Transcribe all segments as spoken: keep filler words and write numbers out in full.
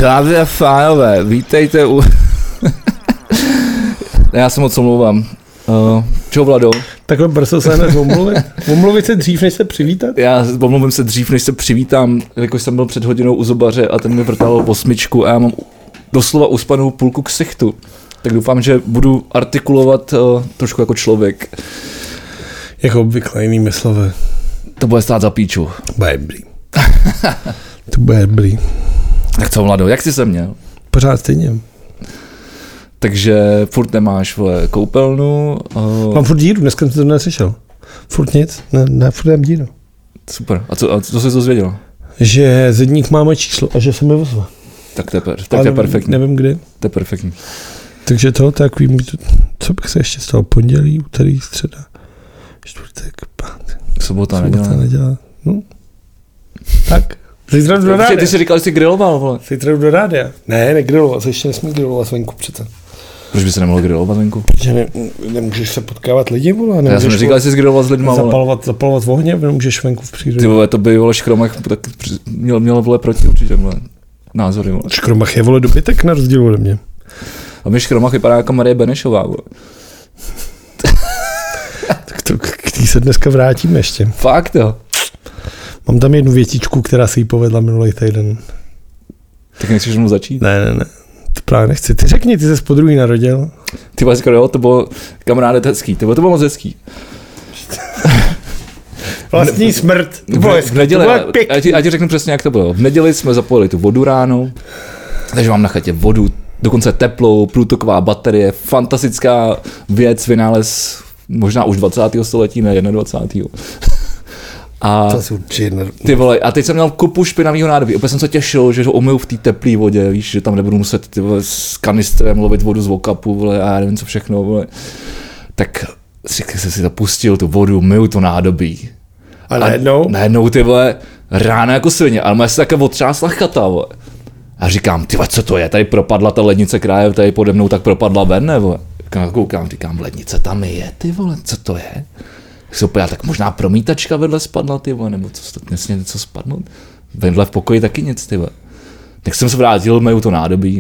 Dámy a pánové, vítejte u... Já se moc omlouvám. Uh, čau, Vlado? Takhle brzo se hned omluvit? Omluvit se dřív, než se přivítat? Já omluvím se dřív, než se přivítám, jakož jsem byl před hodinou u zubaře a ten mi vrtal osmičku a já mám doslova uspanou půlku ksichtu. Tak doufám, že budu artikulovat uh, trošku jako člověk. Jako obvykle jinými slovy. To bude stát za píču. Bude blí. To bude blí. Tak co, Vlado, jak jsi se měl? Pořád stejně. Takže furt nemáš, vole, koupelnu. Uh... Mám furt díru, dneska jsem to neslyšel. Furt nic, ne, ne furt mám díru. Super, a co, a co jsi dozvěděl? Že zedník máme číslo a že se mi ozve. Tak to je, per, tak to je perfektní. Nevím kdy. To je perfektní. Takže to, takový můj, co bych se ještě stalo, pondělí, úterý, středa, čtvrtek, pátek. Sobota, Sobota, neděle. No. Tak. Zítra jdu do rádia. Ty jsi říkal, že jsi griloval, vole. Zítra jdu do rádia. Ne, negriloval, se ještě nesmí grilovat venku přece. Proč by se nemohl grilovat venku? Protože ne, nemůžeš se potkávat lidi, vole. Já jsem neříkal, že jsi griloval s lidma, vole. Zapalovat, zapalovat v ohně, nemůžeš venku v přírodě. Ty vole, to by, vole, Škromach tak měl, měl, vole, proti určitě, vole, názory, vole. Škromach je, vole, dobytek na rozdíl ode mě. A mě Škromach vypadá jako Marie Benešová, vole. Tak to, k tý se dneska vrátíme ještě. Fakt, jo. Mám tam jednu větičku, která se jí povedla minulý týden. Tak nechceš mu začít? Ne, ne, ne. To právě nechci. Ty řekni, ty ses po druhý narodil. Ty vole, jo, to bylo kamaráde hezký, to bylo, to bylo moc hezký. Vlastní smrt. To bylo hezký. V neděli, já ti, já ti řeknu přesně, jak to bylo. V neděli jsme zapojili tu vodu ráno, takže mám na chatě vodu, dokonce teplou, průtoková baterie, fantastická věc, vynález možná už dvacátého století, ne dvacátého A, to určitě, ty vole, a teď jsem měl kupu špinavýho nádobí. Opět jsem se těšil, že ho umyju v té teplé vodě, víš, že tam nebudu muset ty vole, s kanistrem lovit vodu z vokapu, vole, a já nevím co všechno, vole. Tak si, si, si zapustil tu vodu, myju to nádobí. A najednou? A najednou ty vole, rána jako svině, ale má se také otřásla chata, vole. A říkám, ty vole, co to je, tady propadla ta lednice, která je tady pode mnou, tak propadla ven, ne, vole. Koukám, říkám, lednice tam je, ty vole, co to je? Super, tak možná promítačka vedle spadla, ty vole, nebo co, nesmí něco spadnout. Vedle v pokoji taky nic, ty vole. Tak jsem se vrátil, mají to nádobí.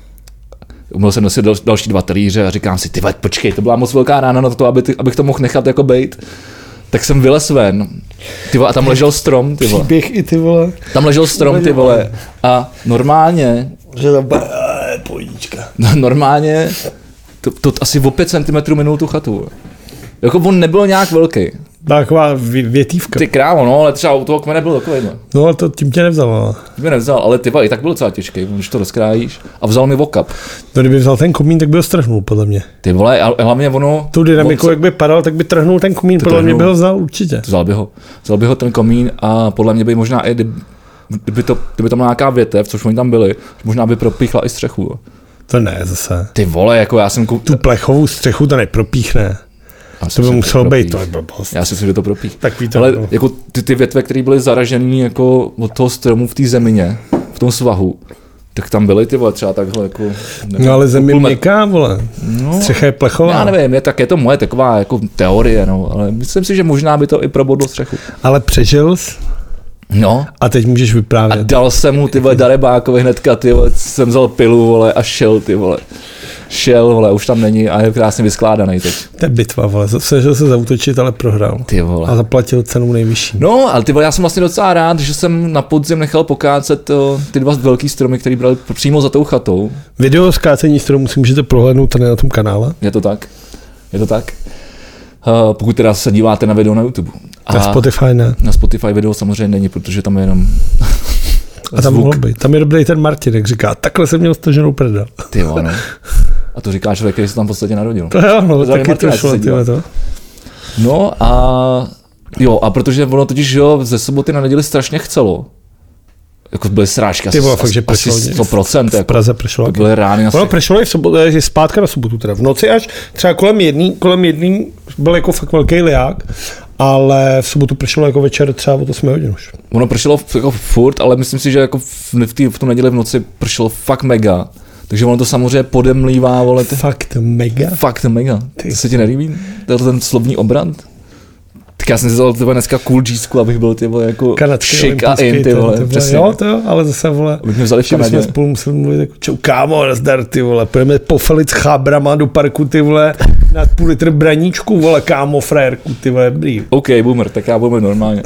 Uměl jsem nosit dal, další dva talíře a říkám si, ty vole, počkej, to byla moc velká rána na to, aby ty, abych to mohl nechat jako bejt. Tak jsem vylez ven, ty vole, a tam ležel strom, ty vole. Příběh i ty vole. Tam ležel strom, ty vole, a normálně... Že tam byla pojíčka. No, normálně, to, to asi o pět centimetrů minul tu chatu, vole. Jako on nebyl nějak velký. Taková větívka. Ty krávo, no, ale třeba u toho kmene byl takovýhle. No, ale to tím tě nevzal, ale. Tím mě nevzal, ale ty i tak byl docela těžký, když to rozkrájíš. A vzal mi vokap. No, kdyby vzal ten komín, tak by ho strhnul, podle mě. Ty vole, a hlavně ono... Tu dynamiku, jak by padal, tak by trhnul ten komín, podle trhnul, mě by ho vzal určitě. Vzal by ho. Vzal by ho ten komín a podle mě by možná i, kdyby, to, kdyby tam nějaká větev, což oni tam byli, možná by propíchla i střechu. To ne, zase. Ty vole, jako já jsem... Kou... Tu plechovou střechu to nepropíchne. To by muselo být, to je blbost. Já si myslím, že to propích. Tak ví to. Ale jako ty, ty větve, které byly zaražené jako od toho stromu v té zemině, v tom svahu, tak tam byly ty vole třeba takhle jako... Nevím, no ale země měkká, vole. No, střecha je plechová. Já nevím, je, tak je to moje taková jako teorie, no, ale myslím si, že možná by to i probodlo střechu. Ale přežil jsi? No. A teď můžeš vyprávět. A dal jsem mu ty vole darebákovi hnedka, ty vole, jsem vzal pilu, vole, a šel, ty vole. Šel, vole, už tam není a je krásně vyskládaný teď. To je bitva, vole, snažil se zaútočit, ale prohrál. Ty vole. A zaplatil cenu nejvyšší. No, ale ty vole, já jsem vlastně docela rád, že jsem na podzim nechal pokácet uh, ty dva velký stromy, které brali přímo za tou chatou. Video z kácení stromů si můžete prohlédnout tady na tom kanále. Je to tak, je to tak. Uh, pokud teda se díváte na video na YouTube. A na Spotify ne. Na Spotify video samozřejmě není, protože tam je jenom a tam mohl být. Tam je dobrý ten Martin, jak říká, takhle jsem měl staženou prdel. Ty jo, no. A to říká člověk, který se tam v podstatě narodil. To jo, no, taky to šlo, tyhle to. No a jo, a protože ono totiž, jo, ze soboty na neděli strašně chcelo. Jako byly srážky, asi, fakt, že asi sto procent. V Praze pršelo. Byly rány na ono pršelo i v sobotu, je zpátka na sobotu teda. V noci až třeba kolem jedný, kolem jedný byl jako fakt velký liák, ale v sobotu pršelo jako večer třeba o osm hodin už. Ono pršelo jako furt, ale myslím si, že jako v, v, tý, v tu neděli v noci pršelo fakt mega. Takže ono to samozřejmě podemlívá, vole. Ty... Fakt mega? Fakt mega. Ty. To se ti nelíbí? To je ten slovní obrat? Ty Tak já jsem si vzal tyhle dneska cool G-sku, abych byl ty vole jako kanadský chic a in, ty vole, přesně. Jo, to jo, ale zase vole, abych mě vzali v Kanadě. jsme spolu museli mluvit jako, čau, kámo, nazdar, ty vole, půjdeme pofelit s chábrama do parku, ty vole, na půl litr braníčku, vole, kámo, frérku, ty vole, dobrý. OK, boomer, tak já boomer normálně.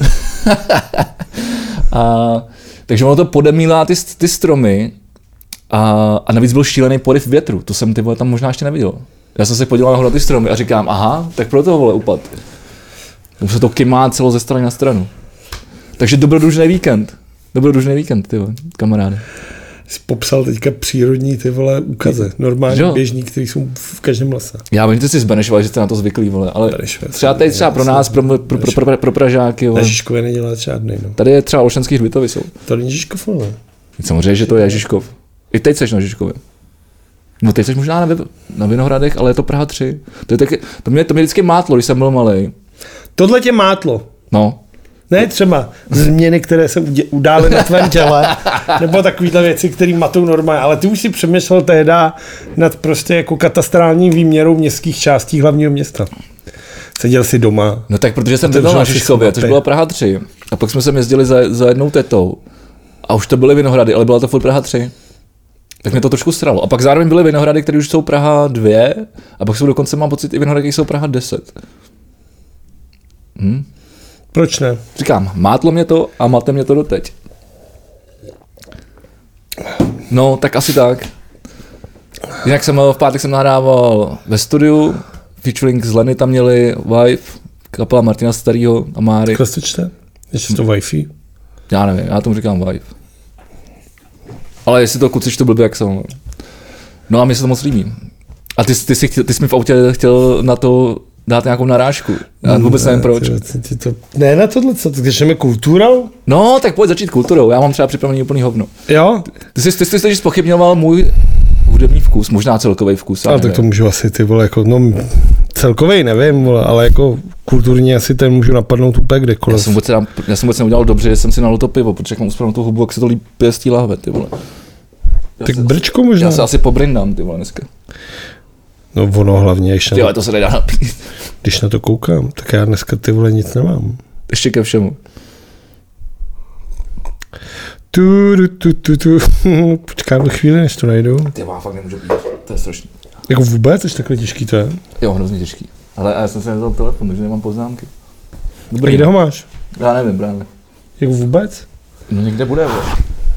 a, takže ono to podemílá ty, ty stromy a, a navíc byl šílený poryv větru, to jsem ty vole tam možná ještě neviděl. Já jsem se podíval na ty stromy a říkám, aha, tak proto vole upad. Už se to kymá celo ze strany na stranu. Takže dobrodružný víkend. Dobrodružný víkend, ty vole, kamaráde. Jsi popsal teďka přírodní ty vole úkaze, normální jo. Běžní, který jsou v každém lese. Já vím, že jsi z Benešova, že jste na to zvyklí, vole, ale Benešov, třeba tady třeba pro nás, pro, pro, pro, pro, pro, pro Pražáky, vole. Na Žižkově nedělá žádnej, no. Tady je třeba Olšanský hřbitovy jsou. To není Žižkov, ale. Samozřejmě, že to je Žižkov. I teď seš na Žižkově. No teď seš možná na, na Vinohradech, ale je to Praha tři. To, je taky, to, mě, to mě vždycky mátlo, když jsem byl malej. Tohle tě mátlo. No. Ne třeba změny, které se udály na tvém těle, nebo takovýhle věci, které matou normálně, ale ty už si přemýšlel tehda nad prostě jako katastrální výměrou městských částí hlavního města. Seděl si doma. No tak protože jsem bydlel na Žižkově, což byla Praha tři. A pak jsme sem jezdili za, za jednou tetou. A už to byly Vinohrady, ale byla to furt Praha tři. Tak mě to trošku sralo. A pak zároveň byly Vinohrady, které už jsou Praha dvě, a pak jsou dokonce, mám pocit, i Vinohrady, které jsou Praha deset. Hm? Proč ne? Říkám, mátlo mě to a máte mě to doteď. No, tak asi tak. Jinak jsem v pátek jsem nahrával ve studiu, featuring z Leny tam měli Wife, kapela Martina Starýho a Máry. Klasičte? Ještě to Wi-Fi? Já nevím, já tomu říkám Wife. Ale jestli to kuciš, to blbě jak jsem. No a mi se to moc líbí. A ty, ty, jsi, ty jsi mi v autě chtěl na to dát nějakou narážku. Já vůbec nevím proč. Ty to, ne na tohle, co? Když jdeme kulturou? No, tak pojď začít kulturou. Já mám třeba připravený úplný hovno. Jo? Ty jsi, ty jsi, ty jsi zpochybňoval můj hudební vkus, možná celkový vkus. Ale tak to můžu asi ty vole, jako, no celkovej nevím, vole, ale jako kulturně asi ten můžu napadnout úplně kdekoliv. Já jsem vůbec, já jsem vůbec neudělal dobře, že jsem si nalil to pivo, protože jak mám uspravenou tu hubu, jak se to líbí z té lahve, ty vole. Já tak se, brčko možná. Já se asi pobrindám, ty vole, dneska. No ono hlavně, když na, Tyhle, to se nedá napít. Když na to koukám, tak já dneska ty vole nic nemám. Ještě ke všemu. Tu, tu, tu, tu, tu. Počkám chvíli, než to najdu. Ty má, fakt nemůžu pít, to je strašný. Jako vůbec, ještě takhle těžký to je? Jo, hrozně těžký. Ale já jsem si nevzal telefon, takže nemám poznámky. Dobrý. A kde ho máš? Já nevím právě. Jako vůbec? No někde bude, bo.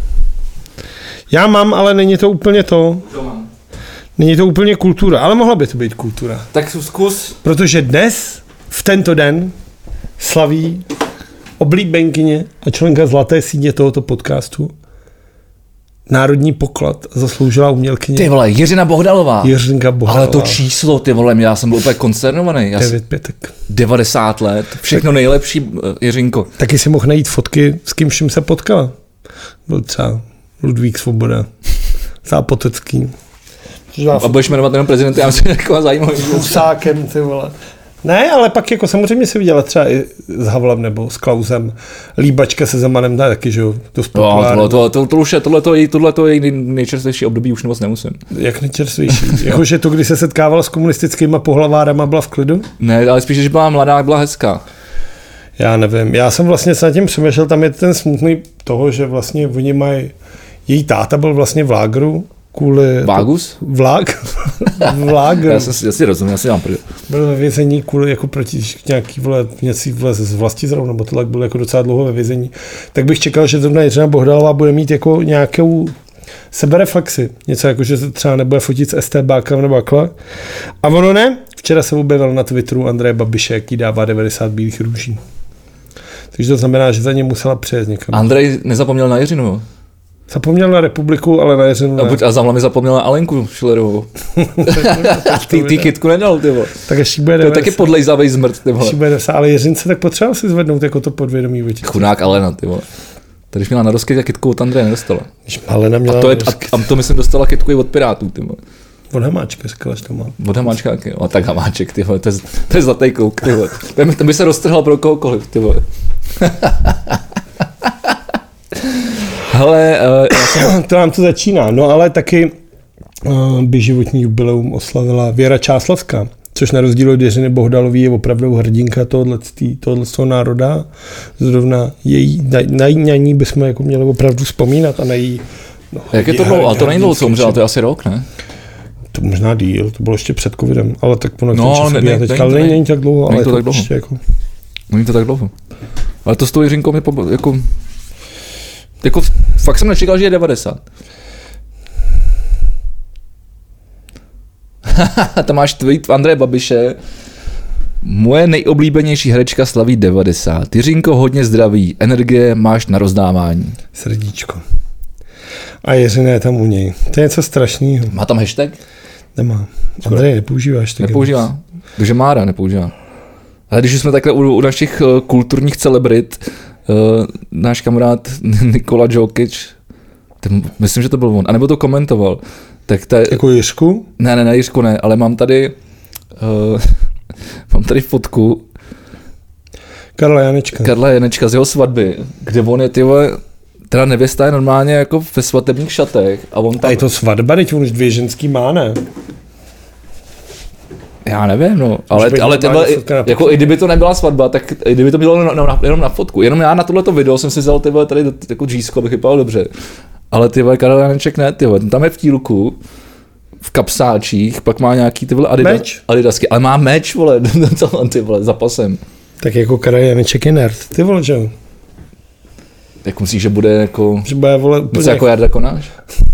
Já mám, ale není to úplně to. To mám. Není to úplně kultura, ale mohla by to být kultura. Tak zkus. Protože dnes, v tento den, slaví oblíbenkyně a členka zlaté síně tohoto podcastu národní poklad zasloužila umělkyně. Ty vole, Jiřina Bohdalová. Jiřinka Bohdalová. Ale to číslo, ty vole, já jsem byl úplně koncernovaný. Já devět pětek. devadesát let, všechno tak, nejlepší, Jiřinko. Taky si mohl najít fotky, s kým vším se potkala. Byl třeba Ludvík Svoboda, Zápotecký. A budeš jmenovat jenom prezidenta, já myslím, jako zajímavý. Husákem, ty vole. Ne, ale pak jako samozřejmě si viděla třeba i s Havlem nebo s Klausem. Líbačka se Zemanem, dá taky, že jo, to spopulární. No, to, to, to, už je, tohle, tohle, tohle to je nejčerstvější období, už moc nemusím. Jak nejčerstvější? Jakože to, kdy se setkával s komunistickýma pohlavárama, byla v klidu? Ne, ale spíš, že byla mladá, byla hezká. Já nevím, já jsem vlastně se nad tím přemýšlel, tam je ten smutný toho, že vlastně oni mají, její táta byl vlastně v lágru, kvůli... Vágus? Vlák. Vlák. Já jsem si, já si rozumím, já si mám prd. Byl ve vězení kvůli jako proti nějaký vole, něcí vole z vlasti zrovna, nebo tohle byl jako docela dlouho ve vězení. Tak bych čekal, že zrovna Jiřina Bohdalová bude mít jako nějakou sebereflexi. Něco jako, že se třeba nebude fotit s STBákem nebo takhle. A ono ne. Včera se objevil na Twitteru Andreje Babiše, jaký dává devadesát bílých růží. Takže to znamená, že za ně musela přijet někam. Andrej nezapomněl na Jiřinu. Zapomněl na republiku, ale na Jiřinu ne. A, a za mi zapomněl na Alenku Schillerovou. ty, ty kytku nedal, ty vole. Tak ještě bude to je taky podlejzavej zmrt, ty vole. Ještě bude ale Jiřince tak potřeboval si zvednout jako to podvědomí. Větě. Chudák Alena, ty vole. Tady měla na dosky, tak kytku od Andreje nedostala. Alena měla a, to je, a, a to myslím dostala kytku i od Pirátů, ty vole. Od Hamáčka, říkala, že to má. Od Hamáčka, okay. A tak Hamáček, ty vole, to je, to je zlatý kouk, ty vole. Ten, ten by se roztrhal pro kohokoliv, ty vole. Hele, uh, já jsem... to nám to začíná, no ale taky uh, by životní jubileum oslavila Věra Čáslavská. což na rozdíl od Jiřiny Bohdalový je opravdu hrdinka tohohle toho národa. Zrovna její, na, na, na ní bychom jako měli opravdu vzpomínat a na její... No, jak je to dlouho? Ale to není dlouho, co umřela, to je asi rok, ne? To možná díl, to bylo ještě před covidem, ale tak ono no, čas ne, ne, teďka, ale není, není tak dlouho, není ale to tak dlouho. Ještě jako... Není to tak dlouho. Ale to s tou Jiřinkou mě po, jako... Jako fakt jsem nečekal, že je devadesát. Tam máš tweet Andreje Babiše. Moje nejoblíbenější herečka slaví devadesát. Jiřinko, hodně zdraví, energie máš na rozdávání. Srdíčko. A Jiřina je tam u něj. To je něco strašného. Má tam hashtag? Nemá. Andrej nepoužívá hashtag. Nepoužívá. Takže Mára nepoužívá. Ale když jsme takhle u, u našich uh, kulturních celebrit, uh, náš kamarád Nikola Jokic, ten, myslím, že to byl on, anebo to komentoval. Tak ta, jako Jiřku? Ne, ne, ne, Jiřku ne, ale mám tady uh, mám tady fotku Karla Janečka. Karla Janečka z jeho svatby, kde on je, ty vole, teda nevěsta je normálně jako ve svatebních šatech. A on tam... A je to svatba, teď on už dvě ženský má, ne? Já nevím, no, ale, ale tyhle, jako i kdyby to nebyla svatba, tak i kdyby to bylo na, na, jenom na fotku. Jenom já na tohleto video jsem si vzal tyhle tady jako džísko, abych vypadal dobře. Ale tyhle Karel Janeček ne, tyhle, tam je v tílku, v kapsáčích, pak má nějaký tyhle Adidas, adidasky, ale má meč, vole, ty vole, za pasem. Tak jako Karel Janeček je nerd, ty vole, že? Jak myslíš, že bude jako, že bude, vole, úplně něco jako Jarda Konáš?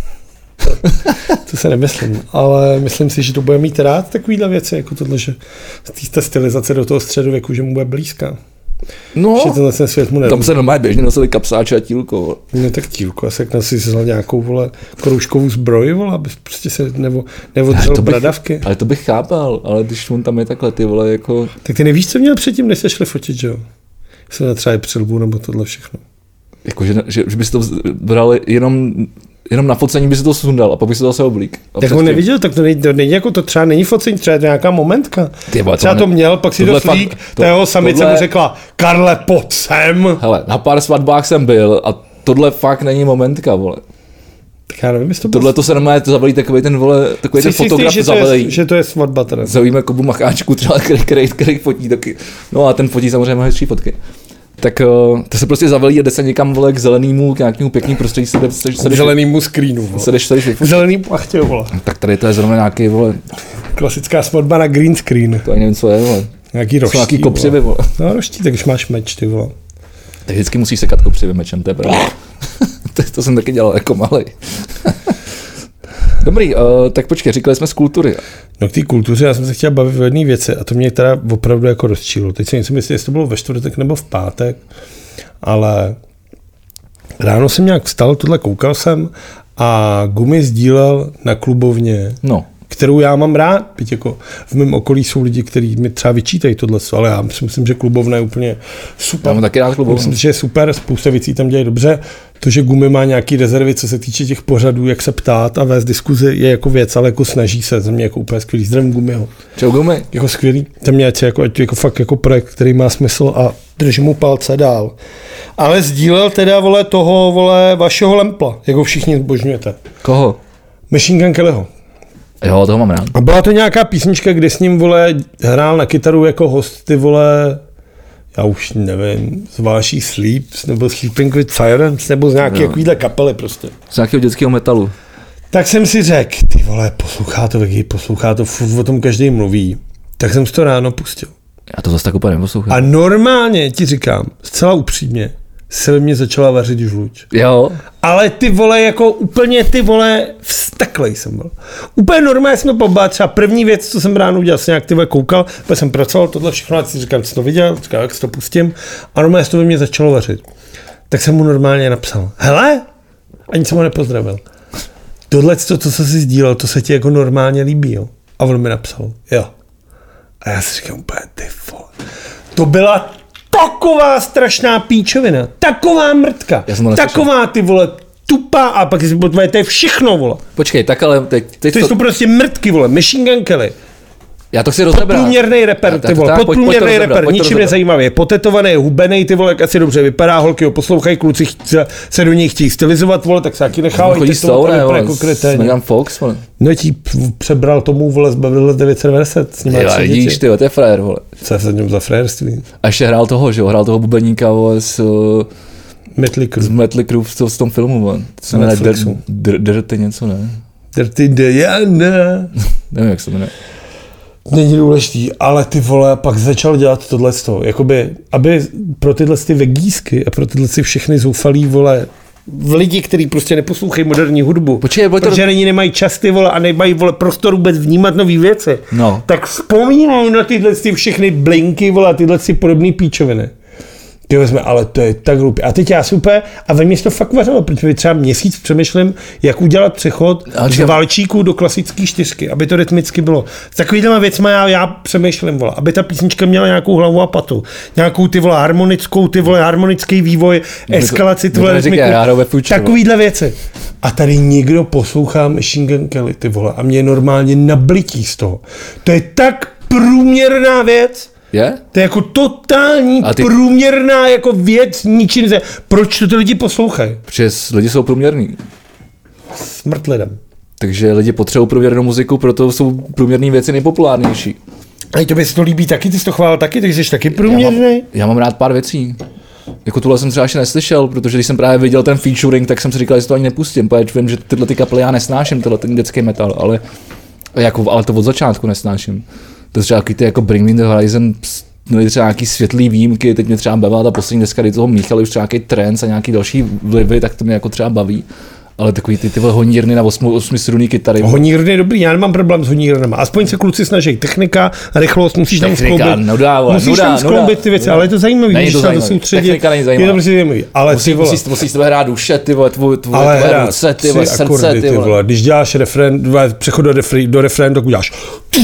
To se nemyslím, ale myslím si, že to bude mít rád takovýhle věci, jako tohle, že ta stylizace do toho středověku, že mu bude blízká. No, že tenhle ten svět mu tam se normálně běžně nosili kapsáče a tílko. No tak tílko, asi jak si vzal nějakou, vole, kroužkovou zbroj, vole, aby prostě se nevo, neodřel bradavky. Ale to bych chápal, ale když on tam je takhle, ty vole, jako... Tak ty nevíš, co měl předtím, než se šli fotit, že jo? Jsem třeba přilbu nebo tohle všechno. Jako, že, že, že bys to bral jenom... Jenom na focení by si to sundal a pak by si to zase oblík. Tak on neviděl, tak to není, to není jako to třeba není focení, třeba je to nějaká momentka. Tyba, třeba to, ne... to měl, pak si to slík, to, ta jeho samice tohle... mu řekla, Karle, pojď sem. Hele, na pár svatbách jsem byl a tohle fakt není momentka, vole. Tak já nevím, jestli to tohle to se normálně to zavolí takový ten, vole, takový ten fotograf zavolí. Že to je svatba teda. Zavíme Kubu Macháčku, třeba, který, který, který fotí taky. No a ten fotí samozřejmě hezčí fotky. Tak to se prostě zavelí a jde se někam, vole, k zelenému, k nějakému pěkným prostředí. Se, se, se, k zelenému screenu, vole. Se jdeš tady vyfotit. Zelený plachtě, vole. Tak tady to je zrovna nějaký, vole. Klasická svatba na green screen. To ani nevím, co je, vole. Nějaký roští, nějaký kopřivy, vole. No roští, tak už máš meč, ty vole. Tak vždycky musíš sekat kopřivy mečem, to je pravda. to, to jsem taky dělal jako malej. Dobrý, uh, tak počkej, říkali jsme z kultury. No k té kultuře já jsem se chtěl bavit o jedné věci a to mě teda opravdu jako rozčílo. Teď si myslím, jestli to bylo ve čtvrtek nebo v pátek, ale ráno jsem nějak vstal, tohle koukal jsem a Gumi sdílel na klubovně, no. kterou já mám rád, byť jako v mém okolí jsou lidi, kteří mi třeba vyčítají tohle, ale já si myslím, že klubovna je úplně super. Já mám taky rád klubovnu. Myslím, že je super, spousta věcí tam dělají dobře. To, že Gumi má nějaký rezervy, co se týče těch pořadů, jak se ptát a vést diskuzi, je jako věc, ale jako snaží se, za mě jako úplně skvělý. Zdravím Gumiho. Čau Gumi. Jako skvělý. Tam mě jako, jako fakt jako projekt, který má smysl a držím mu palce dál. Ale sdílel teda, vole, toho, vole, vašeho Lempla, jako všichni zbožňujete. Koho? Machine Gun Kellyho. Jo, toho mám rád. A byla to nějaká písnička, kde s ním, vole, hrál na kytaru jako host, ty vole, já už nevím, z Váší Sleeps, nebo Sleeping with Sirens, nebo z nějaké takovýhle kapely prostě. Z nějakého dětského metalu. Tak jsem si řekl, ty vole, poslouchá to, Vicky, poslouchá to, furt o tom každý mluví. Tak jsem si to ráno pustil. Já to zase tak úplně neposlouchám. A normálně ti říkám, zcela upřímně, se ve mně začala vařit žluč. Jo. Ale ty vole, jako úplně ty vole, vsteklej jsem byl. Úplně normálně jsme pobát, třeba první věc, co jsem ráno udělal, jsem nějak ty vole koukal, protože jsem pracoval tohle všechno, a si říkám, co to viděl, říkám, jak si to pustím, a normálně se to ve mně začalo vařit. Tak jsem mu normálně napsal, hele, ani jsem ho nepozdravil. Tohle, to, co jsi sdílel, to se ti jako normálně líbí, jo. A on mi napsal, jo. A já si říkám úplně, ty vole, to byla taková strašná píčovina, taková mrtka, taková ty vole, tupá a pak si potvoje, to je všechno, vole. Počkej, tak ale teď... teď to, to jsou prostě mrtky, vole, Machine Gun Kelly. Já to chci rozebrat. Podprůměrný rapper, ty vole, podprůměrný rapper, ničím nezajímavý. Potetovaný, hubenej, ty vole, jak asi dobře vypadá, holky ho poslouchají, kluci chce, se do něj chtějí stylizovat, vole, tak se taky nechávají tetovat, to vypadá jako kreténi. Megan Fox, vole. No ti přebral tomu, vole, z Beverly devět set devadesát, s ním má tři děti. Ty, to je frajer, vole. Co je v něm za frajerství? A ještě hrál toho, že jo, hrál toho bubeníka, vole, s... Mötley Crüe. Z Mötley Crüe v, v tom filmu, vole. To se jmenuje Dirty něco, ne? Dirty Diana. Nevím, jak se jmenuje. Není důležitý, ale ty vole, pak začal dělat tohleto, jakoby, aby pro tyhle ty vegísky a pro tyhle ty všechny zoufalý, vole, v lidi, kteří prostě neposlouchají moderní hudbu, Počkej, protože to... není nemají čas, ty vole, a nemají, vole, prostor vůbec vnímat nový věci, no. Tak vzpomínají na tyhle ty všechny blinky, vole, tyhle ty podobné píčoviny. Ty vezme, ale to je tak hlupě. A teď já super, a ve mě to fakt vařilo, protože třeba měsíc přemýšlím, jak udělat přechod z valčíku do klasické čtyřky, aby to rytmicky bylo. S takovýhlema věcma já, já přemýšlím, vole, aby ta písnička měla nějakou hlavu a patu, nějakou ty vole harmonickou, ty vole harmonický vývoj, eskalaci, ty vole rytmiku, takovýhle věci. A tady někdo poslouchá Machine Gun Kelly, ty vole, a mě je normálně nablití z toho. To je tak průměrná věc. Je? To je jako totální ty... průměrná jako věc, ničím ne. Proč to ty lidi poslouchají? Protože lidi jsou průměrní. Smrt lidem. Takže lidi potřebují průměrnou muziku, proto jsou průměrné věci nejpopulárnější. A tobě se to líbí taky, ty jsi to chválil taky, ty jsi taky průměrný? Já mám, já mám rád pár věcí. Jako tuhle jsem třeba ještě neslyšel, protože když jsem právě viděl ten featuring, tak jsem si říkal, že to ani nepustím, protože vím, že tyhle ty kapely já nesnáším, tenhle ten dětský metal, ale, jako, ale to od začátku nesnáším. To třeba ty jako Bring Me The Horizon měli třeba nějaký světlý výjimky, teď mě třeba bavila ta poslední deska, kdy toho míchali už třeba nějaký trance a nějaký další vlivy, tak to mě jako třeba baví. Ale takový ty, ty honírny na osmistrunný kytary. Honírny je dobrý, já nemám problém s honírnama. Aspoň se kluci snaží. Technika, rychlost, musíš tam skloubit. Nudá, musíš nudá, tam skloubit ty věci, nudá. Ale je to zajímavý, není když to se to soustředit. Technika není zajímavá. Je to prostě zajímavý. Ale musí, ty vole. Musíš, musíš tebe hrát duše, ty vole, tvoj, tvoj, ale tvoje hrát ruce, ty vole, srdce, akordy, ty vole. Když děláš refrén, přechod do, refrén, do refrénu, tak uděláš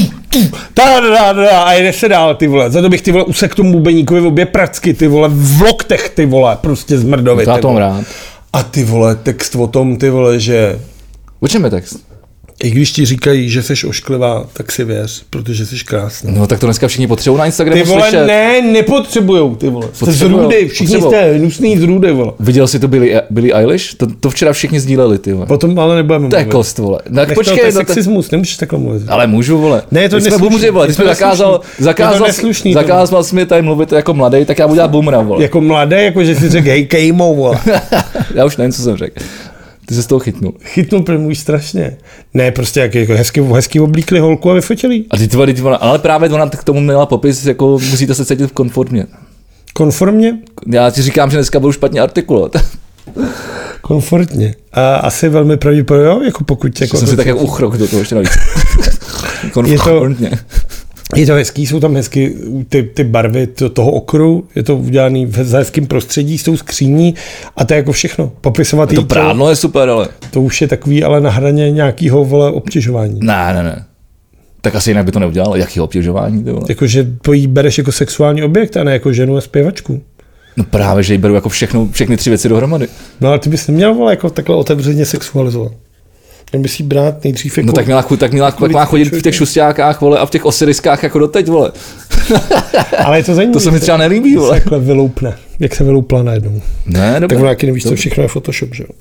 a jde se dál, ty vole. Za to bych ty vole usek tomu bubeníkovi v obě pracky, ty vole, v loktech, ty vole, prostě zmrdovi. To já to mám rád. A ty vole, text o tom, ty vole, že... O čem je text? I když ti říkají, že jsi ošklivá, tak si věř, protože jsi krásná. No tak to dneska všichni potřebují na Instagramu ty vole, slyšet. Ne, nepotřebujou, ty vole. Jste z Rudy, všichni jste hnusný z Rudy, vole. Viděl jsi to Billie, Billie Eilish? To, to včera všichni sdíleli, ty vole. Potom ale nebudeme mluvit. To je kost, vole. No, počkej, to je sexismus, nemůžeš takhle mluvit. Ale můžu, vole. Ne, to neslušný. Bumři, vole. Ty jsi mi zakázal, zakázal, zakázal jsi mi tady mluvit jako mladý, tak já budu dělat boomera, vole. Jako mladý, jako že jsi řekl, hej, kejmo, vole. Já už nevím, co jsem řekl. Ty se z toho chytnul. Chytnul, protože mluvíš strašně. Ne, prostě jak jako hezky, hezky oblíkli holku a vyfotili. A ty tvory, ty, ale právě ona k tomu měla popis, jako musíte se cítit konformně. Konformně? Já ti říkám, že dneska budu špatně artikulovat. Komfortně. A asi velmi pravděpodobně, jako pokud... Jako jsem si tak jako uchrok do toho ještě navíc. Konformně. Je to hezký, jsou tam hezky ty, ty barvy to, toho okru, je to udělaný v hezkým prostředí s tou skříní a to je jako všechno. Popisovat to prádlo je super, ale... To už je takový, ale na hraně nějakého, vole, obtěžování. Ne, ne, ne. Tak asi jinak by to neudělalo. Jakýho obtěžování, ty vole? Jakože to jí bereš jako sexuální objekt a ne jako ženu a zpěvačku. No právě, že jí beru jako všechno, všechny tři věci dohromady. No ale ty bys neměl, vole, jako takhle otevřeně sexualizovat. Měl bys jí brát nejdřív jako... No tak měla, tak měla, tak měla chodit v těch šustákách, vole, a v těch osiriskách jako doteď, vole. Ale je to zajímavé. To se mi třeba nelíbí, vole. Takhle vyloupne. Jak se vyloupla najednou. Ne, dobré. Tak ona taky nevíš, co všechno je Photoshop, že jo?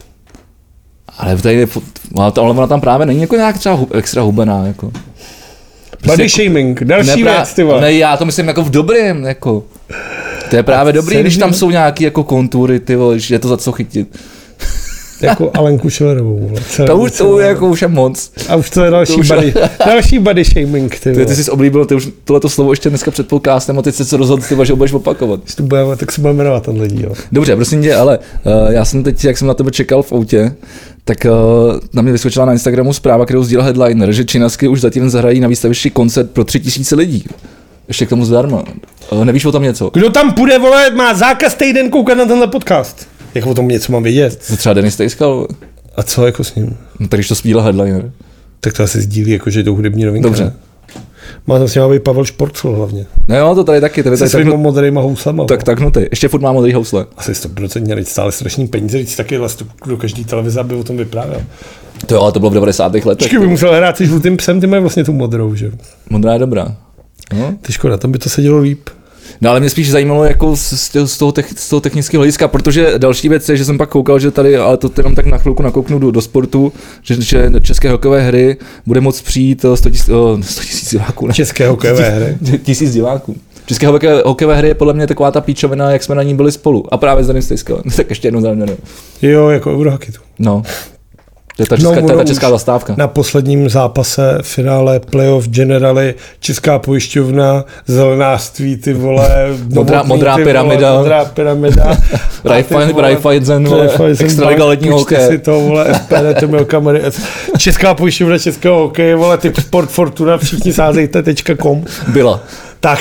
Ale tady je, ale ona tam právě není jako nějak třeba extra hubená, jako. Prostě body jako, shaming, další neprá, věc, ty vole. Ne, já to myslím jako v dobrým, jako. To je právě a dobrý, když tam jsou nějaký jako kontury, ty vole, že je to za co chytit. Jako Alenku Schillerovou. To už to je jako už je moc. A už to je další, to body, další body shaming. Ty, ty, ty jsi oblíbil ty už tohleto slovo ještě dneska před podcastem a teď jsi se rozhodl, ty, že ho budeš opakovat. To budeme, tak se budeme jmenovat tenhle díl. Dobře, prosím tě, ale uh, já jsem teď, jak jsem na tebe čekal v autě, tak uh, na mě vyskočila na Instagramu zpráva, kterou sdílel headliner, že Činasky už zatím zahrají na výstavišti koncert pro tři tisíce lidí. Ještě k tomu zdarma. Uh, nevíš o tom něco? Kdo tam půjde, vole, má zákaz týden koukat na tenhle podcast. Jak o tom něco mám vědět? To třeba Denis Tejskal. A co jako s ním? No tak když to sdílel headliner. Tak to asi sdílí, jako že je to hudební novinka. Dobře. Má tam s ním být Pavel Šporcl hlavně. No jo, to tady taky. Tady, Se tady svýma tak, modrýma housama. tak, tak nutý. Ještě furt má modrý housle. Asi sto procent teď stále strašný peníze, teď taky vlastně do každý televize, aby o tom vyprávěl. To jo, ale to bylo v devadesátých letech. Počkej, by musel hrát si žlutým psem, ty mají vlastně tu modrou, že? Modrá je dobrá. No. Ty škoda, tam by to sedělo líp. No ale mě spíš zajímalo jako z, z, toho, tech, z toho technického hlediska, protože další věc je, že jsem pak koukal, že tady, ale to jenom tak na chvilku nakouknu do, do sportu, že, že české hokejové hry bude moc přijít sto tisíc diváků. Ne? České hokejové hry? Tisíc diváků. České hokejové, hokejové hry je podle mě taková ta píčovina, jak jsme na ní byli spolu. A právě s Danem Stejskem. Tak ještě jednou záměrnou. Jo, jako Eurohockey tu. No. To je ta česká, no, to je ta česká zastávka. Na posledním zápase finále playoff Generali Česká pojišťovna, zelenářství, ty vole, modrá, modrá ty pyramida, vole, modrá pyramida, Raiffeisen, extraliga letního hokeje. Si to, vole, F P D, to měl kamery, Česká pojišťovna českého hokeje, vole, typ Sport Fortuna, všichni sázejte tečka com. Byla. Tak,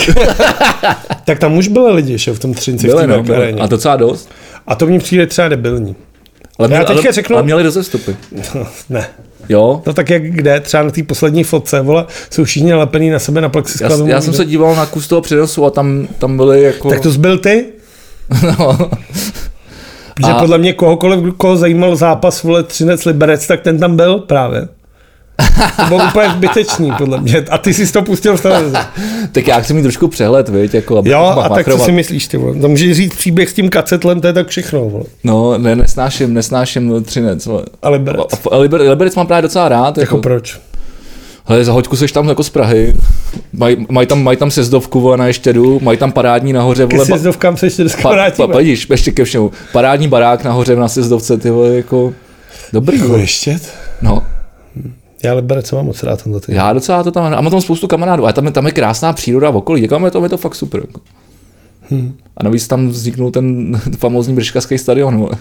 tak tam už byly lidi, že v tom třinácti byly, no, byly. A docela dost. A to mně přijde třeba debilní. Ale, měli, já teďka ale, řeknu, ale měli rozestupy. Ne. Jo? No tak jak kde, třeba na té poslední fotce, vole, jsou všichni nalepený na sebe na plexiskladovou. Já, já jsem se díval na kus toho přenosu a tam, tam byly jako... Tak to zbyl ty? No. Protože a... podle mě kohokoliv, koho zajímal zápas, vole, Třinec Liberec, tak ten tam byl právě. To bylo úplně zbytečný, podle mě. A ty jsi to pustil v televizi. Tak já chci mít trošku přehled, viď, jako... Jo, a tak co si myslíš, ty vole? To můžeš říct příběh s tím kacetlem, to je tak všechno, vole. No, ne, nesnáším, nesnáším Třinec, vole. A Liberec. A, a Liber, Liberec mám právě docela rád. Jako, jako proč? Hele, za hoďku seš tam jako z Prahy. Mají maj tam, maj tam sjezdovku, vole, na Ještědu, mají tam parádní nahoře, vole. Ke sjezdovkám se ještě dneska pa, vrátíme. Pa, pa, vidíš, ještě ke všemu. Parádní barák nahoře na sjezdovce, ty vole, jako... Dobrý, jako Ještěd? No. Já Liberec mám moc rád tam. Já docela to tam, a mám tam spoustu kamarádů, a tam je, tam je krásná příroda v okolí, děkám, je to, je to fakt super. Jako. Hmm. A navíc tam vzniknul ten famózní bryškařský stadion. Vole.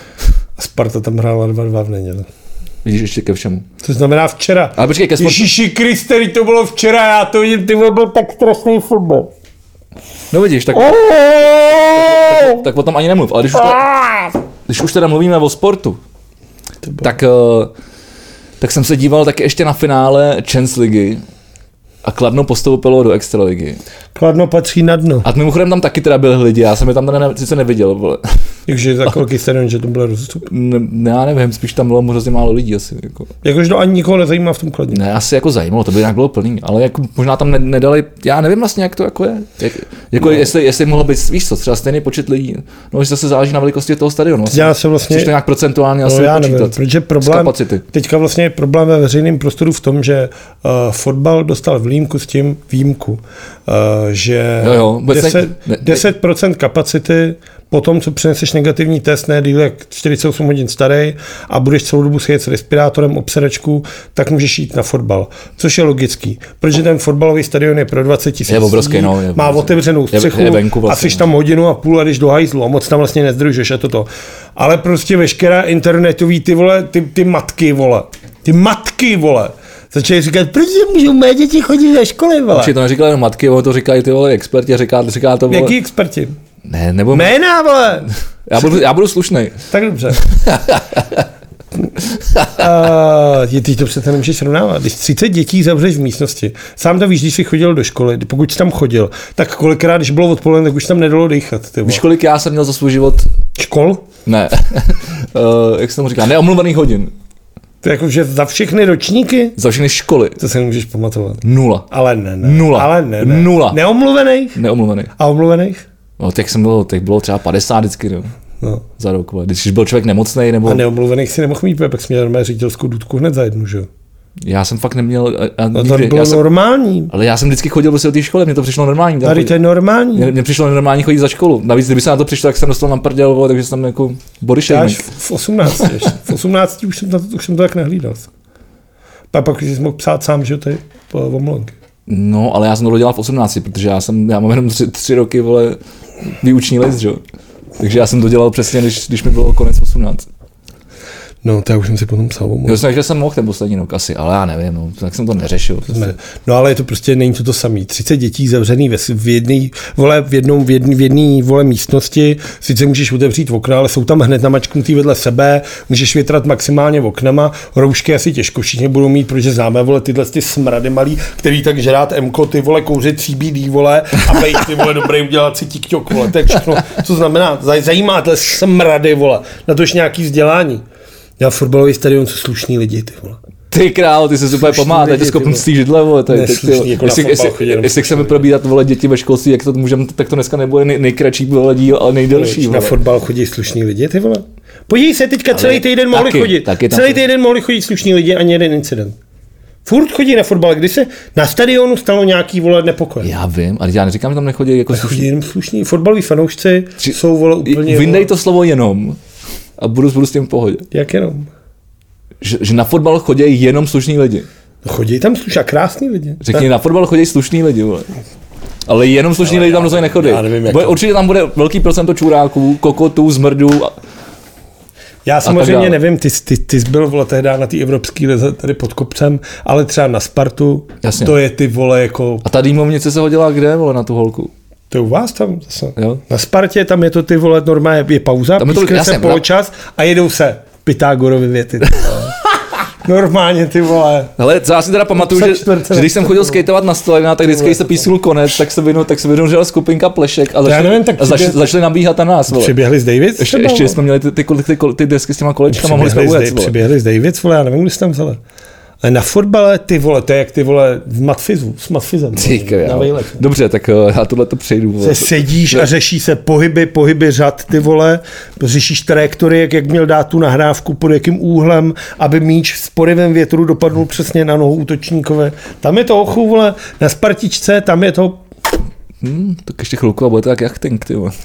A Sparta tam hrála dva dva v neděli. Vidíš, ještě ke všemu. To znamená včera. Ale počkej, ke sportu. Ježíši Kriste, to bylo včera, já to vidím, ty byl tak strašný fotbal. No vidíš, tak, oh! tak, tak o tom ani nemluv, ale když už, teda, když už teda mluvíme o sportu, tak... tak jsem se díval taky ještě na finále Champions ligy a Kladno postoupilo do Extraligy. Kladno patří na dno. A mimochodem tam taky teda byli lidi, já jsem je tam teda ne, sice neviděl. Vole. Takže za velký stadion, že to bylo rozestup? Ne, já nevím, spíš tam bylo hrozně málo lidí asi. Jako. Jakože to ani nikoho nezajímá v tom Kladně. Ne, asi jako zajímalo, to by jinak bylo plný, ale jako možná tam nedali, já nevím vlastně, jak to jako je. Jak, jako no. jestli, jestli mohlo být, víš co, třeba stejný počet lidí, no že zase záleží na velikosti toho stadionu. Já se vlastně... Což to nějak procentuálně no, asi já počítat. Nevím, protože problém, teďka vlastně je problém ve veřejném prostoru v tom, že uh, fotbal dostal výjimku s tím výjimku, uh, že jo, jo, deset, ne, deset procent kapacity po tom, co přineseš negativní test, ne díl jak čtyřicet osm hodin starý a budeš celou dobu sedět s respirátorem, obsedačku, tak můžeš jít na fotbal. Což je logický, protože ten fotbalový stadion je pro dvacet tisíc lidí, no, má otevřenou střechu je, je vlastně, a jsi tam hodinu a půl a jdeš do hajzlu a moc tam vlastně nezdržuješ a toto. Ale prostě veškerá internetový ty vole, ty, ty matky vole, ty matky vole, začali říkat, proč můžou mé děti chodit do školy, vole. Určitě to neříkali jenom matky, ono to říkají ty vole experti, říká, říká to vole. Jaký experti? Ne, nebo... Jména, vole! Já budu, já budu slušnej. Tak dobře. uh, ty to přece nemůžeš srovnávat. Když třicet dětí zavřeš v místnosti, sám to víš, když jsi chodil do školy, pokud jsi tam chodil, tak kolikrát, když bylo odpoledne, tak už tam nedalo dýchat. Ty víš, kolik já jsem měl za svůj život? Škol? Ne. uh, jak se tomu říká? Neomluvených hodin. To je jako, že za všechny ročníky? Za všechny školy. To se nemůžeš pamatovat. Nula. Ale ne, ne. Nula. Ale ne, ne. Nula. Neomluvených? Neomluvených. A omluvených? No, tak jsem byl, tak bylo třeba padesát vždycky, no. No. Za rok. Když byl člověk nemocnej, nebo... A neomluvených si nemohl mít, pak jsi měl normálně ředitelskou důtku hned za jednu, že? Já jsem fakt neměl... A, a no to bylo já jsem, normální. Ale já jsem vždycky chodil prostě do té školy, mně to přišlo normální. Tady to je normální. Mně, mně přišlo normální chodit za školu. Navíc, kdyby se na to přišlo, tak jsem dostal na prděl, vole, takže jsem jako body shaming. v osmnácti, v osmnácti už jsem, to, už jsem to tak nehlídal. Pak pak jsi mohl psát sám, že to je omluvenky. No, ale já jsem to dělal v osmnácti, protože já jsem, já mám jenom tři, tři roky, vole, výuční list, že jo. Takže já jsem to dělal přesně, když, když mi bylo konec osmnáct. No, to já už jsem si potom psal. Já jsem, že jsem mohl ten poslední rok asi, ale já nevím, no, tak jsem to neřešil. Prostě. No ale je to prostě, není to to samý. třicet dětí zavřený ve, v jedné vole, v jednom, v jedný, v jedný vole místnosti, sice můžeš otevřít okna, ale jsou tam hned namačknutý vedle sebe, můžeš větrat maximálně oknama, roušky asi těžko všichni budou mít, protože známe vole tyhle ty smrady malý, který tak žrát emko, ty vole kouřit C B D vole a bejt ty vole dobrý udělat si TikTok vole, to je všechno, co znamená, zajímá tyhle smrady vole, na tož nějaký vzdělání. Já fotbalový stadion, co slušný lidi, ty vole. Ty král, ty se super pomáhá, tady skopnu z té židle, vole. Tady, Neslušný, jako jestli, jestli, jestli chceme probírat, vole, děti ve školství, jak to můžeme, tak to dneska nebude nej, nejkratší, vole, díl, ale nejdelší, vole. Na fotbal chodí slušní lidi, ty vole. Podívej se, teďka ale celý týden mohli taky, chodit. Taky celý týden mohli chodit slušní lidi, ani jeden incident. Furt chodí na fotbal, když se na stadionu stalo nějaký, vole, nepokoj. Já vím, ale já neříkám, že tam nechodí jako slušní. Chodí jenom slušní, fotbaloví fanoušci Či, jsou, vole, úplně... Vyndej to slovo jenom a budu, budu s tím v pohodě. Jak jenom? Že, že na fotbal chodí jenom slušní lidi. No chodí tam slušní a krásní lidi. Řekni, na fotbal chodí slušní lidi, vole. Ale jenom slušní ale lidi tam rozhodně nechodí. Bude, určitě tam bude velký procento čuráků, kokotů, zmrdů. A, já samozřejmě nevím, ty, ty, ty jsi byl, vole, tehdy na té evropské lize tady pod kopcem, ale třeba na Spartu, Jasně. to je ty, vole, jako... A ta dýmovnice se hodila kde, vole, na tu holku? To je u vás tam zase. Jo? Na Spartě tam je to, ty, vole, normálně je pauza, pískne se poločas a jedou se Pythagorovy věty. Normálně, ty vole. Ale co já si teda pamatuju, že, že když jsem chodil skateovat na stolena, tak vždycky, když se písknul konec, tak se vynul, tak se vynul skupinka plešek a začali, nevím, a zač, začali nabíhat na nás. Vole. Přiběhli z Davids? Ještě, ještě jsme měli ty, ty, ty, ty, ty desky s těma kolečkama, mohli jsme ujet. Přiběhli z Davids, vole, já nevím, kdy jsi tam vzali. Ale na fotbale, ty vole, to je jak ty vole v Matfizu, s Matfizem. Dobře, tak já tohle to přejdu. Vole. Se sedíš a řeší se pohyby, pohyby řad, ty vole, řešíš trajektory, jak, jak měl dát tu nahrávku, pod jakým úhlem, aby míč s porivem větru dopadnul přesně na nohu útočníkové. Tam je to ochu, vole, na Spartičce, tam je to... Hmm, tak ještě chvilku a bude to jak jachting, ty vole.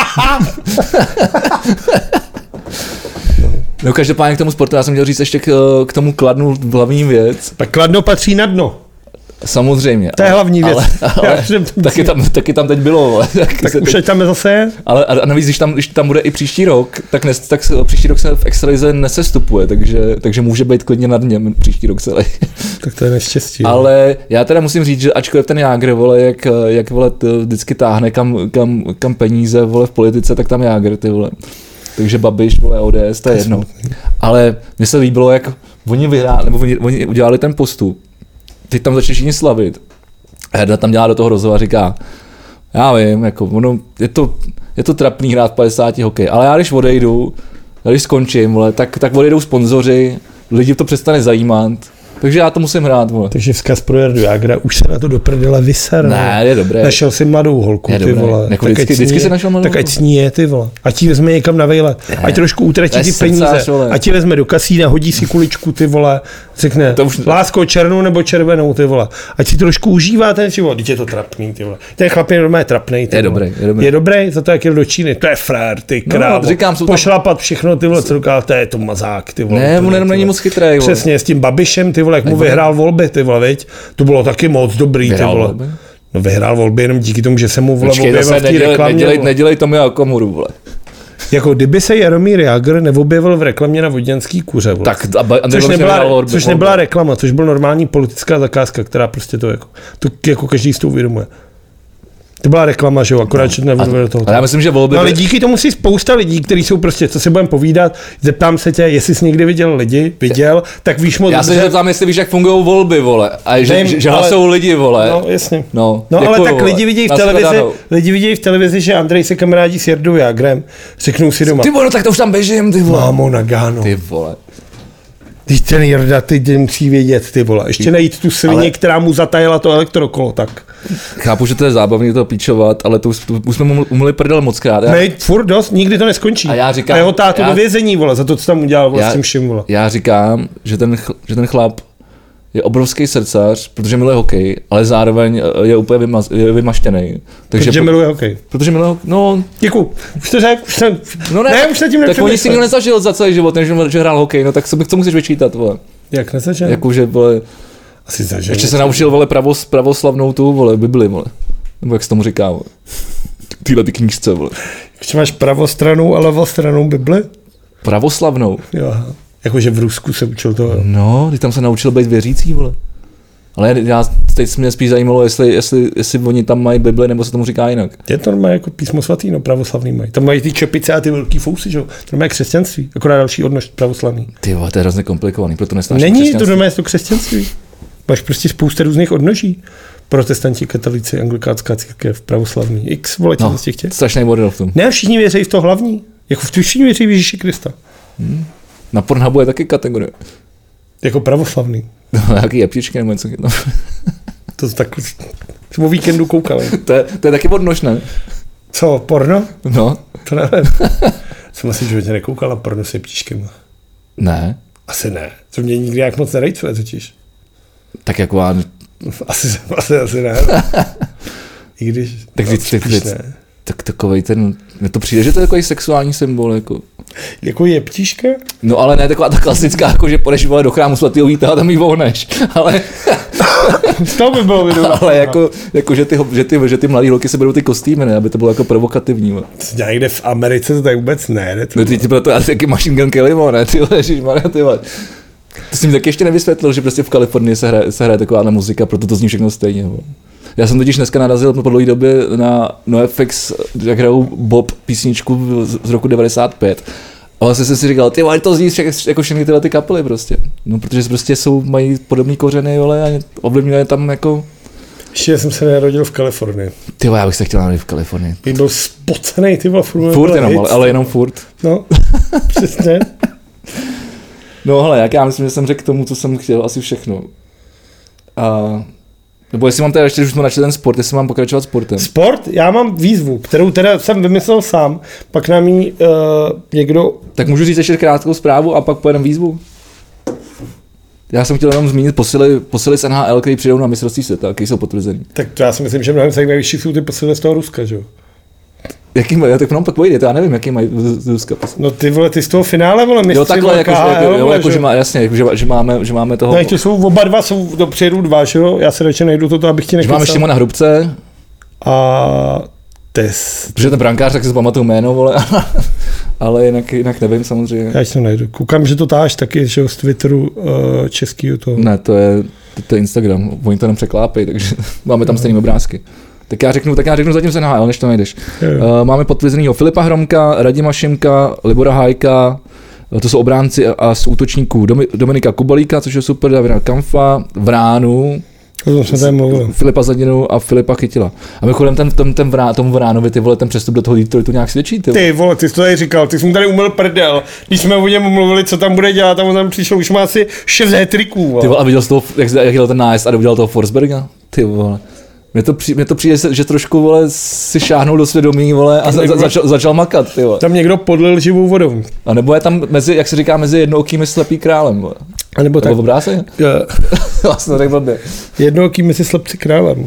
No každopádně k tomu sportu, já jsem měl říct ještě k, k tomu Kladnu hlavní věc. Tak Kladno patří na dno. Samozřejmě. To je hlavní věc. Ale, ale taky, tam, taky tam teď bylo. Ale, tak už teď tam je zase? Ale a navíc, když tam, když tam bude i příští rok, tak, nes, tak příští rok se v extralize nesestupuje, takže, takže může být klidně nad něm příští rok celý. Tak to je neštěstí. Ale já teda musím říct, že ačkoliv ten Jágr, vole, jak, jak vole, vždycky táhne kam, kam, kam peníze, vole, v politice, tak tam Jágr, ty vole. Takže Babiš, vole, O D S, to je jedno. Ale mně se líbilo, jak oni vyhráli, nebo oni, oni udělali ten postup. Teď tam začali všichni slavit. A Herda tam dělá do toho rozhovor a říká, já vím, jako, ono, je, to, je to trapný hrát v padesáti hokej, ale já když odejdu, já když skončím, vole, tak, tak odejdou sponzoři, lidi to přestane zajímat. Takže já to musím hrát, vole. Takže vzkaz pro Jardu Jágra, už se na to do prdele vyser. Ne, je dobré. Našel si mladou holku, je ty dobré. vole. Jako tak vždycky, vždycky je, si našel mladou Tak ať s ní je, ty vole. Ať ji vezme někam na vejlet. Ne. Ať trošku utratí ty peníze. Srdcář, ať ji vezme do kasína, hodí si kuličku, ty vole. Řekne, už... lásko černou nebo červenou, ty vole. Ať si trošku užívá ten život. Teď je to trapný, ty vole. Ten chlap je normálně trapnej, ty je vole. Dobrý, je dobrý. Je dobrý, za to, jak jel do Číny. To je frér, ty krávo. No, říkám, jsou pošlapat všechno, ty vole, co říká, to je to mazák, ty vole. Ne, mu jenom není moc chytrý. Přesně, s tím Babišem, ty vole, jak mu vyhrál volby, ty vole, viď? To bylo taky moc dobrý, ty vole. Volby? No vyhrál volby jenom díky tomu, že se mu vole objevil v té reklamě. Nedělej, nedělej to mi Okamuru, vole. Jako kdyby se Jaromír Jágr neobjevil v reklamě na vodňanský kuře, vole. Tak, a, a což nebyla, volby, což nebyla reklama, což byl normální politická zakázka, která prostě to jako, to jako každý z toho uvědomuje. To byla reklama, že jo, akorát, že nebudu do toho. Ale já myslím, že volby... No, ale díky tomu si spousta lidí, kteří jsou prostě, co si budeme povídat, zeptám se tě, jestli jsi někdy viděl lidi, viděl, tak víš moc... Já se zeptám, jestli víš, jak fungují volby, vole, a že, že, že hlasují lidi, vole. No, jasně. No, no děkuju, ale tak vole. lidi vidějí v televizi, lidi vidějí v televizi, že Andrej se kamarádí s Jardou Jágrem, řeknou si doma. Ty vole, tak to už tam běžím, ty vole. Mámo na gáno. Ty vole. Teď ten Jarda, teď musí vědět, ty vole. Ještě najít tu svině, ale... která mu zatajila to elektrokolo, tak. Chápu, že to je zábavný to píčovat, ale to už, to už jsme umili prdele mockrát. Já... Ne, furt dost, nikdy to neskončí. A já říkám... A jeho tátu já... do vězení, vole, za to, co tam udělal, vole, já... s tím vším, vole. Já říkám, že ten, chl... že ten chlap je obrovský srdcař, protože miluje hokej, ale zároveň je úplně vymaz, je vymaštěnej. Takže protože po, miluje hokej. Protože miluje hokej, no... Děkuju, už to řekl, už jsem... No ne, ne už se tím tak oni si nikdo nezažil za celý život, než že hrál hokej, no tak co, co musíš vyčítat, vole? Jak nezažil? Jakože, vole... Asi zažil. Ještě se naučil, vole, pravos, pravoslavnou tu, vole, Bibli, vole. Nebo jak se tomu říká, vole. Týhle ty knížce, vole. Ještě máš pravostranou a levostranou Bibli? Pravoslavnou? Jo. Jakože v Rusku se učil to. No, ty tam se naučil být věřící, vole. Ale já, teď se mě spíš zajímalo, jestli, jestli, jestli oni tam mají Bibli, nebo se tomu říká jinak. Je to normálně jako písmo svatý, no, pravoslavný mají. Tam mají ty čepice a ty velký fousy, že jo. To normálně křesťanství, akorát další odnož pravoslavný. Ty vole, to je hrozně komplikovaný, proto nesnáším Není, křesťanství. to normálně to křesťanství. Máš prostě spousta různých odnoží. Protestanti, katolíci, anglikánská církev, pravoslavný. X vole No, z těch těch. strašný model v tom. Ne, všichni věří v to hlavní. Jako v všichni věří v Ježíši Krista. Hmm. Na Pornhubu je taky kategorie. Jako pravoslavný. No, nějaký jeptičky nebo něco. No. To tak jsem o víkendu koukal. to, je, to je taky odnož, ne? Co, porno? No. To nevím. Jsem asi životě nekoukal na porno s jeptičkem. Ne. Asi ne. To mě nikdy jak moc nerejcuje totiž. Tak jako já... Asi, asi, asi ne. I když... Tak no, víc, tak, víc, ne. tak takovej ten... Mně to přijde, že to je takový sexuální symbol, jako... Jako jeptiška? No ale ne taková ta klasická, jako že půjdeš vole do chrámu svatého Víta a tam jí vohneš. Ale... to by bylo video. Ale jako, jako že, ty, že, ty, že ty mladý holky se berou ty kostýmy, ne? Aby to bylo jako provokativní. Někde v Americe to tak vůbec ne. No ty bylo to asi jaký Machine Gun Kelly, ne? Ty vole, ježišmarja, ty vole. To jsem mi taky ještě nevysvětlil, že prostě v Kalifornii se hraje, se hraje taková muzika, proto to zní všechno stejně. Bo. Já jsem totiž dneska narazil po dlouhé době na NoFX, jak hrajou Bob písničku z roku devadesát pět. A vlastně jsem si říkal, ty vole, to zní však, jako všechny tyhle ty kapely prostě. No, protože prostě jsou, mají podobný kořeny, vole, a ovlivňuje tam jako... Ještě jsem se narodil v Kalifornii. Ty vole, já bych se chtěl narodit v Kalifornii. Bych byl spocenej, ty vole, furt. Furt jenom, ale, ale jenom furt. No, přesně. No hele, jak já myslím, že jsem řekl tomu, co jsem chtěl, asi všechno. A... Nebo jestli mám teda ještě, už jsme načali ten sport, jestli mám pokračovat sportem. Sport? Já mám výzvu, kterou teda jsem vymyslel sám, pak nám jí uh, někdo... Tak můžu říct ještě krátkou zprávu a pak pojedeme výzvu? Já jsem chtěl jenom zmínit posily, posily z N H L, který přijdou na mistrovství světa, který jsou potvrzený. Tak to já si myslím, že mnohem zajímavější jsou ty posily z toho Ruska, že jo? Jaký mají, tak nám pak pojde, já nevím, jaký mají z Ruska posily. No ty vole, ty z toho finále, vole, mistři, jo, takhle, jako, K H L, jako, jo, vole, jako, že, má, jasně, jako, že, že, máme, že máme toho... No, ještě jsou oba dva, jsou, to přijedou dva, že jo? Já se radši nejdu toto, abych ti nekysal. Máme Šimona Hrubce. A... Test. Protože ten brankář, tak si pamatuju jméno, vole, ale jinak, jinak nevím samozřejmě. Já si to najdu. Koukám, že to táš taky, že jo, z Twitteru uh, českýho toho. Ne, to je, to, to je Instagram, oni to jenom překlápějí, takže máme tam stejné obrázky. Tak já řeknu, tak já řeknu zatím se N H L, než to najdeš. Uh, máme potvrzenýho Filipa Hromka, Radima Šimka, Libora Hájka, to jsou obránci a z útočníků Dominika Kubalíka, což je super, Davida Kamfa, Vránu, Filipa Zadinu a Filipa Chytila. A mimochodem ten, ten, ten vrá, tomu Vránovi, ty vole, ten přestup do toho Detroitu nějak svědčí, ty vole. Ty vole, ty jsi to tady říkal, ty jsi mu tady umyl prdel, když jsme o něm mluvili, co tam bude dělat, a on tam přišel, už má asi šest hat-tricků. Ty vole, a viděl jsi toho, jak, jak jel ten nájezd a udělal toho Forsberga? Ty vole. Mně to, přijde, to přijde, že trošku, vole, si šáhnul do svědomí, vole, a za, za, začal, začal makat, ty vole. Tam někdo podlil živou vodou. A nebo je tam mezi, jak se říká, mezi jednookými slepý králem, vole. A nebo tak. V obrázce? Vlastně tak blbě. Jednooký mezi slepci králem.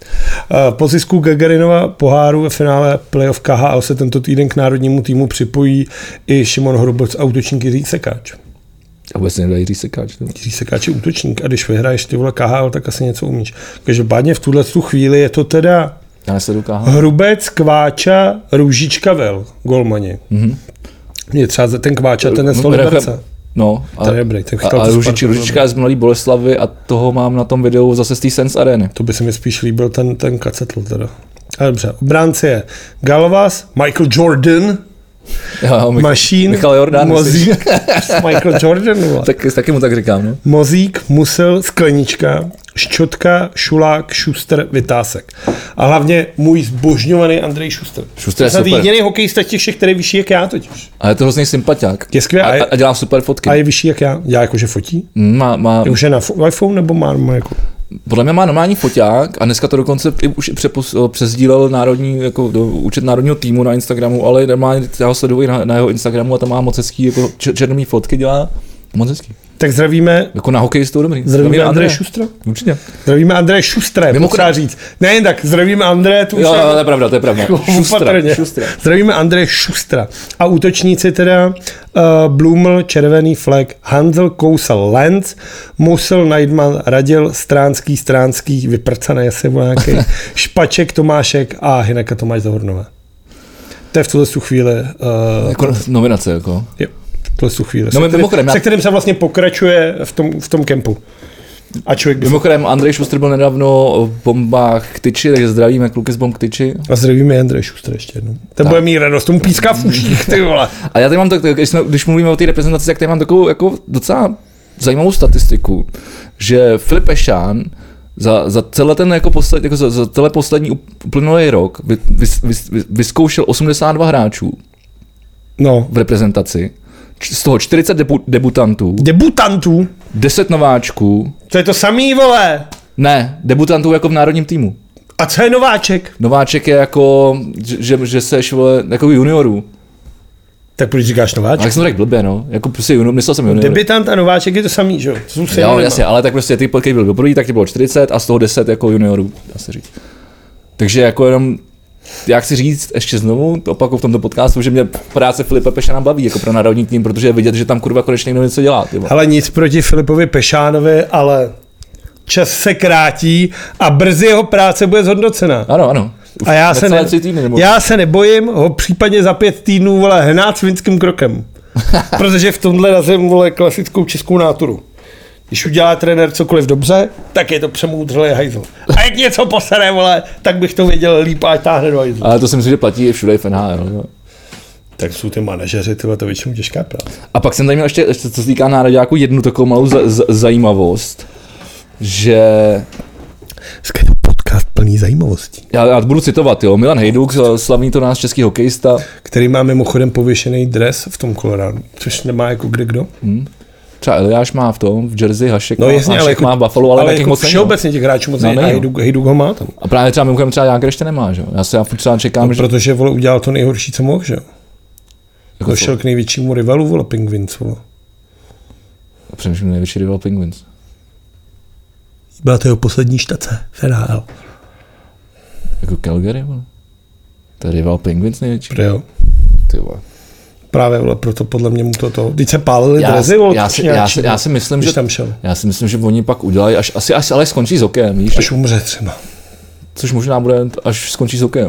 Po zisku Gagarinova poháru ve finále playoff K H L se tento týden k národnímu týmu připojí i Šimon Hrubec a útočník Jiří Sekáč. A vůbec nedají Jiří Sekáč. Jiří Sekáč je útočník a když vyhraješ ty vole K H L, tak asi něco umíš. Každopádně v tuhle chvíli je to teda Hrubec, Kváča, Růžička, Vel, golmani. Mm-hmm. Je třeba ten Kváča, ten je z Liberce. No, a, je dobrý, ten a, a Růžič, Růžička je z Mladý Boleslavy a toho mám na tom videu zase z té Sense Areny. To by se mi spíš líbil ten, ten Kacetl teda. Ale dobře, obránci je Galvas, Michael Jordan, jo, Mich- Mašín, Michal Jordan, Mozík, Michael Jordan, no. tak, taky mu tak říkám, no. Mozík, Musel, Sklenička, Ščotka, Šulák, Šuster, Vytásek. A hlavně můj zbožňovaný Andrej Šuster. Šuster je super. super. Jediný hokejista těch všech, který je vyšší jak já totiž. A je to hrozný sympatiák. Je skvělý. A, a dělá super fotky. A je vyšší jak já. Já jakože fotí? Má, má... Je už je na iPhone nebo má, má jako... Podle mě má normální foťák a dneska to dokonce i už přepos, přesdílel národní, jako do, účet národního týmu na Instagramu, ale normálně já ho sleduji na, na jeho Instagramu a tam má moc hezký, jako černý fotky dělá, moc hezký. Tak zdravíme. Jako na hokejistou dobrý. Zdravíme, zdravíme Andreje Šustra. Určitě. Zdravíme Andreje Šustra, potřeba říct. Ne jen tak, zdravíme Andreje tu. Jo, jo, to je pravda, to je pravda. Šustra, Šustra. Zdravíme Andreje Šustra. A útočníci teda uh, Blumel, Červený Flek, Hanzel, Kousal, Lenz, Musel, Neidman, Radil, Stránský, Stránský, vyprcaný asi nějaký, Špaček, Tomášek a Hineka Tomáš Zahornové. To je v tuhle chvíli. Uh, jako nominace, jako. Jo. tohle tu chvíli. No, se, kterým, mimochodem, se kterým se vlastně pokračuje v tom, v tom kempu. A člověk by... Mimochodem, Andrej Šustr byl nedávno v bombách k Tyči, takže zdravíme kluky z bomb k Tyči. A zdravíme Andrej Šustr ještě jednou. Ten bude mít radost, tomu píská v uších, ty vole. A já tady mám, tak, když, jsme, když mluvíme o té reprezentaci, tak tady mám takovou jako docela zajímavou statistiku, že Filip Pešán za, za celé ten jako posled, jako za, za celé poslední uplynulý rok vy, vy, vy, vy, vyzkoušel osmdesát dva hráčů no. v reprezentaci, z toho čtyřicet debu, debutantů, debutantů, deset nováčků. To je to samý, vole. Ne, debutantů jako v národním týmu. A co je nováček? Nováček je jako, že, že seš vole, jako juniorů. Tak proč říkáš nováček? Ale jak jsem to řekl blbě, no. Jako prostě junior, myslel jsem junior. Debutant a nováček je to samý, že jo? Jo, jasně, ale tak prostě ty, když byl poprvé, tak ti bylo čtyřicet a z toho deset jako juniorů, dá se říct. Takže jako jenom, já chci říct ještě znovu, to opakuju v tomto podcastu, že mě práce Filipa Pešána baví jako pro národní tým, protože je vidět, že tam kurva konečně někdo něco dělá. Tyba. Ale nic proti Filipovi Pešánovi, ale čas se krátí a brzy jeho práce bude zhodnocena. Ano, ano. A já se, ne, týdny, nebo... já se nebojím ho případně za pět týdnů vole, hnát svinským krokem. Protože v tomhle razím vole klasickou českou náturu. Když udělá trenér cokoliv dobře, tak je to přemoudřelý hajzl. A jak něco posere, vole, tak bych to věděl líp, ať táhne do hajzlu. Ale to si myslím, že platí i všude v N H L. No. Tak jsou ty manažeři, tyhle, to většinou těžká práce. A pak jsem tady měl ještě, ještě co se týká nároďáků, jednu takovou malou z, z, zajímavost, že... Dneska je to podcast plný zajímavostí. Já, já budu citovat, jo. Milan Hejduk, slavný to náš český hokejista. Který má mimochodem pověšený dres v tom Coloradu, což nemá jako kde kdo. Hmm. Třeba Eliáš má v tom, v jersey, Hašek, no, má, jasně, Hašek jako, má v Buffalo, ale, ale taky jako moc všeobecně těch hráčů moc no, a Hejduk, Hejduk ho má tam. A právě třeba mimochodem třeba Jágr ještě nemá, že jo. Já se já furt třeba čekám, no, že... protože vole udělal to nejhorší, co mohl, že jo. Jako došel k největšímu rivalu, vole, Penguins, vole. Přemýšlím největší rival Penguins. Byla to jeho poslední štace v N H L. Jako Calgary, vole. To je rival Penguins největší. Pre jo. Ty vole. Právě, vole, proto podle mě mu to to. Teď se pálili já, drezy, vole, já, si, já, si, já si myslím, že tam šel. Já si myslím, že oni pak udělají, až, asi až, ale skončí s hokejem, víš? Až umře třeba. Což možná bude, až skončí s hokejem.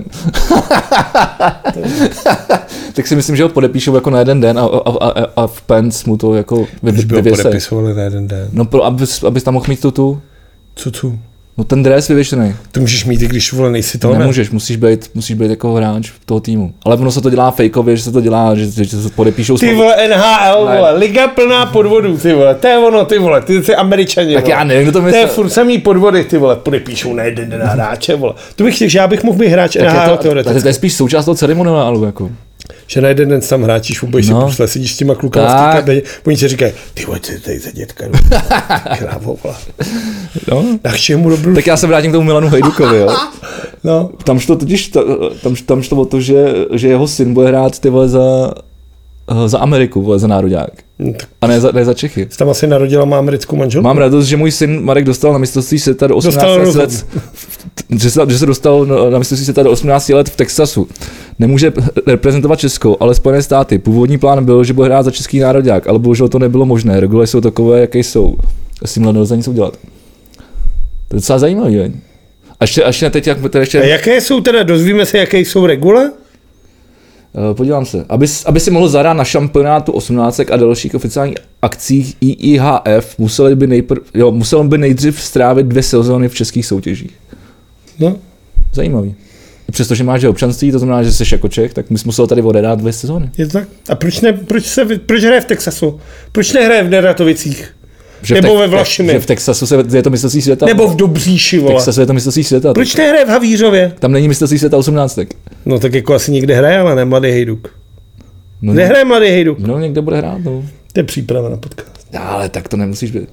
Tak si myslím, že ho podepíšou jako na jeden den a, a, a, a v Pence mu to jako vyvěsej. Když by ho podepisovali na jeden den. No, pro, abys, abys tam mohl mít tu tu. Co tu? No ten dres vyvěšený. To můžeš mít, i když vole nejsi to, nemůžeš, musíš být, musíš být jako hráč toho týmu. Ale ono se to dělá fejkově, že se to dělá, že, že se podepíšou. Ty vole N H L, vole, liga plná podvodů, ty vole, to je ono, ty vole, ty jsi Američani, tak vole. Já nevím, kdo to myslí. To je furt samý podvody, ty vole, podepíšou na jeden den hráče, vole. To bych chtěl, že já bych mohl být hráč N H L teoreticky. To je spíš součást toho ceremoniálu, jako. Že na jeden den tam hráčíš, vůbec si pusle, sedíš s těma klukama v té kabině, oni si říkají, ty vole, ty tady za dětka, krávo, vole. No. Na čemu dobrou. Tak já se vrátím k tomu Milanu Hejdukovi, jo. No. Tam šlo totiž, tam, tam šlo o to, že, že jeho syn bude hrát ty vole za, za Ameriku, vole, za nároďák. A ne za, ne za Čechy. Jsi tam asi narodila má americkou manželku? Mám radost, že můj syn Marek dostal na mistrovství světa do osmnácti let. Že se, že se dostal na mistrovství světa do osmnácti let v Texasu. Nemůže reprezentovat Česko, ale Spojené státy. Původní plán byl, že bude hrát za český nároďák, ale bohužel to nebylo možné. Regule jsou takové, jaké jsou. S tímhle nelze nic udělat. To je docela zajímavé, že? A ještě, a ještě teď, jak teda ještě... A jaké jsou teda, dozvíme se, jaké jsou regule? Podívám se. Aby, aby si mohl zahrát na šampionátu osmnáctek a dalších oficiálních akcích I I H F, musel by, nejpr, jo, musel by nejdřív strávit dvě sezóny v českých soutěžích. No. Zajímavý. Přestože máš občanství, to znamená, že jsi jako Čech, tak bys musel tady odehrát dvě sezóny. Je to tak? A proč, ne, proč, se, proč hraje v Texasu? Proč nehraje v Neratovicích? Že Nebo te- ve Vlašimi? Že v Texasu se, je to mistrovství světa. Nebo v Dobříši, vole. V Texasu je to mistrovství světa. Proč nehraje v Havířově? Tam není mistrovství světa osmnáctek. No tak jako asi někde hraje, ale ne Mladý Hejduk. No, kde hraje Mladý Hejduk? No někde bude hrát, no. To je příprava na podcast. Ale tak to nemusíš být.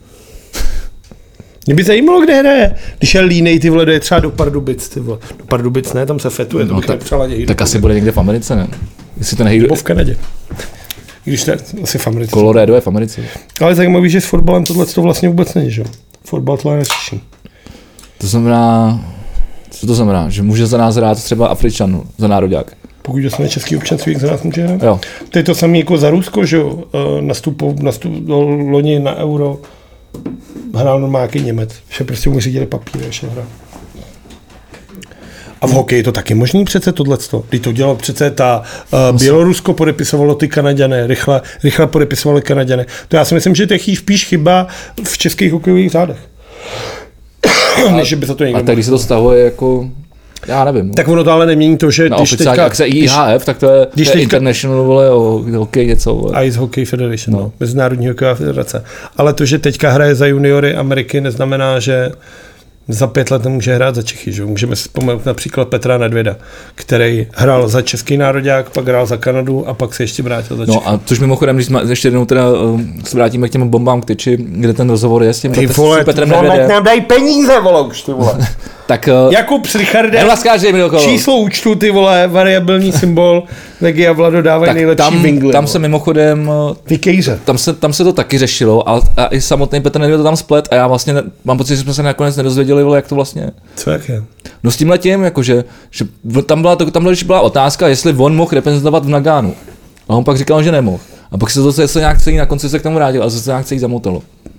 Mě by zajímalo, kde hraje. Když je línej, ty vole, je třeba do Pardubic, ty vole. Do Pardubic ne, tam se fetuje, to no, bych tak, nepřál Hejduk. Tak asi bude někde v Americe, ne? Jestli ten Hejduk... Nebo v Kanadě. Když ne, asi v Americe. Colorado je v Americe. Ale zajímavý, že s fotbalem tohle to vlastně vůbec není, že jo? Fotbal tohle neřeší. To znamená... Co to znamená? Že může za nás hrát třeba Afričan, za nároďák. Pokud dostane český občanství, jak za nás může hrát? Jo. To je to samé jako za Rusko, že jo? Nastupo, nastup, loni na Euro hrál normálně Němec. Že prostě mu řídili papír, že hrál. A v hokeji je to taky možný přece tohleto. Když to dělalo přece ta uh, Bělorusko podepisovalo ty Kanaďané, rychle, rychle podepisovali Kanaďané. To já si myslím, že to je spíš chyba v českých hokejových řádech. Než by to někdo a tak když se to stahuje jako, já nevím. Tak ono to ale nemění to, že no, když teďka... Jak se I H F, tak to je, když to je teďka, International, vole, o hokej něco. Vole. Ice Hockey Federation, no. no. Mezinárodní hokejová federace. Ale to, že teďka hraje za juniory Ameriky, neznamená, že za pět let nemůže hrát za Čechy. Že? Můžeme si vzpomenout například Petra Nedvěda, který hrál za český nároďák, pak hrál za Kanadu a pak se ještě vrátil za Čechy. No a což mimochodem, když jsme ještě jednou teda uh, se vrátíme k těm bombám k tyči, kde ten rozhovor je s tím, ty vole, s Petrem Nedvědem. Nedvědem. Nám dají peníze, vole, už ty vole. Tak uh, Jakub s Richardem, číslo účtu, ty vole, variabilní symbol, Legia Vlado dávají nejlepší tam, vingly. Tam se mimochodem, Vykejře. Tam se, tam se to taky řešilo a, a i samotný Petr Nedvěd to tam splet a já vlastně ne, mám pocit, že jsme se nakonec nedozvěděli, vole, jak to vlastně je. Co jak je? No s tímhletím, jakože, že tam byla, tam byla otázka, jestli on mohl reprezentovat v Nagánu. A on pak říkal, že nemohl. A pak se to se nějak celý na konci se k tomu vrátil a se nějak celý zamotalo.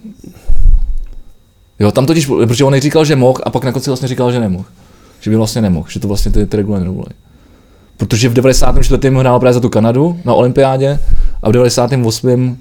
Jo, tam totiž, protože on říkal, že mohl a pak na konci vlastně říkal, že nemohl. Že by vlastně nemohl, že to vlastně ty, ty regule nedovolí. Protože v devadesátém čtvrtém hrál právě za tu Kanadu na olympiádě a v devadesátém osmém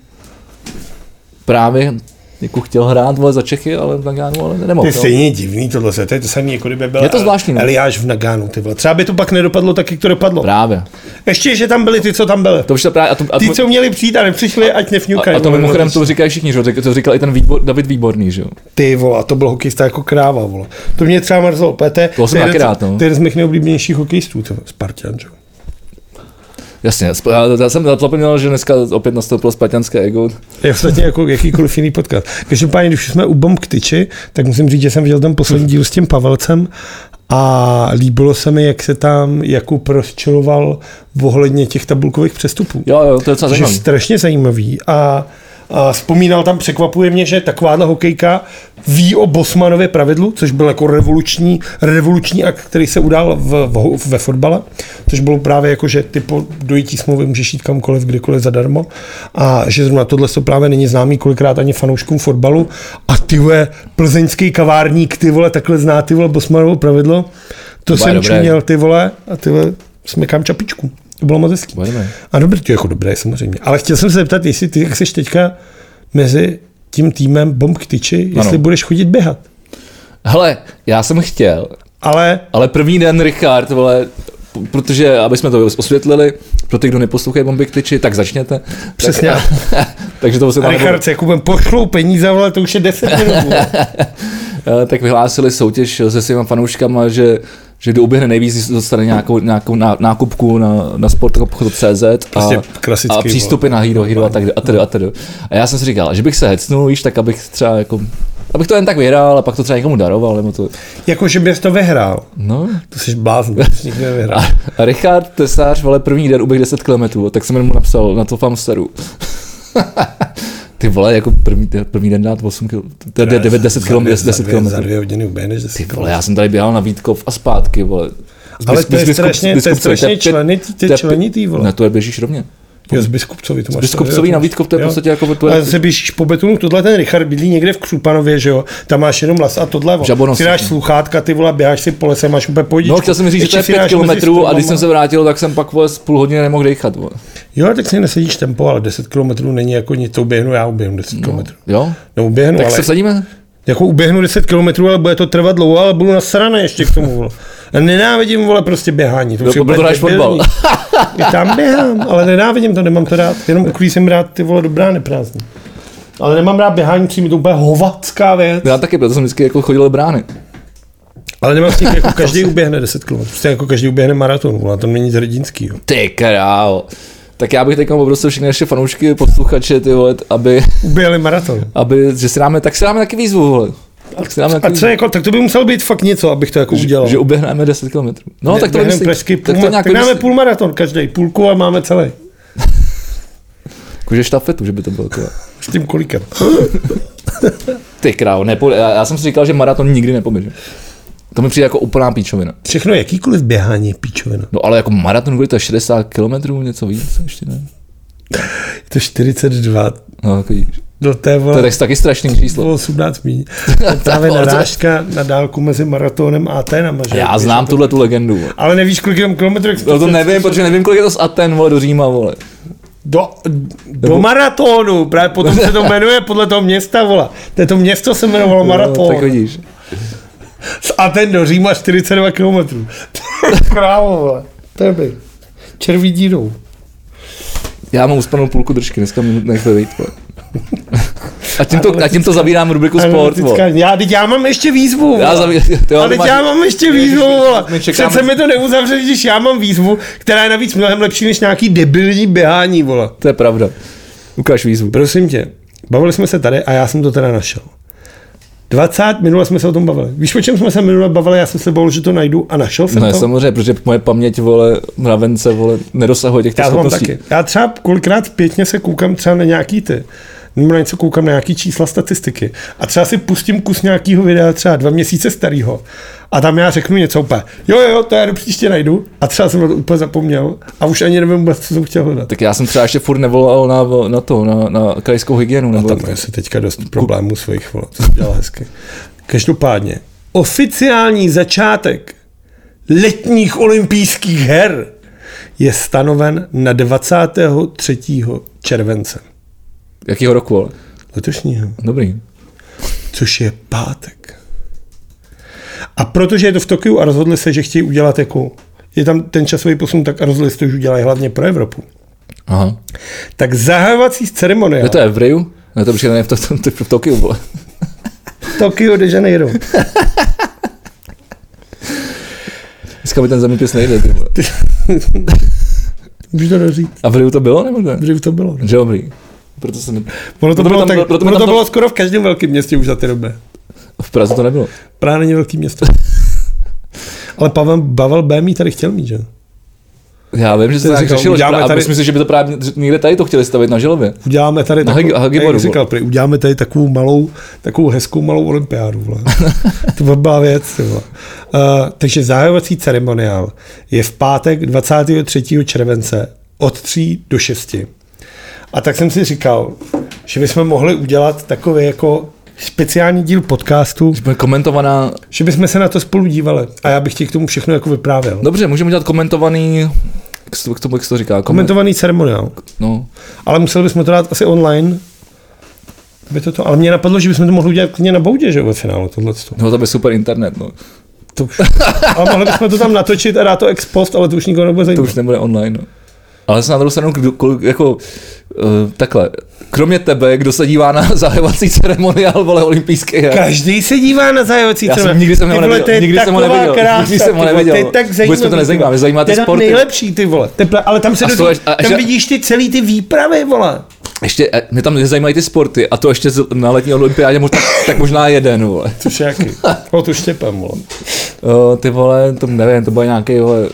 právě jako chtěl hrát, vole, za Čechy, ale v Nagánu, ale nemohl. To je stejně divný tohle, to je to samé, jako kdyby byl je to zvláštní, Eliáš v Nagánu, ty vole. Třeba by to pak nedopadlo tak, jak to dopadlo. Právě. Ještě, že tam byli ty, co tam byli. To už to právě, a to, a ty, co měli přijít a nepřišli, ať nefňukají. A, a to mimochodem to říkají všichni, že to říkal i ten výbor, David Výborný, že jo. Ty vole, a to byl hokejista jako kráva, vole. To mě třeba mrzelo, Pete. To jsem taky rád, no. To je jeden z mých nejoblíbenějších hokejistů, to Spartan, že jo. Jasně, já jsem zapomněl, že dneska opět nastoupilo spartanské ego. Je ostatně jako jakýkoliv jiný podcast. Každopádně, když jsme u bomb k tyči, tak musím říct, že jsem viděl ten poslední díl s tím Pavelcem a líbilo se mi, jak se tam Jakub rozčiloval ohledně těch tabulkových přestupů. Jo, jo, to je docela zajímavý. Strašně zajímavý a A vzpomínal tam, překvapuje mě, že takováhle hokejka ví o Bosmanově pravidlu, což byl jako revoluční, revoluční akt, který se udál v, v, ve fotbale, což bylo právě jako, že ty po dojití smlouvy můžeš jít kamkoliv, kdykoliv zadarmo a že zrovna tohle to právě není známý kolikrát ani fanouškům fotbalu a ty vole, plzeňský kavárník, ty vole, takhle zná ty vole Bosmanovo pravidlo, to jsem čuměl, ty vole, a ty vole, smykám čapičku. To bylo moc hezký. A dobrý, to je jako dobré samozřejmě. Ale chtěl jsem se zeptat, jestli ty, jak jsi teďka mezi tím týmem Bomb k tyči, jestli ano. budeš chodit běhat. Hele, já jsem chtěl, ale, ale první den Richard, vole, protože, aby jsme to osvětlili, pro ty, kdo neposlouchají Bomby k tyči, tak začněte. Přesně. Tak, takže to se tam Richard se Jakubem pošlou peníze, ale to už je deset minut. Tak vyhlásili soutěž se svýma fanouškama, že že kdo uběhne nejvíc, dostane nějakou, nějakou nákupku na, na sport tečka cé zet a, a přístupy na Hero, Hero a tak a tedy, a tedy. A já jsem si říkal, že bych se hecnul, víš, tak abych třeba jako, abych to jen tak vyhrál a pak to třeba někomu daroval, nebo to. Jako, že bys to vyhrál? No. To jsi blázn, to jsi nikdy nevyhrál. A, a Richard Tesář, vole, první den uběh deset kilometrů, tak jsem mu napsal na to Famsteru. Ty vole, jako první, první den dát osm kilometrů, devět, deset kilometrů, deset kilometrů. Za dvě hodiny uběhneš deset kilometrů. Ty vole, já jsem tady běhal na Vítkov a zpátky, vole. Ale to je strašně, to je strašně členitý, vole. Ne, to je běžíš rovně. Jo, z Biskupcovi to máš. Z Biskupcovi na Vítkov, to je v podstatě jako... To je... Ale se běžíš po betonu, tohle ten Richard bydlí někde v Křupanově, že jo, tam máš jenom las a tohle, vole. Ty dáš sluchátka, ty vole, běháš si po lese, máš úplně pohodičku. No, chtěl jsem říct, že to je pět kilometrů a když jsem se vrátil, tak jsem pak vole z půl hodiny nemohl dejchat, vole. Jo, tak si nesedíš tempo, ale deset kilometrů není jako nic, to uběhnu, já uběhnu deset kilometrů. Jo? No, uběhnu, tak ale... se vsadíme? Jako uběhnu deset kilometrů, ale bude to trvat dlouho, ale budu nasraný ještě k tomu, vole. A nenávidím, vole, prostě běhání. To proto hraješ fotbal. I tam běhám, ale nenávidím to, nemám to rád. Jenom uklízím rád ty vole do brány prázdný. Ale nemám rád běhání, přijím to úplně hovacká věc. Já taky, proto jsem vždycky jako chodil do brány. Ale nemám s tím, jako každý uběhne deset kilometrů. Prostě jako každý uběhne maraton, vole, to není nic hrdinskýho. Ty král. Tak já bych teď poprosil všechny naše fanoušky, posluchače, ty vole, aby... Uběhli maraton. Aby, že si dáme, tak si dáme taky výzvu, vole. A co jako, tak to by muselo být fakt něco, abych to jako udělal. Že, že uběhneme deset kilometrů. No, ne, tak to vymyslí. Pražský půl, tak, to tak dáme půl maraton každý, půlku a máme celý. Jakože štafetu, že by to bylo to. S tím kolíkem. Ty král, nepo, já, já jsem si říkal, že maraton nikdy nepoběžím. To mi přijde jako úplná píčovina. Všechno, jakýkoliv běhání je píčovina. No ale jako maraton, bude to šedesát kilometrů, něco víc, ještě ne. Je to čtyřicet dva. No, jako vidíš. Do té vole. To je tak taky strašný číslo. osmnáct míň. Právě narážka na dálku mezi maratonem a Aténama. Že? Já znám tuhle tu legendu. Vole. Ale nevíš, kolik je kilometrů? No to nevím, protože nevím, kolik je to z Aten, vole, do Říma, vole. Do, do maratonu, právě potom se to jmenuje podle toho města, vole. To je to město se jmenovalo Maraton. No, tak vidíš. Z Aten do Říma čtyřicet dva kilometrů. Krávo, vole. To je by. Červí dírou. Já mám uspanou půlku držky, dneska mi nechme vejít, vole. A tím to, a tím to zabírám rubriku sport, vole. Já, teď já mám ještě výzvu, já zaví, ty, ale teď já mám ještě výzvu, vole. Čekáme... Přece mi to neuzavře, když já mám výzvu, která je navíc mnohem lepší než nějaký debilní běhání, vole. To je pravda. Ukáž výzvu. Prosím tě, bavili jsme se tady a já jsem to teda našel. dvacet, minule jsme se o tom bavili. Víš, o čem jsme se minule bavili, já jsem se bavil, že to najdu a našel jsem no, to. samozřejmě, protože moje paměť, vole, mravence, vole, nedosahuje těchto já schopností. Taky. Já třeba kolikrát zpětně se koukám třeba na nějaký ty, nebo na něco koukám na nějaký čísla statistiky a třeba si pustím kus nějakého videa, třeba dva měsíce starého a tam já řeknu něco úplně, jo, jo, to já do příště najdu a třeba jsem to úplně zapomněl a už ani nevím vůbec, co jsem chtěl hledat. Tak já jsem třeba ještě furt nevolal na, na to, na, na krajskou hygienu. Nebo a tam je se teďka dost problémů svých, vole, to dělá hezky. Každopádně, oficiální začátek letních olympijských her je stanoven na dvacátého třetího července. Jakýho roku, ale? Letošního. Dobrý. Což je pátek. A protože je to v Tokiu a rozhodli se, že chtějí udělat jako, je tam ten časový posun, tak a rozhodli se, že udělají hlavně pro Evropu. Aha. Tak zahajovací ceremonie. Je to je v Riu? Ne, to už je v, to, to, to, v Tokiu, vole. Tokio de Janeiro. Dneska mi ten zeměpis nejde, ty vole. Můžu to doříct. A v Riu to bylo, nebo ne? V Riu to bylo. Ne? Že dobrý. Proto se ne... Ono to, proto bylo, tam, tak, proto ono to to bylo skoro v každém velkém městě už za té době. V Praze to nebylo. Praha není velký město. Ale Pavel, Pavel B. mi tady chtěl mít, že? Já vím, že se to nějak řešilo, a tady... myslím si, že by to právě někde tady to chtěli stavit na Žilově. Uděláme tady na takovou, Hagiboru, říkal, prý, uděláme tady takovou malou, takovou hezkou malou olympiádu. Vle. To by byla věc. Uh, takže zahajovací ceremoniál je v pátek dvacátého třetího července od tří do šesti. A tak jsem si říkal, že bychom mohli udělat takový jako speciální díl podcastu. Že bude komentovaná... Že bychom se na to spolu dívali. A já bych ti k tomu všechno jako vyprávěl. Dobře, můžeme udělat komentovaný... Jak se to, jak se to říká? Koment... Komentovaný ceremoniál. No. Ale museli bychom to dát asi online. By to to, ale mě napadlo, že bychom to mohli udělat klidně na boudě, že ve finále tohleto. No to by super internet, no. To už. Ale mohli bychom to tam natočit a dát to ex post, ale to už nikoho nebude zajímat. To už nebude online, no. Ale se na druhou stranu, jako uh, takhle, kromě tebe, kdo se dívá na zahajovací ceremoniál, vole, olympijské her. Každý se dívá na zahajovací ceremoniál. Nikdy jsem ho neviděl. Nikdy jsem ho neviděl. Nikdy jsem ho neviděl. To je tak zajímavý. Vůbec mě to nezajímá, mě zajímá ty sporty. Nejlepší, ty vole. Teple, ale tam se dozví, tam ještě, vidíš ty celý ty výpravy, vole. Ještě, mě tam nezajímají ty sporty a to ještě na letní olympiádě možná, tak možná jeden, vole. Což jaký? O, tu Štěpem, vole. O, ty vole, to nevím, to byl nějaký, vole,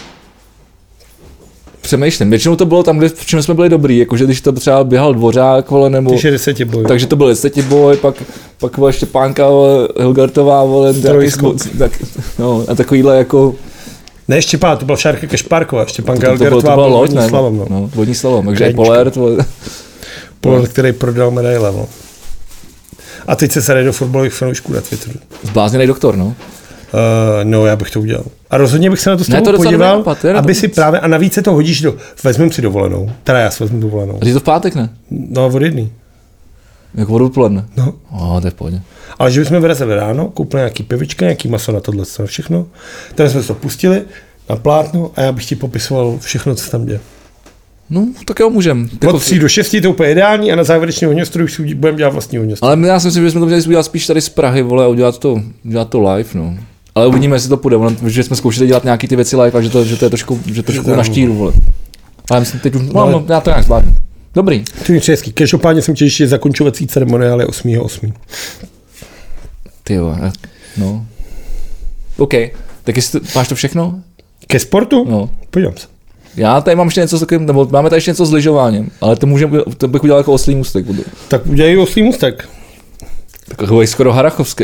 přemýšlím. Většinou to bylo tam, kde v čem jsme byli dobrý, jakože když to třeba běhal Dvořák, vole, nebo... Když je desetiboj. Takže to byl desetiboj, pak, pak vole Štěpánka, vole, Hilgertová, vole, tak, no, a takovýhle jako... Ne, Štěpán, to byla Šárka Kašpárková, Štěpánka to, to, Hilgertová byl vodní slalom, no. no. Vodní slalom, takže je Polert, vole. Polert, který prodal medaile, no. A teď se sadej do fotbalových fanoušků na Twitteru. Zblázněnej doktor, no. Uh, no, já bych to udělal. A rozhodně bych se na to s tebou podíval, napad, aby si právě, a navíc se to hodíš do, vezmeme si dovolenou, teda já si vezmu dovolenou. A ty to v pátek, ne? No, od jedný. Jako od odpoledne? No. O, to je v pohodě. Ale že bychom vyrazili ráno, koupili nějaký pivička, nějaký maso na tohle, všechno. Tady jsme se to pustili na plátno a já bych ti popisoval všechno, co tam děje. No, tak jo, můžem. Od tří do šesti to je úplně ideální a na závěrečný ohňostroj už si budeme dělat vlastní ohňostroj. Ale já si myslím, že jsme to měli udělat spíš tady z Prahy, vole, a udělat to, udělat to live, no. Ale uvidíme, jestli to půjde, že jsme zkoušeli dělat nějaký ty věci live a že to, že to je trošku, že trošku na štíru, vole. Ale myslím, teď už, no, no, já to nějak zvládnu. Dobrý. To je český. Každopádně jsem chtěl ještě zakončovací ceremoniály osmého osmého Ty jo, no. OK, tak jestli máš to všechno? Ke sportu? No. Podívám se. Já tady mám ještě něco s takovým, nebo máme tady ještě něco s lyžováním, ale to, můžeme, to bych udělal jako oslý můstek. Budu. Tak udělej oslý můstek. Takový skoro harachovský.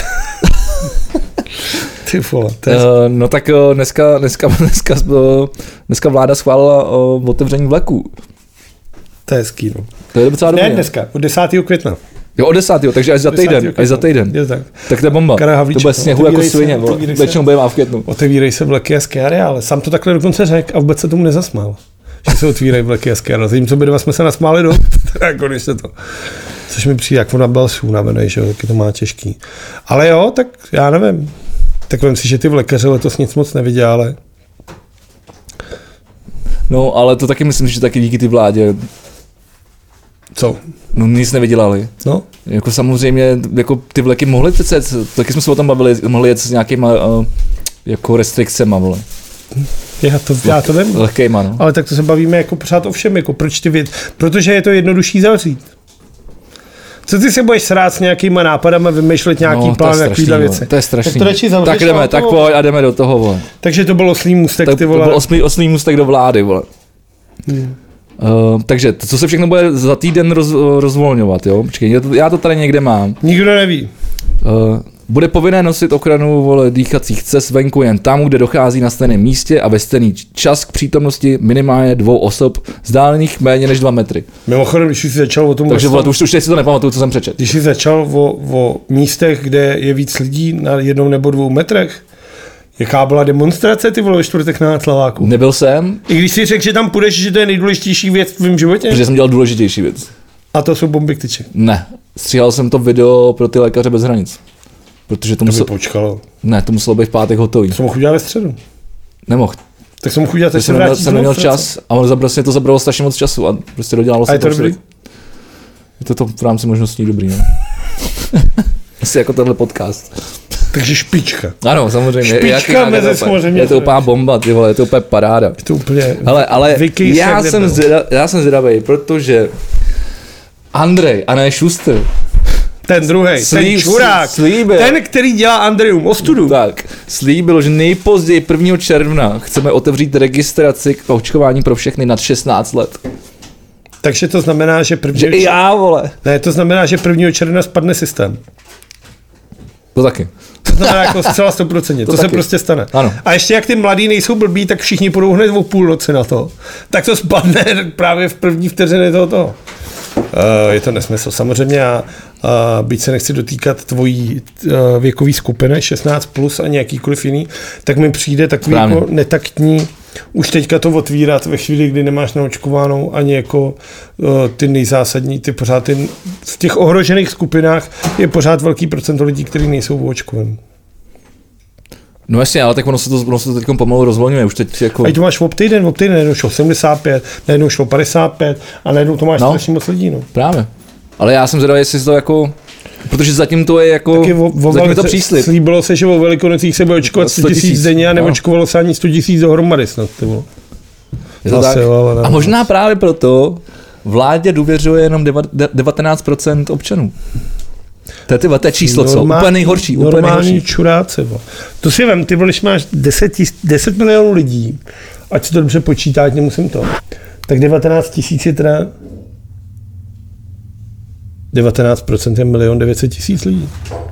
Ty vole, to je... uh, no tak uh, dneska, dneska, dneska, uh, dneska vláda schválila uh, otevření vleků. To je hezký, no. To je docela dobré. Ne dneska, od desátého května. Jo, od desátého takže až za týden, až za týden. Je tak. Tak to je bomba. To bude sněhu jako svině, většinou bude v květnu. Otevírej se vleky a skiáry, ale sám to takhle dokonce řekl a vůbec se tomu nezasmál. Že se otvírají vleky a skiáry. Zatímco by dva jsme se nasmáli do, jako když se to. Což mi přijde, jak ona byl unavený, že jo, taky to má těžký. Ale jo, tak já nevím. Tak vem si, že ty vlekaři letos nic moc nevydělali. No, ale to taky myslím, že taky díky ty vládě. Co? No nic nevydělali. No. Jako samozřejmě, jako ty vleky mohly tecet, taky jsme se o tom bavili, mohli jet s nějakýma uh, jako restrikcema, vole. Já to, já to vím. Lehkejma, no. Ale tak to se bavíme jako pořád o všem, jako proč ty věc, protože je to jednodušší zavřít. Co ty se budeš srát s nějakýma nápadama, vymýšlet nějaký no, plán, takovýhle věci. To je strašný. Tak, to radši zavřeš, tak jdeme, tak pojď a jdeme do toho, vole. Takže to byl oslý můstek, tak, ty vole. To byl osmý, osmý můstek do vlády, vole. Hmm. Uh, takže to, co se všechno bude za týden roz, rozvolňovat, jo? Počkej, já to, já to tady někde mám. Nikdo neví. Uh, bude povinné nosit ochranu, vole, dýchacích cest venku jen tam, kde dochází na stejném místě a ve stejný čas k přítomnosti minimálně dvou osob vzdálených méně než dva metry. Mimochodem, když jsi začal o tom... Takže vole, už, už teď si to nepamatuju, co jsem přečet. Když jsi začal o, o místech, kde je víc lidí na jednou nebo dvou metrech, jaká byla demonstrace, ty vole, ve čtvrtek na Slaváku? Nebyl jsem. I když jsi řekl, že tam půjdeš, že to je nejdůležitější věc v tvém životě? Protože jsem dělal důležitější věc. A to jsou bomby k tyči. Ne, stříhal jsem to video pro ty lékaře bez hranic. Protože to, to musel... počkalo. Ne, to muselo být v pátek hotový. To jsem mohl udělat ve středu. Nemohl. Tak jsem mohl udělat, tak jsem neměl, jsem neměl čas a on prostě to zabralo strašně moc času a prostě dodělalo se to. Je to dobrý? Je to to v rámci možností dobrý, no. Asi jako tenhle podcast. Takže špička. Ano, samozřejmě. Špička mezi samozřejmě. Je to úplná bomba, ty vole, je to úplně paráda. Je to úplně... Hele, ale já jsem, zvědav, já jsem zvědavej, protože Andrej a ne Schuster. Ten druhej, ten čurák, slíbil, ten, který dělá Andreum ostudu. Tak, slíbil, že nejpozději prvního června chceme otevřít registraci k očkování pro všechny nad šestnáct let. Takže to znamená, že prvního... Že i já, vole. Ne, to znamená, že prvního června spadne systém. To taky. To znamená jako zcela sto procent. To, to se prostě stane. Ano. A ještě jak ty mladí nejsou blbí, tak všichni půjdou hned o půlnoci na to. Tak to spadne právě v první vteřiny toho toho. Uh, je to nesmysl. Samozřejmě já, uh, byť se nechci dotýkat tvojí uh, věkový skupiny, šestnáct plus a nějakýkoliv jiný, tak mi přijde takový jako netaktní už teďka to otvírat ve chvíli, kdy nemáš naočkovanou ani jako uh, ty nejzásadní, ty pořád ty, v těch ohrožených skupinách je pořád velký procento lidí, kteří nejsou očkovaní. No jasně, ale tak ono se to, ono se to teď pomalu rozvolňuje, už teď jako... A to máš ob týden, ob týden, najednou šlo sedmdesát pět, najednou šlo padesát pět a najednou to máš no, strašně moc lidí, no. Právě. Ale já jsem zvědavý, jestli to jako... Protože zatím to je jako... Taky o, o zatím je to příslib. Slíbilo se, že o Velikonocích se bude očkovat sto tisíc denně a neočkovalo se ani sto tisíc dohromady snad, ty vole. Je to tak. A možná právě proto vládě důvěřuje jenom devatenáct procent občanů. To je, ty, to je číslo, co? Úplně nejhorší. Úplně normální nejhorší. čuráce. Bo. To si vem, ty voliš máš deset milionů lidí, ať si to dobře počítá, ať nemusím to. Tak devatenáct tisíc je teda... devatenáct procent je milion devět set tisíc lidí.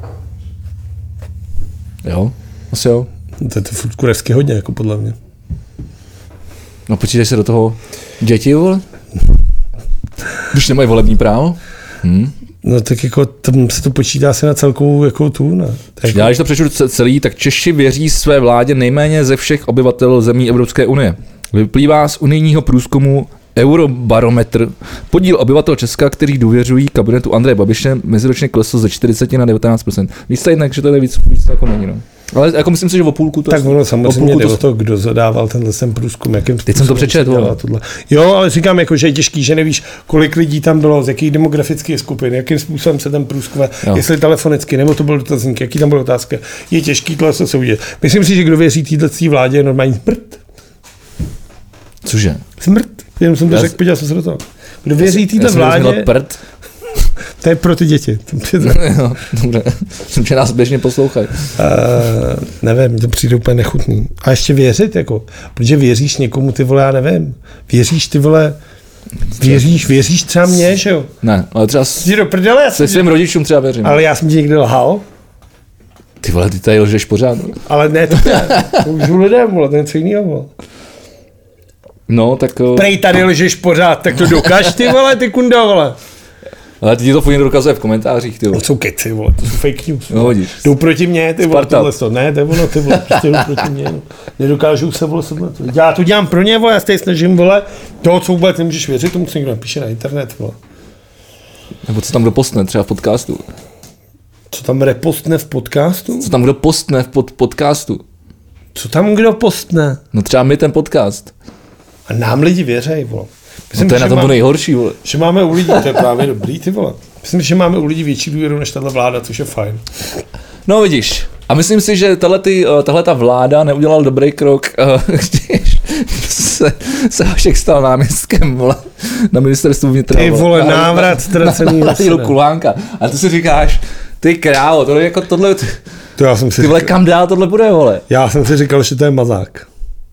Jo, asi jo. To je to furt kurevsky hodně, jako podle mě. No počítají se do toho děti, vole? Když nemají volební právo? Hm? No tak jako tam se to počítá se na celkovou jako tu, ne? Jako... Já když to přečtu celý, tak Češi věří své vládě nejméně ze všech obyvatel zemí Evropské unie. Vyplývá z unijního průzkumu Eurobarometr. Podíl obyvatel Česka, kteří důvěřují kabinetu Andreje Babiše, meziročně klesl ze čtyřicet na devatenáct procent. Víc tady jinak, že to je víc, víc jako není, no. Ale jako myslím si, že o půlku to... Tak ono samozřejmě jde o to, kdo zadával tenhle sem průzkum, jakým Teď jsem to přečetl. Jo, ale říkám, jako, že je těžký, že nevíš, kolik lidí tam bylo, z jakých demografických skupin, jakým způsobem se ten průzkum, jo. Jestli telefonicky, nebo to byl dotazník, jaký tam byl otázka. Je těžký tohle se udělat. Myslím si, že kdo věří této vládě je normální smrt. Cože? Smrt. Jenom jsem to řekl, podíval jsem se do toho. Kdo věří této vládě... To je pro ty děti. No, dobře, že nás běžně poslouchají. Uh, nevím, to přijde úplně nechutný. A ještě věřit, jako, protože věříš někomu, ty vole, já nevím. Věříš, ty vole, věříš, věříš třeba mě, že jo? Ne, ale třeba s, do prdele, se svým rodičům třeba věřím. Ale já jsem ti někdy lhal. Ty vole, ty tady lžeš pořád. Ale ne, to ne. To už lidem, vole, to je něco jiného, vole. No, tak... Prej tady lžeš pořád, tak to dokaž ty vole, ty kunda vole. Ale ty ti to furt dokazuje v komentářích, ty vole. To jsou keci, vole, to jsou fake news. No, vidíš. Jdou proti mně, ty vole, tohle to. Ne, to je ono, ty vole, prostě jdou proti mně. No. Nedokážou se, vole, tohle to. Já to dělám pro ně, vole, já se tady snažím, vole, toho, co vůbec nemůžeš věřit, tomu, co někdo napíše na internet, vole. Nebo co tam kdo postne, třeba v podcastu. Co tam repostne v podcastu? Co tam kdo postne v pod podcastu. Co tam kdo postne? No třeba my ten podcast. A nám lidi věřejí, vole. Myslím, no to je na tom nejhorší, vole. Že máme u lidí, to je právě dobrý, ty vole. Myslím, že máme u lidí větší důvěru než tahle vláda, což je fajn. No vidíš. A myslím si, že tahle ta vláda neudělala dobrý krok, když se, se Hašek stal náměstkem, vole, na ministerstvu vnitra. Ty vole, návrat ztracený. Kulhánka. A ty si říkáš, ty krávo, tohle jako tohle, ty, to já jsem si ty vole, říkal, kam dál tohle bude, vole. Já jsem si říkal, že to je mazák.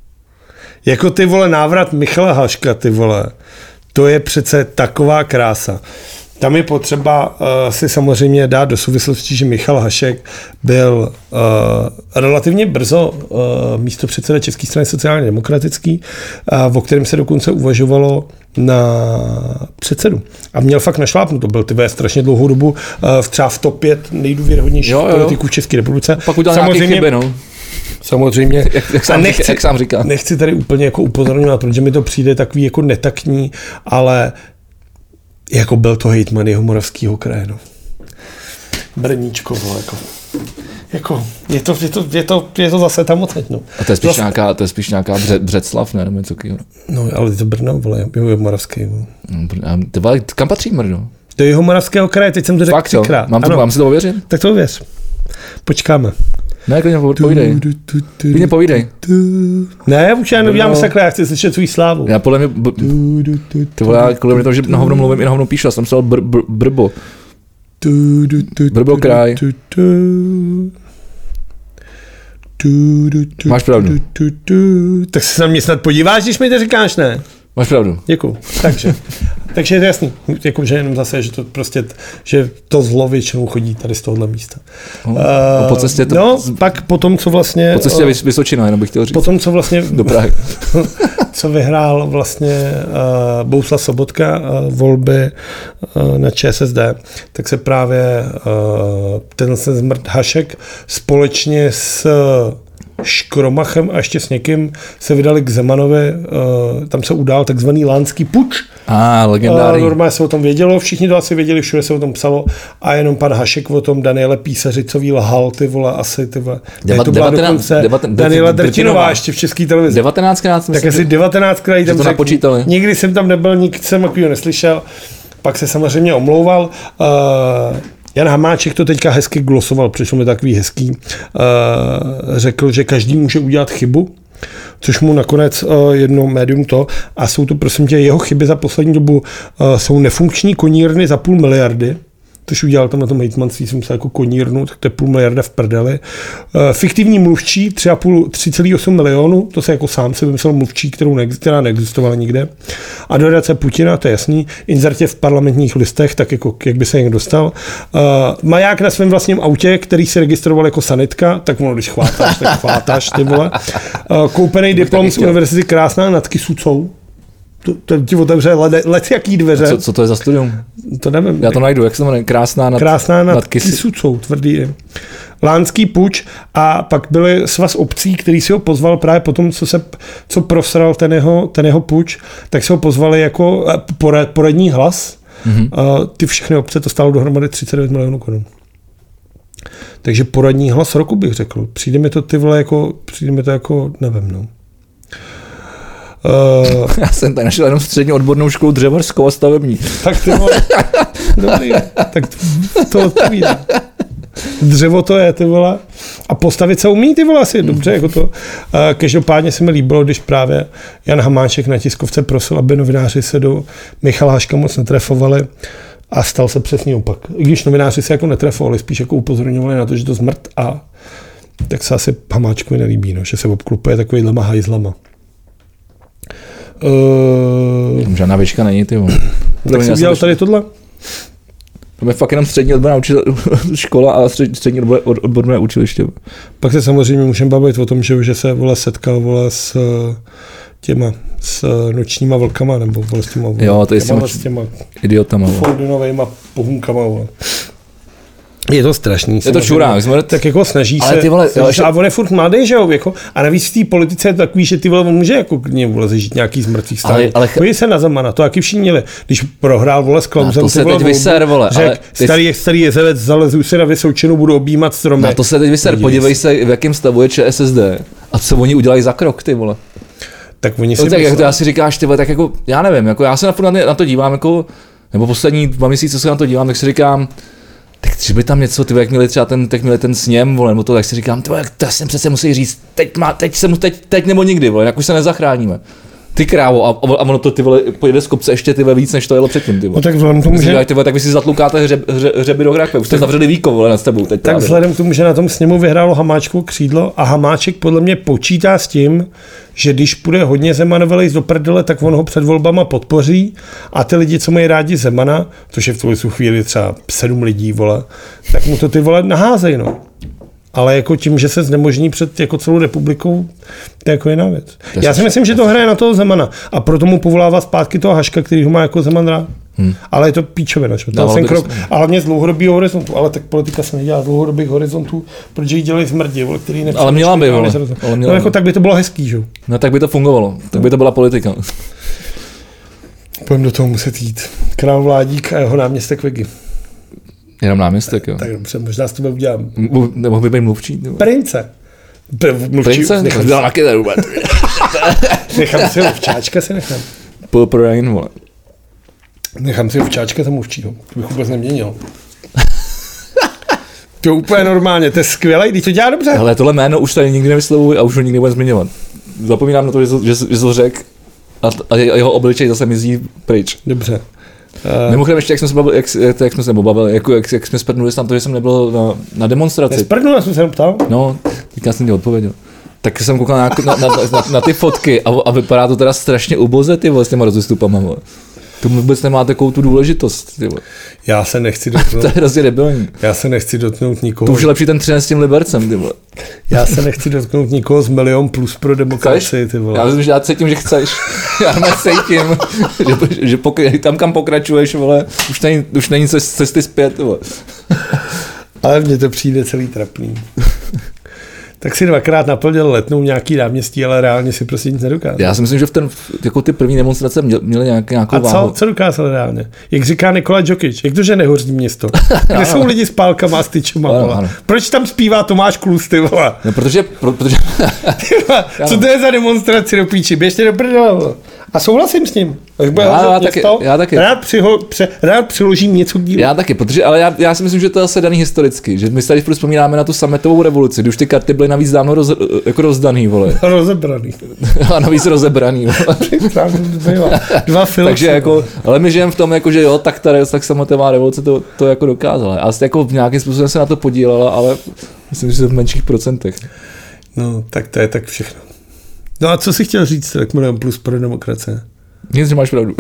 Jako ty vole návrat Michala Haška, ty vole, to je přece taková krása. Tam je potřeba uh, si samozřejmě dát do souvislosti, že Michal Hašek byl uh, relativně brzo uh, místopředseda České strany sociálně demokratický, uh, o kterém se dokonce uvažovalo na předsedu. A měl fakt našlápnuto. Byl ty strašně dlouhou dobu uh, v třeba v top pět nejdůvěryhodnějších politiků v České republice. Pak udělal nějaké chyby, no. Samozřejmě. Jak, jak, sám, nechci, jak sám říká. Nechci tady úplně jako upozorňovat, protože mi to přijde takový jako netaktní, ale jako byl to hejtman jeho Moravského kraje, no. Brníčko, vole, jako. Jako, je to, je to, je to, je to zase tam odsaď, no. A to je spíš zase... nějaká, to je spíš nějaká Bře, Břeclav, ne, nebo něco takového. No, ale je to Brno, vole, jeho Moravský, vole. No, ty vole, kam patří Brno? Do jeho Moravského kraje, teď jsem to řekl třikrát. Mám, to, mám si to ověřit? Tak to ověř. Počkáme. Ne, klidně povídej. Klidně povídej. Ne, už já nevěděl se takhle, já chci slyšet svůj slávu. Já podle mě, ty vole, já kvůli mě to, že na hovno mluvím i na hovno píšu, já jsem psal br, br, Brbo. Brbo kraj. Máš pravdu. Tak se na mě snad podíváš, když mi to říkáš, ne? Máš pravdu. Děkuju. Takže, takže je to jasný. Jako, že jenom zase, že to prostě, že to zlo většinou chodí tady z tohohle místa. No, uh, po cestě to... No, pak potom, co vlastně... Po cestě uh, Vysočina, jenom bych chtěl říct. Potom, co vlastně... Do Prahy. Co vyhrál vlastně uh, Bohuslav Sobotka uh, volby uh, na ČSSD, tak se právě uh, ten se zmrt Hašek společně s Škromachem a ještě s někým se vydali k Zemanovi, uh, tam se udál takzvaný lánský puč. A, ah, legendární. Uh, normálně se o tom vědělo, všichni to asi věděli, všude se o tom psalo a jenom pan Hašek o tom, Daniele Písařicový lhal, ty vole, asi, ty vole. Devat, to byla devatenáct, dokonce devaten, Daniela Drtinová ještě v české televizi. devatenáctkrát Tak asi devatenáctkrát jí tam to napočítali. Nikdy jsem tam nebyl, nikdy jsem takovýho neslyšel, pak se samozřejmě omlouval. Uh, Jan Hamáček to teďka hezky glosoval, přišlo mi takový hezký. Uh, řekl, že každý může udělat chybu, což mu nakonec uh, jedno médium to, a jsou to prosím tě, jeho chyby za poslední dobu uh, jsou nefunkční konírny za půl miliardy, což udělal tam na tom hejtmanství, jsem se jako konírnu, tak to je půl miliarda v prdeli. Uh, fiktivní mluvčí, tři celá osm milionů, to se jako sám si vymyslel mluvčí, kterou ne, která neexistovala nikde. A dodace Putina, to je jasný, inzertě v parlamentních listech, tak jako jak by se někdo dostal. Uh, maják na svém vlastním autě, který si registroval jako sanitka, tak ono, když chvátáš, tak chvátáš, ty vole. Uh, koupený diplom z univerzity Krásná nad Kysucou. To, to ti otevře led, led jaký dveře. Co, co to je za studium? To nevím. Já to najdu, jak se to jmenuje? Krásná nad, Krásná nad, nad Kysi... Kysucou, tvrdý. Lánský puč a pak byly svaz obcí, který si ho pozval právě potom, co se co prosral ten jeho, ten jeho puč, tak se ho pozvali jako porad, poradní hlas. Mm-hmm. A ty všechny obce to stálo dohromady třicet devět milionů korun. Takže poradní hlas roku bych řekl. Přijde mi to ty vole jako, přijde mi to jako, nevím, no. Uh, Já jsem tady našel jenom střední odbornou školu dřevařskou a stavební. Tak ty vole, dobrý, tak to, to odpovídá. Dřevo to je, ty vole. A postavit se umí, ty vole, asi dobře, jako to. Uh, každopádně se mi líbilo, když právě Jan Hamáček na tiskovce prosil, aby novináři se do Michala Haška moc netrefovali a stal se přesný opak. I když novináři se jako netrefovali, spíš jako upozorňovali na to, že to zmrt a tak se asi Hamáčkovi nelíbí, no, že se obklupuje takovýhlema hajzlama. Uh, Tam žádná věčka není, ty vole. Tak jsi udělal tady tohle? To je fakt jenom střední odborná učitel, škola a střední odborné učiliště. Pak se samozřejmě můžeme bavit o tom, že, že se vole setkal vole s těma s nočníma vlkama, nebo s těma, jo, to je těma, s těma idiotama. Foldinovejma pohunkama. Je to strašný. Je to čurák. Jsme... Tak jako snaží ale se. Ty vole, snaží, a on je furt mladý, že jo? Jako, a navíc v té politice je to takový, že ty vole, on může jako k němu žít nějaký z mrtvých států. Ale, ale... Pojď se na Zemana, to jaký všichni měli. Když prohrál vole s Klausem, to se teď vyser, vole. Řek, ty... starý, starý jezevec, zalezu se na Vysoučinu, budu objímat stromy. Na to se teď vyser, podívej se, v jakém stavu je ČSSD a co oni udělají za krok, ty vole. Tak oni si no, tak jak to asi říkáš, ty vole, tak jako, já nevím, jako já se na, na to dívám, jako, nebo poslední dva měsíce se na to dívám, tak si říkám, tak třeba by tam něco, ty jak měli třeba ten, tak měli ten sněm, vole, nebo to, tak si říkám, ty to jsem přece musí říct, teď, má, teď, jsem, teď, teď nebo nikdy, vole, jak už se nezachráníme. Ty krávo, a, a ono to ty vole pojede z kopce ještě ty víc, než to jelo předtím, ty vole. No tak vzhledem tomu, že... Ty vole, tak vy si zatlukáte hře, hře, hřeby do hrakve, už jste zavřeli víko, vole, nad tebou teď. Tak právě. Vzhledem k tomu, že na tom sněmu vyhrálo Hamáčkovo křídlo a Hamáček podle mě počítá s tím, že když půjde hodně Zemana vylejt do prdele, tak on ho před volbama podpoří a ty lidi, co mají rádi Zemana, což je v tuhle chvíli třeba sedm lidí, vole, tak mu to ty vole naházejí, no. Ale jako tím, že se znemožní před jako celou republikou, to je jako jiná věc. To Já si myslím, že to hraje na toho Zemana a proto mu povolává zpátky toho Haška, který ho má jako Zeman rád. Hmm. Ale je to píčovina, čo? To je krok, a hlavně z dlouhodobého horizontu, ale tak politika se nedělá z dlouhodobých horizontů, protože ji dělají zmrdí, vole, který nepřijde. Ale měla by, vole. No jako tak by to bylo hezký, že? No tak by to fungovalo, tak by to byla politika. Pojďme do toho muset jít. Král Vládík a jeho náměstek Vegi. Jenom náměstek, jo. Tak dobře, možná s tebe udělám. Nemohl by být mluvčí. Nebo? Prince. Mluvčí, Prince? Nechám, Dal na kytaru, nechám si ovčáčka, si nechám. Půl pro rain, vole. Nechám si ovčáčka za mluvčího. To bych vůbec neměnil. To je úplně normálně, to je skvělé, když to dělá dobře. Ale tohle jméno už tady nikdy nevyslovuji a už ho nikdy nebudu zmiňovat. Zapomínám na to, že, že, že to řek a, a jeho obličej zase mizí pryč. Dobře. Uh, Mimochodem ještě, jak jsme se bavili, jak, jak jsme se bavili, jako, jak, jak jsme sprdnuli tam to, že jsem nebyl na, na demonstraci. Nesprdnul, jsem se jenom ptal. No, teďka jsem ti odpověděl. Tak jsem koukal na, na, na, na, na ty fotky a, a vypadá to teda strašně uboze, ty vole, s těma rozestupama, vole. To vůbec nemá takovou tu důležitost, ty vole. Já se nechci dotknout. To je hrozně debilní. Já se nechci dotknout nikoho. To už je lepší ten třinec s tím Libercem, ty vole. Já se nechci dotknout nikoho z Milion plus pro demokracii, ty vole. Já myslím, že já cítím, že chceš. Já necítím, že, že pokra- tam, kam pokračuješ, vole, už není, už není cesty zpět, vole. Ale mně to přijde celý trapný. Tak si dvakrát naplnil letnou nějaký náměstí, ale reálně si prostě nic nedokázal. Já si myslím, že v ten, jako ty první demonstrace měly nějak, nějakou A co, váhu. co dokázal reálně? Jak říká Nikola Djokic, jak to, že nehoří město? Kde jsou lidi s pálkama a s tyčema, ano, ano. Proč tam zpívá Tomáš Klus, ty vole? No, protože... Pro, protože... Co to je za demonstraci do píči? Běžte do prdele. A souhlasím s ním. Až bude já, já, taky, já taky. Rád, přiho, pře, rád přiložím něco k dílu. Já taky, protože, ale já, já si myslím, že to je zase daný historicky, že my tady vzpomínáme na tu sametovou revoluci, když ty karty byly navíc dávno roz, jako rozdaný, vole. Rozebraný. A navíc rozebraný, vole. Dva filmy. Takže jako, ale my žijeme v tom, jako, že jo, tak ta tak sametová revoluce to, to jako dokázala. A jako v nějakým způsobem se na to podílela, ale myslím, že v menších procentech. No, tak to je tak všechno. No a co jsi chtěl říct, tak Milion plus pro demokracie? Nic, že máš pravdu.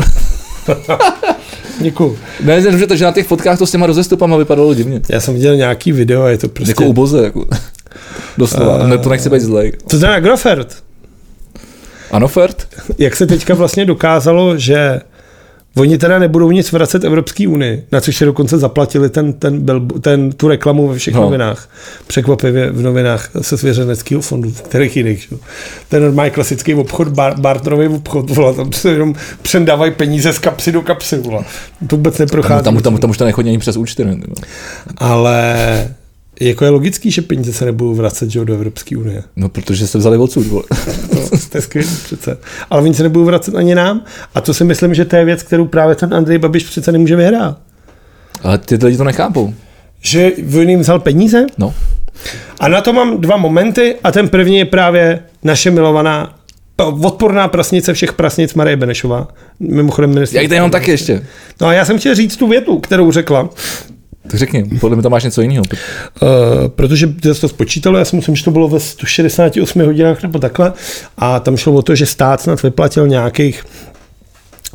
Děkuju. Ne, že, to, že na těch fotkách to s těma rozestupama vypadalo divně. Já jsem viděl nějaký video a je to prostě... Jako uboze, jako. Doslova, uh, ne, to nechci být zlej. Co to je Agrofert? Anofert? Jak se teďka vlastně dokázalo, že oni teda nebudou nic vracet Evropské unii, na což se dokonce zaplatili ten, ten, ten, tu reklamu ve všech no. novinách. Překvapivě v novinách se svěřeneckého fondu, v kterých jiných. Že? Ten normální klasický obchod, bar, barterový obchod, vole, tam se jenom přendávají peníze z kapsy do kapsy. Vole. To vůbec neprochází. Tam, tam, tam, tam už to nechodí ani přes účty. Ne? Ale jako je logický, že peníze se nebudou vracet, že, do Evropské unie. No, protože se vzali odsud, vole. No, to je skvělý přece. Ale oni se nebudou vracet ani nám. A to si myslím, že to je věc, kterou právě ten Andrej Babiš přece nemůže vyhrát. Ale ty lidi to nechápou. Že on jim vzal peníze? No. A na to mám dva momenty a ten první je právě naše milovaná odporná prasnice všech prasnic Marie Benešová. Mimochodem ministr. Já ji tady mám taky ještě. No a já jsem chtěl říct tu větu, kterou řekla. Tak řekni, podle mě tam máš něco jiného. Uh, protože to spočítalo, já si myslím, že to bylo ve sto šedesáti osmi hodinách nebo takhle a tam šlo o to, že stát snad vyplatil nějakých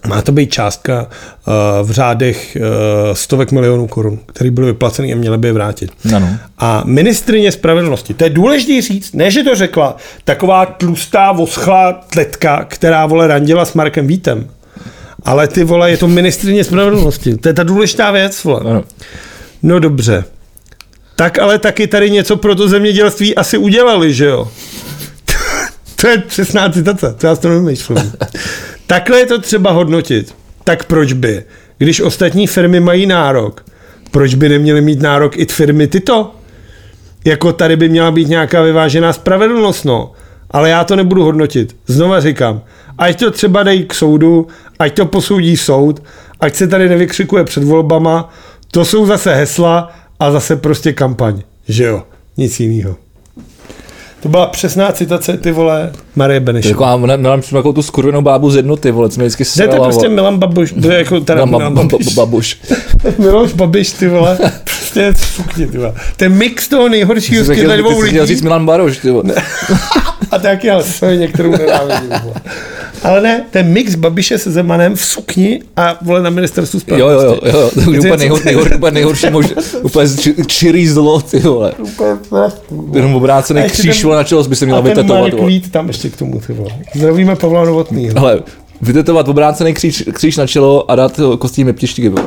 Má to být částka uh, v řádech uh, stovek milionů korun, které byly vyplaceny a měly by je vrátit. Ano. A ministryně spravedlnosti, to je důležité říct, ne, že to řekla taková tlustá, voschlá tletka, která, vole, randila s Markem Vítem. Ale ty, vole, je to ministryně spravedlnosti. To je ta důležitá věc, vole. Ano. No dobře. Tak ale taky tady něco pro to zemědělství asi udělali, že jo? To je přesná citace, to já to nevymýšlím. Takhle je to třeba hodnotit. Tak proč by? Když ostatní firmy mají nárok, proč by neměly mít nárok i firmy tyto? Jako tady by měla být nějaká vyvážená spravedlnost, no. Ale já to nebudu hodnotit. Znova říkám, ať to třeba dají k soudu, ať to posoudí soud, ať se tady nevykřikuje před volbama, to jsou zase hesla a zase prostě kampaň, že jo? Nic jiného. To byla přesná citace, ty vole, Marie Benešové. Jako mám takovou tu skurvenou bábu z Jednoty, vole, co mě vždycky srala. Ne, to je prostě Milan Babuš, to je jako teda Milan Babuš. Babuš. Miloš Babiš, ty vole, prostě fukni, ty vole. Ten mix toho nejhoršího z těchto dvou lidí. Ty jsi chtěl říct Milan Baroš, ty vole. A taky, ale svoje některou nenávidím, vole. Ale ne, ten mix Babiše se Zemanem v sukni a, vole, na ministerstvu spravedlnosti. Jo, jo, jo, to je úplně nejhor, nejhor, úplně nejhorší možná, úplně čirý zlo, ty vole. Jenom obrácený kříž, vole, na čelo by se měla vytetovat. A ten Marek Vít tam ještě k tomu, ty vole. Zdravíme Pavla Novotnýho. Ale vytetovat obrácený kříž, kříž na čelo a dát kostými ptištíky, vole.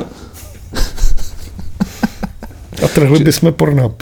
A trhli bychom Pornhub.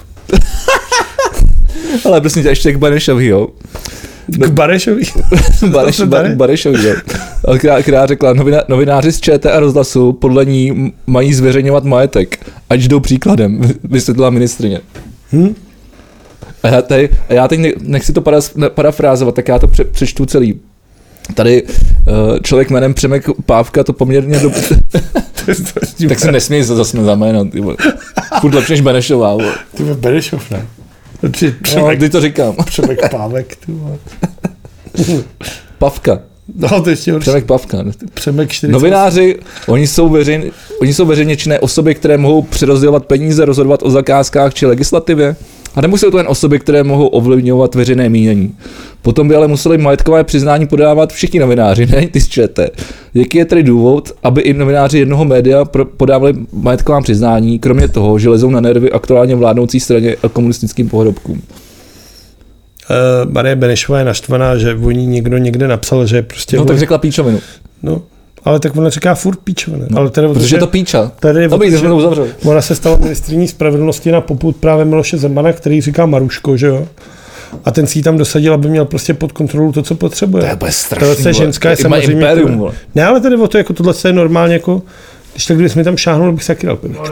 Ale prostě tě ještě k Benešovi, jo. K Barešovi? Bareš, bar, Barešovi, jo. Která, která řekla, novina, novináři z ČT a rozhlasu podle ní mají zveřejňovat majetek, ať jdou příkladem, vysvětlila ministryně. Hm? A já, tady, a já teď nechci to parafrázovat, tak já to pře, přečtu celý. Tady uh, člověk jménem Přemek Pávka to poměrně dobře... Tak se nesměj zase za jméno, ty vole. Furt lepší než Benešová, vole. Ty vole, Benešov, ne? Přemek, no, kdy to říkám? Přemek Pávek, ty vole. Pavka. No, to ještě horší. Přemek Pavka. Přemek čtyřicet. Novináři, oni jsou, veřejn, oni jsou veřejně činné osoby, které mohou přerozdělovat peníze, rozhodovat o zakázkách či legislativě. A nebo jsou to jen osoby, které mohou ovlivňovat veřejné mínění. Potom by ale museli majetkové přiznání podávat všichni novináři, ne ty z ČT. Jaký je tedy důvod, aby i novináři jednoho média podávali majetková přiznání, kromě toho, že lezou na nervy aktuálně vládnoucí straně a komunistickým pohrobkům? Uh, Marie Benešová je naštvaná, že o ní někdo někde napsal, že prostě... No tak řekla píčovinu. No, ale tak ona říká furt píčovinu. No, ale tady protože je to píča. Tady je Dobrý, to uzavřel. Ona se stala ministryní spravedlnosti na popud právě Miloše Zemana, který říká Maruško, že jo? A ten si ji tam dosadil, aby měl prostě pod kontrolou to, co potřebuje. To je úplně strašný. Tohle ženská je samozřejmě... Imperium, vole. Ne, ale tady o to, jako tohle je normálně, jako... Když tak, kdybych mi tam šáhnul, bych se taky dal pivičku.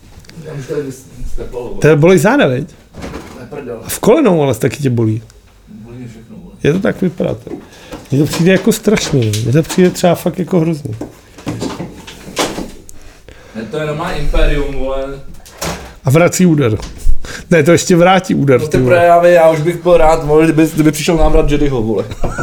To bolí záda, veď? A v kolenou, ale taky tě bolí. Je to tak vypadá. Mně to přijde jako strašný. Mně to přijde třeba fakt jako hrozný. Ne, to je normální imperium, vole. A vrací úder. Ne, to ještě vrátí úder. No ty právě, já už bych byl rád, vole, kdyby, kdyby přišel návrat Jediho, vole.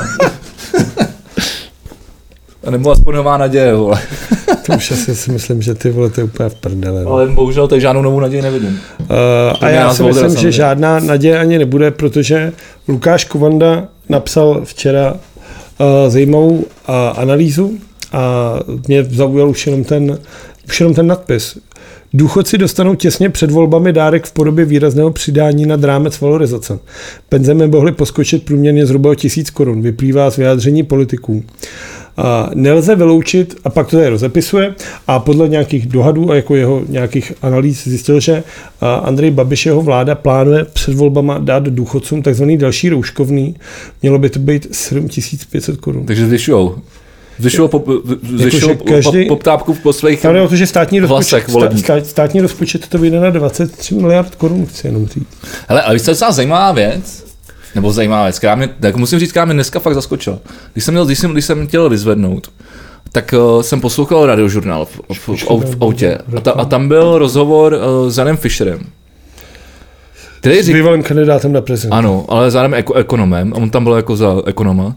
A nebo aspoň nová naděje, vole. To už asi si myslím, že ty, vole, to je úplně v prdele. Ale bohužel tady žádnou novou naději nevidím. Uh, a já si myslím, že žádná naděje ani nebude, protože Lukáš Kovanda napsal včera uh, zajímavou uh, analýzu a mě zaujal už jenom ten, už jenom ten nadpis. Důchodci dostanou těsně před volbami dárek v podobě výrazného přidání nad rámec valorizace. Penze by mohly poskočit průměrně zhruba o tisíc korun, vyplývá z vyjádření politiků. A nelze vyloučit, a pak to tady rozepisuje, a podle nějakých dohadů a jako jeho nějakých analýz zjistil, že Andrej Babiš, jeho vláda, plánuje před volbama dát důchodcům takzvaný další rouškovný. Mělo by to být sedm tisíc pět set korun. Takže zvyšujou. Zvyšují pop, jako každý, poptávku po svých tam jde o to, že státní hlasech rozpočet, stát, státní rozpočet to vyjde na dvacet tři miliard korun, chci jenom říct. Hele, ale víš, co je docela zajímavá věc, nebo zajímavá věc, která mě, tak musím říct, která mě dneska fakt zaskočila. Když jsem, měl, když jsem, když jsem chtěl vyzvednout, tak uh, jsem poslouchal radiožurnál v, v, v, v, v autě a, ta, a tam byl rozhovor uh, s Janem Fischerem. S bývalým kandidátem na prezidenta. Ano, ale s Janem eko, ekonomem, a on tam byl jako za ekonoma.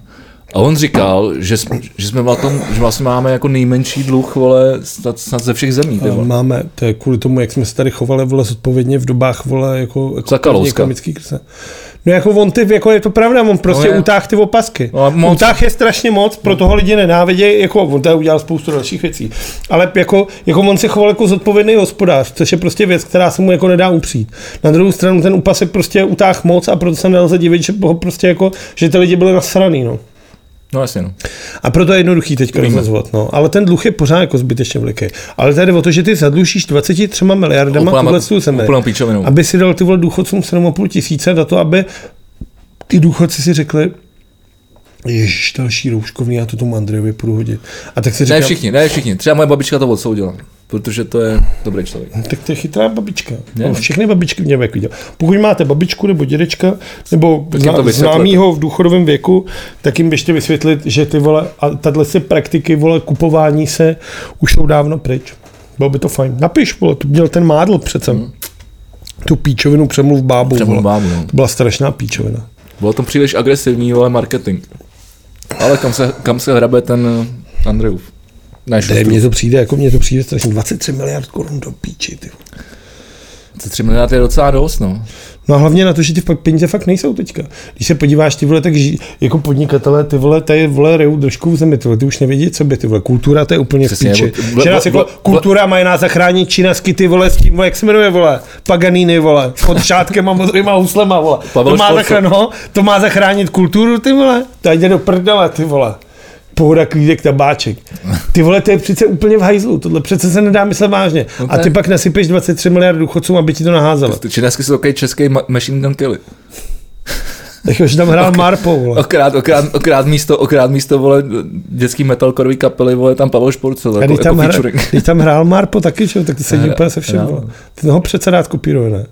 A on říkal, že jsme, že jsme tom, že vlastně máme jako nejmenší dluh, vole, snad, snad ze všech zemí. Ty vole. Máme, to je kvůli tomu, jak jsme se tady chovali, vole, zodpovědně v dobách, vole, jako, jako ekonomický krize. No jako on ty, jako je to pravda, on prostě no utáh ty opasky. No, utáh je strašně moc, pro toho lidi nenávidí, jako on tady udělal spoustu dalších věcí. Ale jako, jako on se choval jako zodpovědný hospodář, což je prostě věc, která se mu jako nedá upřít. Na druhou stranu ten úpasek prostě utáh moc a proto se nelze divit, že prostě jako, že ty lidi byli nasraný, no. No jasně, no. A proto je jednoduchý teďka rozhazovat, no. Ale ten dluh je pořád jako zbytečně veliký. Ale tady o to, že ty zadlužíš dvacet tři miliardama tuhle zemi, aby si dal ty vole důchodcům sedm a půl tisíce na to, aby ty důchodci si řekli, ježiš, další rouškovný, já to tomu Andrejovi půjdu hodit. A tak si říkám, ne všichni, ne všichni. Třeba moje babička to odsoudila, protože to je dobrý člověk. Tak to je chytrá babička. No, všechny babičky mě jak viděl. Pokud máte babičku nebo dědečka, nebo zná, známýho v důchodovém věku, tak jim běžte vysvětlit, že ty vole, a tato se praktiky, vole, kupování se už jsou dávno pryč. Bylo by to fajn. Napiš, vole, to měl ten Mádl přece. Hmm. Tu píčovinu přemluv bábu. Přemluv bábu, no. To byla strašná píčovina. Bylo to příliš agresivní, vole, marketing. Ale kam se, kam se hrabe ten Andrejův? Ne, mně to přijde, jako mně to přijde strašně dvacet tři miliard korun do píči, ty. dvacet tři miliard je docela dost, no. No a hlavně na to, že ty peníze fakt nejsou teďka. Když se podíváš, ty vole, tak ži, jako podnikatelé, ty vole, tady vole rejou držkou v zemi, ty vole, ty už nevědí, co by, ty vole, kultura, to je úplně v píči. Že nás jako kultura mají nás zachránit čínasky, ty vole, s tím, vole, jak se jmenuje, vole, Paganini, vole, s podšátkem a modrýma huslema, vole. To má, zachránit, no, to má zachránit kulturu, ty vole, to jde do prdele, ty vole. Pohoda, klídek, tabáček. Ty vole, to je přece úplně v hajzlu, tohle přece se nedá myslet vážně. No a ty pak nasypeš dvacet tři miliard důchodcům, aby ti to naházelo. Či dnesky jsou takový český ma- Machine Gun Kelly. Tak už tam hrál Marpo, vole. Okrát, okrát, okrát místo, okrát místo, vole, dětský metalcoreový kapely, vole, tam Pavel Šporcel, jako, jako hra, když tam hrál Marpo taky, čo, tak to sedí úplně se všem, vole. Ty ho přece rád kopíruje, ne?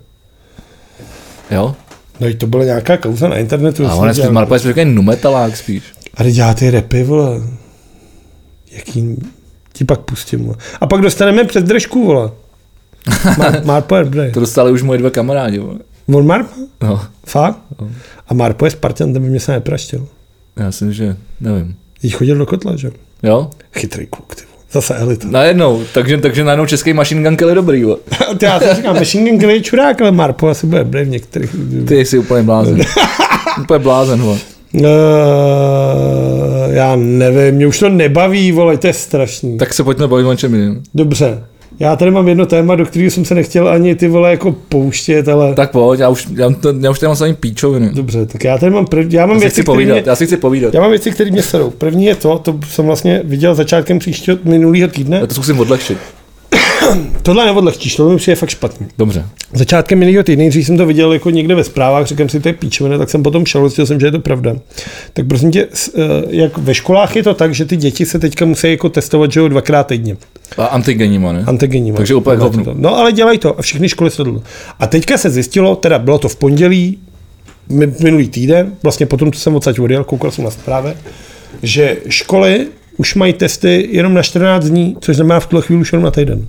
Jo? No i to byla nějaká kauza na internetu. A on je Marpo je takový numetalák spíš. Ale dělá ty rapy, vole. Jaký ti pak pustím, vole. A pak dostaneme před držku, vole. Mar- Marpo je dobrý. To dostali už moje dva kamarádi, vole. On Marpo? No. Fakt? No. A Marpo je Spartan, ten by mě se nepraštil. Já si myslím, že nevím. Jí chodil do kotla, že? Jo? Chytrý kluk, ty vole. Zase elita. Najednou, takže, takže najednou český Machine Gun Kelly dobrý, vole. Já si říkám, Machine Gun Kelly je čurák, ale Marpo asi bude dobrý v některých. Ty jsi úplně blázen. Úplně blázen, vole. Uh, já nevím, mě už to nebaví, vole, to je strašný. Tak se pojďme bavit o čem jiném. Dobře, já tady mám jedno téma, do kterého jsem se nechtěl ani ty vole jako pouštět, ale... Tak pojď, já už, já, to, já už tady mám samý píčoviny. Dobře, tak já tady mám první, já mám já věci, které mě... Já si chci povídat. Já mám věci, které mě serou. První je to, to jsem vlastně viděl začátkem příštího minulého týdne. Já to zkusím odlehčit. Tohle neodlehčíš, to mi přijde fakt špatný. Dobře. Začátkem minulého týdne, když jsem to viděl jako někde ve zprávách, říkám si, to je píčovina, tak jsem potom šel, zjistil jsem, že je to pravda. Tak prosím tě, jak ve školách je to tak, že ty děti se teďka musí jako testovat, že jo, dvakrát týdně. A antigenníma, ne? Antigenníma. Takže úplně hovnu. No ale dělají to a všechny školy se to. A teďka se zjistilo, teda bylo to v pondělí, minulý týden, vlastně potom, co jsem odsaď odjel, koukal jsem na zprávě, že školy už mají testy jenom na čtrnáct dní, což znamená v tuhle chvíli už jenom na týden.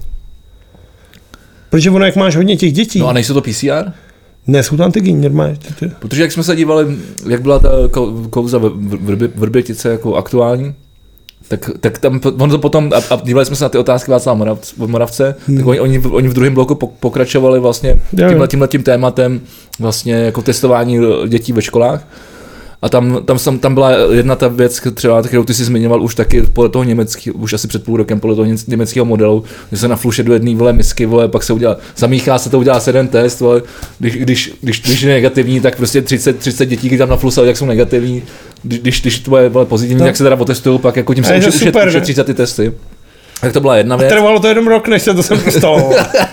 Protože ono, jak máš hodně těch dětí. No a nejsou to P C R? Ne, jsou to antigenní, normálně. Protože jak jsme se dívali, jak byla ta kauza v Vrbětice jako aktuální, tak, tak tam on to potom, a, a dívali jsme se na ty otázky Václava Moravce, Moravce hmm. tak oni, oni, oni v druhém bloku pokračovali vlastně tímhle, tímhle tím tématem vlastně jako testování dětí ve školách. A tam, tam, tam byla jedna ta věc, třeba, kterou ty jsi zmiňoval už taky podle toho německého, už asi před půl rokem, podle toho německého modelu, že se nafluše do jedné vole misky, vole, pak se udělá, zamíchá se to, udělá se jeden test, vole, když, když, když, když je negativní, tak prostě třicet, třicet dětí, když tam naflusali, jak jsou negativní, když, když to je vole, pozitivní, no. Tak se teda otestují, pak jako tím se už, super, už je třicet ty testy. Tak to byla jedna věc. A trvalo to jenom rok, než se to sem dostalo.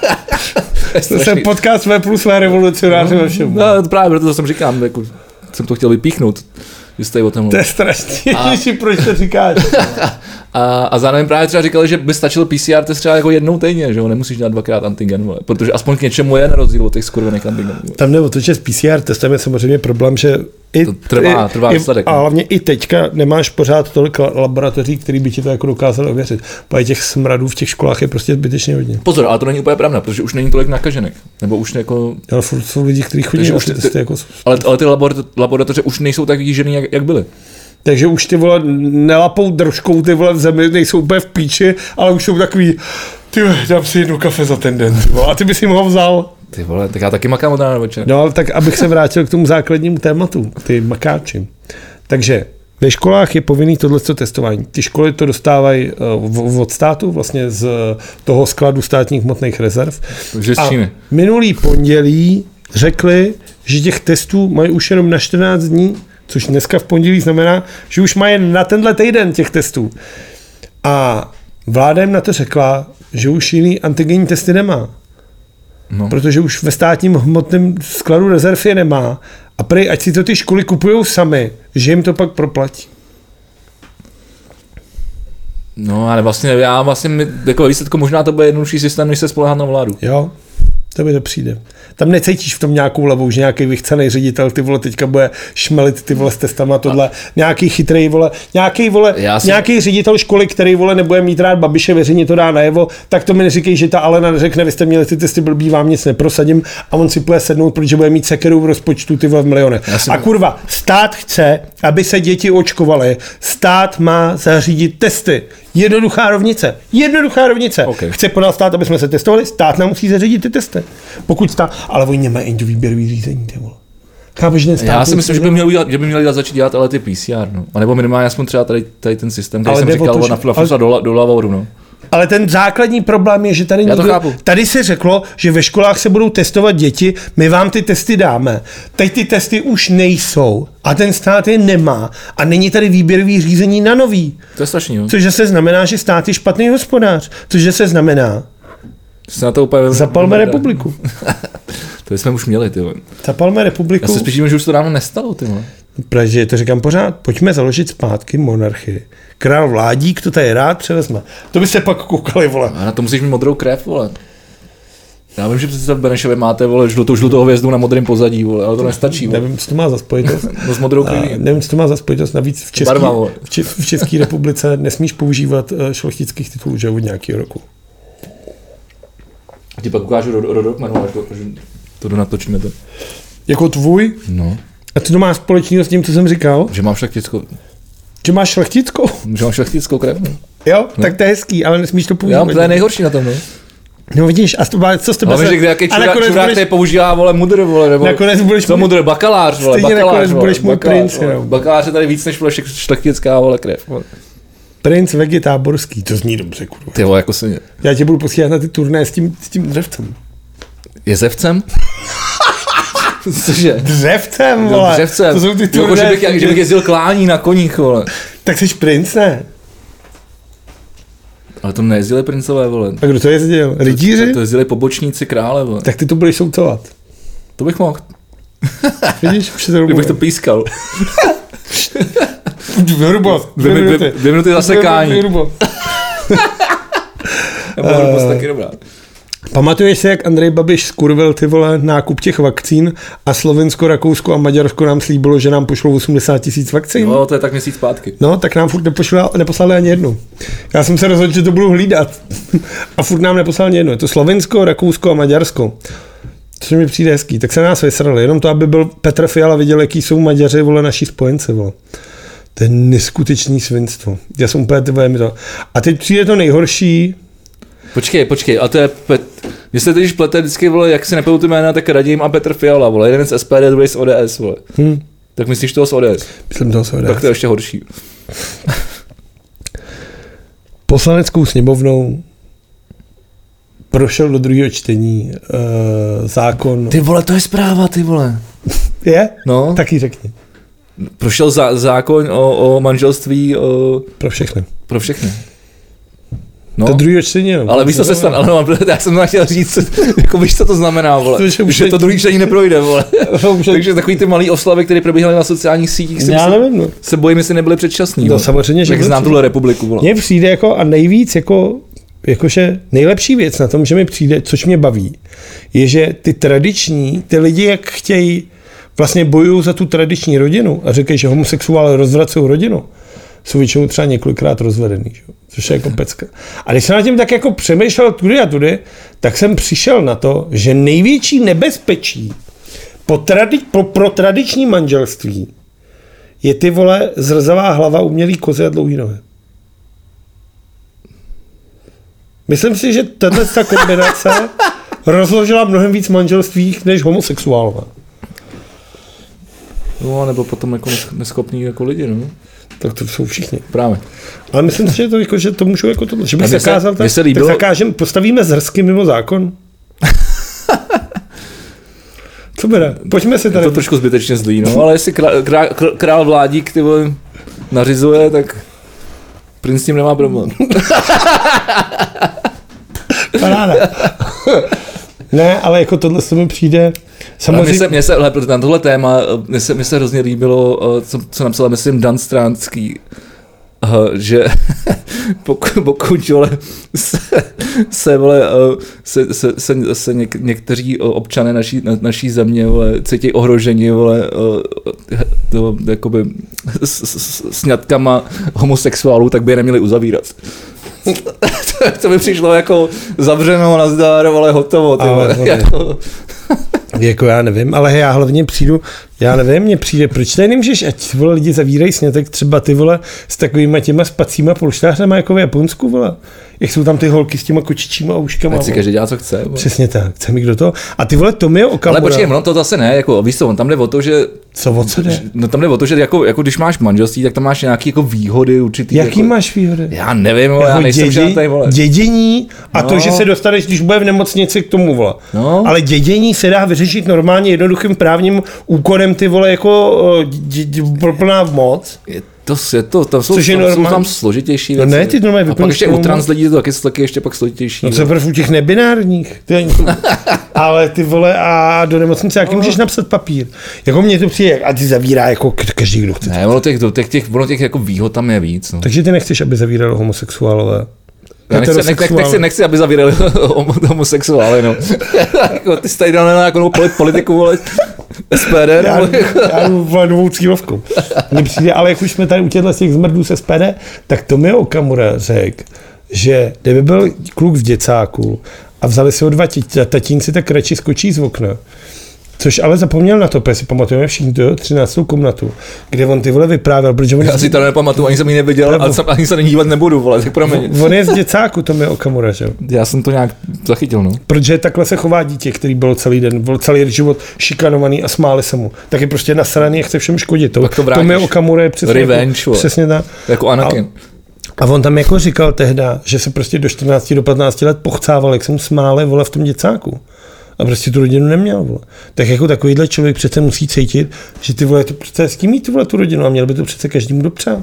To jsem podcast V plus V revolucionáři ve všem. No, právě proto jsem říkám, jako, jsem to chtěl vypíchnout. O tom to je strašný, Ježiši, proč to říkáš? a, a zároveň právě třeba říkali, že by stačil P C R test třeba jako jednou týdně, že jo, nemusíš dělat dvakrát antigen, vole, protože aspoň k něčemu je na rozdíl od těch skurvených antigenů. Tam nebo to, že s P C R testem je samozřejmě problém, že i, to trvá, trvá i, výsledek. A hlavně i teďka nemáš pořád tolik laboratoří, který by ti to jako dokázali ověřit. Protože těch smradů v těch školách je prostě zbytečně hodně. Pozor, ale to není úplně pravda, protože už není tolik nakažených, nebo už jako... Ale furt jsou lidi, kteří chodí na ty testy jako... Ale, ale ty laboratoře už nejsou tak výžený, jak, jak byly. Takže už ty vole nelapou držkou ty vole v zemi, nejsou úplně v píči, ale už jsou takový, ty dám si jednu kafe za ten den, tyvo, a ty bys jim ho vzal. Ty vole, tak já taky makám od rána do večera. No ale tak abych se vrátil k tomu základnímu tématu, ty makáči. Takže ve školách je povinný tohleto testování. Ty školy to dostávají uh, od státu, vlastně z toho skladu státních hmotných rezerv. Takže z Číny. Minulý pondělí řekli, že těch testů mají už jenom na čtrnáct dní, což dneska v pondělí znamená, že už mají na tenhle týden těch testů. A vláda jim na to řekla, že už jiný antigenní testy nemá. No. Protože už ve státním hmotném skladu rezerv je nemá. A prej, ať si to ty školy kupujou sami, že jim to pak proplatí. No, ale vlastně já vlastně, jako výsledku možná to bude jednodušší systém, než se spoléhat na vládu. Jo, to by to přijde. Tam necítíš v tom nějakou levou, že nějaký vychcený ředitel, ty vole, teďka bude šmelit ty vole s testama tohle, a... nějaký chytrý vole, nějaký vole, jsem... nějaký ředitel školy, který vole nebude mít rád Babiše, veřejně to dá najevo, tak to mi neříkej, že ta Alena řekne, vy jste měli ty testy blbý, vám nic neprosadím a on si půjde sednout, protože bude mít sekeru v rozpočtu ty vole v milionech. Jsem... A kurva, stát chce, aby se děti očkovaly, stát má zařídit testy. Jednoduchá rovnice. Jednoduchá rovnice. Okay. Chce podat stát, aby jsme se testovali, stát nám musí zařídit ty testy. Pokud stát, ale oni nemají ani to výběrový řízení, ty vole. Chápeš, že já si myslím, že by měli dělat, že by měli dělat, začít dělat ale ty P C R, no. A nebo minimálně aspoň třeba tady, tady ten systém, který ale jsem říkal, to, na ale... do, do lavoru, no. Ale ten základní problém je, že tady někdo, tady se řeklo, že ve školách se budou testovat děti, my vám ty testy dáme. Teď ty testy už nejsou a ten stát je nemá a není tady výběrový řízení na nový. To je strašný, jo. Což se znamená, že stát je špatný hospodář. Což se znamená, se na to úplně zapalme republiku. To jsme už měli, ty vole. Zapalme republiku. Já se spíš, že už to dávno nestalo, ty vole. Protože to říkám pořád, pojďme založit zpátky monarchii. Král Vládík to tady rád převezme. To by se pak koukali, vole. A na to musíš mít modrou krev, vole. Já vím, že přece v Benešově máte, vole, žlutou, žlutou hvězdu na modrém pozadí, vole, ale to nestačí, vole. Nevím, co to má za spojitost. No s modrou krví. Nevím, co to má za spojitost. Navíc v České, v, Č- v České republice nesmíš používat šlechtických titulů, že od nějakého roku. A ti pak ukážu rodok manuál, to to natočíme to. Jako tvůj? No. A co to má společného s tím, co jsem říkal? Že mám šlechtickou. Že máš šlechtickou? Že mám šlechtickou krev, no. Jo, no. Tak to je hezký, ale nesmíš to používat. Jo, to je nejhorší na tom, no. No vidíš, a to, co z tebe se... Ale nějaký čurák, čurák budeš... používá, vole, mudr, vole, nebo... Nakonec budeš... Co mudr, bakalář, vole, stejně bakalář, nakonec vole, budeš můj princ, jo. Bakalář je tady víc, než vole šlechtická, vole, krev, vole. Princ Vegi Táborský, to zní dobře, kurva. Ty vole, jako se... Já tě budu posílat na ty turné s tím, s tím dřevcem. Jezevcem? Cože? Dřevcem, vole. No, dřevcem. To jsou ty turné. Jako, že bych, že bych jezdil klání na koních, vole. Tak jsi princ, ne? Ale to nejezdili princové, vole. A kdo to jezdil? Rytíři? To, to jezdili pobočníci krále, vole. Tak ty to budeš soutovat. To bych mohl. Vidíš? Kdybych to pískal. Dvě minuty. Dvě minuty, dvě minuty zasekání. Nebo hrubost taky dobrá. Pamatuješ si, jak Andrej Babiš skurvil ty vole nákup těch vakcín a Slovensko, Rakousko a Maďarsko nám slíbilo, že nám pošlou osmdesát tisíc vakcín? No, to je tak měsíc zpátky. No, tak nám furt nepošlali, neposlali ani jednu. Já jsem se rozhodl, že to budu hlídat. A furt nám neposlali ani jednu. Je to Slovensko, Rakousko a Maďarsko. To mi přijde hezký. Tak se nás vysrali. Jenom to, aby byl Petr Fiala viděl, jaký jsou Maďaři, vole, naši spojenci, vole. To je neskutečný svinstvo. Já jsem úplně tyhle mi to. A teď přijde to nejhorší. Počkej, počkej, a to je Pet... Mně se teď plete vždycky, vole, jak si nepojdu ty jména, tak Radim a Petr Fiala, vole, jeden z S P D, druhý z O D S, vole. Hmm. Tak myslíš toho z O D S? Myslím toho z O D S. Tak to je ještě horší. Poslaneckou sněmovnou prošel do druhého čtení uh, zákon... Ty vole, to je zpráva, ty vole. Je? No. Tak ji řekni. Prošel zá, zákon o, o manželství o... Pro všechny. Pro všechny. No. To druhé čtení, no. Ale víš, co se stane, ale no, já jsem to chtěl říct, jako víš, co to znamená, vole. To, že, že to druhé čtení neprojde, vole. Takže takový ty malý oslavy, které probíhaly na sociálních sítích, se, já nevím, no. se bojím, jestli nebyly předčasný. No, samozřejmě, že tak znám tuhle republiku, vole. Mně přijde jako a nejvíc jako jakože nejlepší věc na tom, že mi přijde, což mě baví, je, že ty tradiční, ty lidi, jak chtějí, vlastně bojují za tu tradiční rodinu a říkají, že homosexuálové rozvracují rodinu, jsou většinou třeba několikrát rozvedený, že? Což je jako pecka. A když jsem na tím tak jako přemýšlel tudy a tudy, tak jsem přišel na to, že největší nebezpečí po tradi- po, pro tradiční manželství je ty vole zrzavá hlava, umělý kozy a dlouhý nohy. Myslím si, že tato ta kombinace rozložila mnohem víc manželství než homosexuálové. No, nebo potom jako neschopní jako lidi, no. Tak to jsou všichni. Právě. Ale myslím si, že to, jako, že to můžu jako tohle. Že bych se, zakázal, tak, tak zakážem, postavíme zrsky mimo zákon. Co bude? Pojďme si tady. Je to trošku zbytečně zlý, no, ale jestli král, král, král vládík ty vole nařizuje, tak princ s tím nemá problém. Paráda. Ne, ale jako tohle se mi přijde samozřejmě... Mně se, mně se, na tohle téma, mně se, mně se hrozně líbilo, co, co napsal, myslím, Dan Stránský, že pokud, pokud vole, se, se, vole, se, se, se, se něk, někteří občané naší, na, naší země vole, cítí ohroženi vole, to, jakoby, s, s, sňatkama homosexuálů, tak by je neměli uzavírat. to, to by přišlo jako zavřeno, nazdar, ale hotovo. Ty ale, vole, jako... jako já nevím, ale já hlavně přijdu, já nevím, mně přijde, proč tady nemůžeš, ať vole lidi zavírají snětek třeba ty vole s takovýma těma spacíma polštářema jako v Japonsku, vole. Jak jsou tam ty holky s těma kočičíma ouškama. Ať si každý dělá, co chce. Vole. Přesně tak, chce mi kdo to. A ty vole Tomio Okamura. Ale počkej, no to zase ne, jako víš co, tam jde o to, že... Co, o co jde? No tam jde o to, že jako, jako když máš manželství, tak tam máš nějaký jako výhody určitý. Jaký jako... máš výhody? Já nevím, vole, já nejsem žádný tady, vole. Dědění a no. To, že se dostaneš, když bude v nemocnici k tomu, vole. No. Ale dědění se dá vyřešit normálně jednoduchým právním úkonem, ty vole, jako plná moc. Je to, je to, tam jsou, tam, jsou tam složitější věci. No ne, ty normálně a pak ještě u trans lidí to taky, taky ještě pak složitější. No co prv u těch nebinárních. Ty, ale ty vole a do nemocnice, jaký no. Můžeš napsat papír? Jako mě to přijde, a ty zavírá jako každý, kdo chce. Ne, ono těch, těch, těch, ono těch jako výhod tam je víc. No. Takže ty nechceš, aby zavírali homosexuálové? Já nechci, nechci, nechci, nechci, aby zavírali homosexuály, no. Ty jsi tady dal na nějakou politiku, vole, S P D. Já, já jdu vole novou cílovkou. Mně přijde, ale jak už jsme tady u těchto z těch zmrdů z S P D, tak Tomio Okamura řekl, že kdyby byl kluk v děcáku a vzali si ho dva tatínci, tak radši skočí z okna. Což ale zapomněl na to, protože si pamatujeme všichni tu třináctou komnatu, kde on ty vole vyprávěl, protože on... Já si to nepamatuju, ani jsem ji neviděl, nebo... ale jsem, ani se dívat nebudu, vole, tak promiň. On je z děcáku, Tomio Okamura, že? Já jsem to nějak zachytil, no. Protože takhle se chová dítě, který byl celý den, byl celý život šikanovaný a smáli se mu. Tak je prostě nasraný a chce všem škodit. To, to Tomio Okamura je přesně... Revenge, jako, přesně tak. Jako Anakin. A, a on tam jako říkal tehda, že se prostě do čtrnácti do patnácti let pochcával, jak se mu smáli, vole, v tom děcáku. A prostě tu rodinu neměl, vole. Tak jako takovýhle člověk přece musí cítit, že ty vole, to přece s kým mít ty vole tu rodinu a měl by to přece každému dopřát.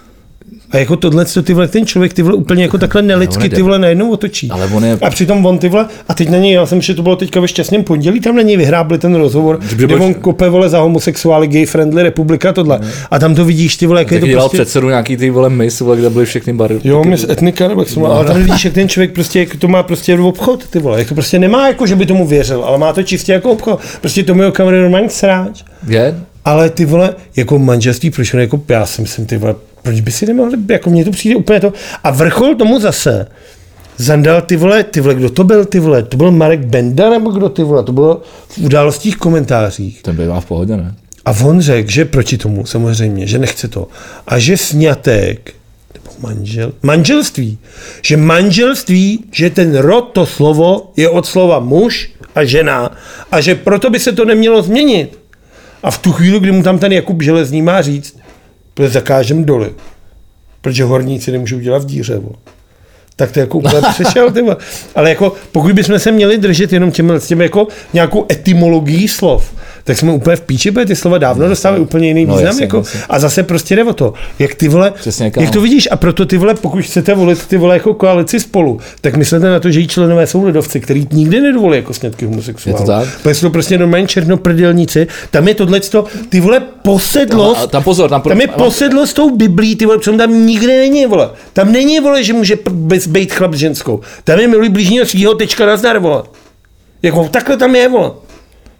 A jako tohle, ty vole, ten člověk ty vole úplně jako takhle nelidsky ty vole najednou otočí. Ale on je... A přitom on ty vole, a teď na něj, já jsem, že to bylo teďka ve Šťastném pondělí, tam na něj vyhrábli ten rozhovor, kde boč... on kope vole za homosexuály, gay friendly republika tohle. Mm. A tam to vidíš ty vole, jak je to dělal prostě... předsedu nějaký ty vole mis, vole, kde byly všechny bary. Jo, mis etnika nebo jak jsem, ale tam vidíš, jak ten člověk prostě, jak to má prostě obchod, ty vole, jak to prostě nemá jako, že by tomu věřil, ale má to čistě jako obchod. Prostě to mi Okamura normální sráč. Je? Ale ty vole, jako manželství, proč on jako, já si myslím, ty vole, proč by si nemohli, jako mně to přijde úplně to. A vrchol tomu zase, zandal ty vole, ty vole, kdo to byl, ty vole, to byl Marek Benda, nebo kdo ty vole, to bylo v událostích komentářích. Ten bývá v pohodě, ne? A on řekl, že proti tomu, samozřejmě, že nechce to. A že sňatek, nebo manžel, manželství, že manželství, že ten rod, to slovo, je od slova muž a žena, a že proto by se to nemělo změnit. A v tu chvíli, kdy mu tam ten Jakub Železný má říct, protože zakážem doly, protože horníci nemůžou dělat v díře. Bo. Tak to jako úplně přešel. Tyba. Ale jako, pokud bychom se měli držet jenom těmi, těmi jako nějakou etymologií slov, tak jsme úplně v píči, protože ty slova dávno dostávají úplně jiný význam. No, jasně, jako, jasně. A zase prostě jde o to, jak ty vole, jak to vidíš, a proto ty vole, pokud chcete volit ty vole jako koalici Spolu, tak myslete na to, že její členové jsou lidovci, který nikdy nedovolí jako sňatky homosexuálů. Protože jsou prostě normální černoprdelníci, tam je tohleto, ty vole posedlost, tam, tam, pozor, tam, tam je posedlost s tou Biblí, ty vole, protože tam nikdy není, vole. Tam není, vole, že může být chlap s ženskou. Tam je miluj blížního svýho, tečka nazdar, vole. Jako takhle tam je, vole.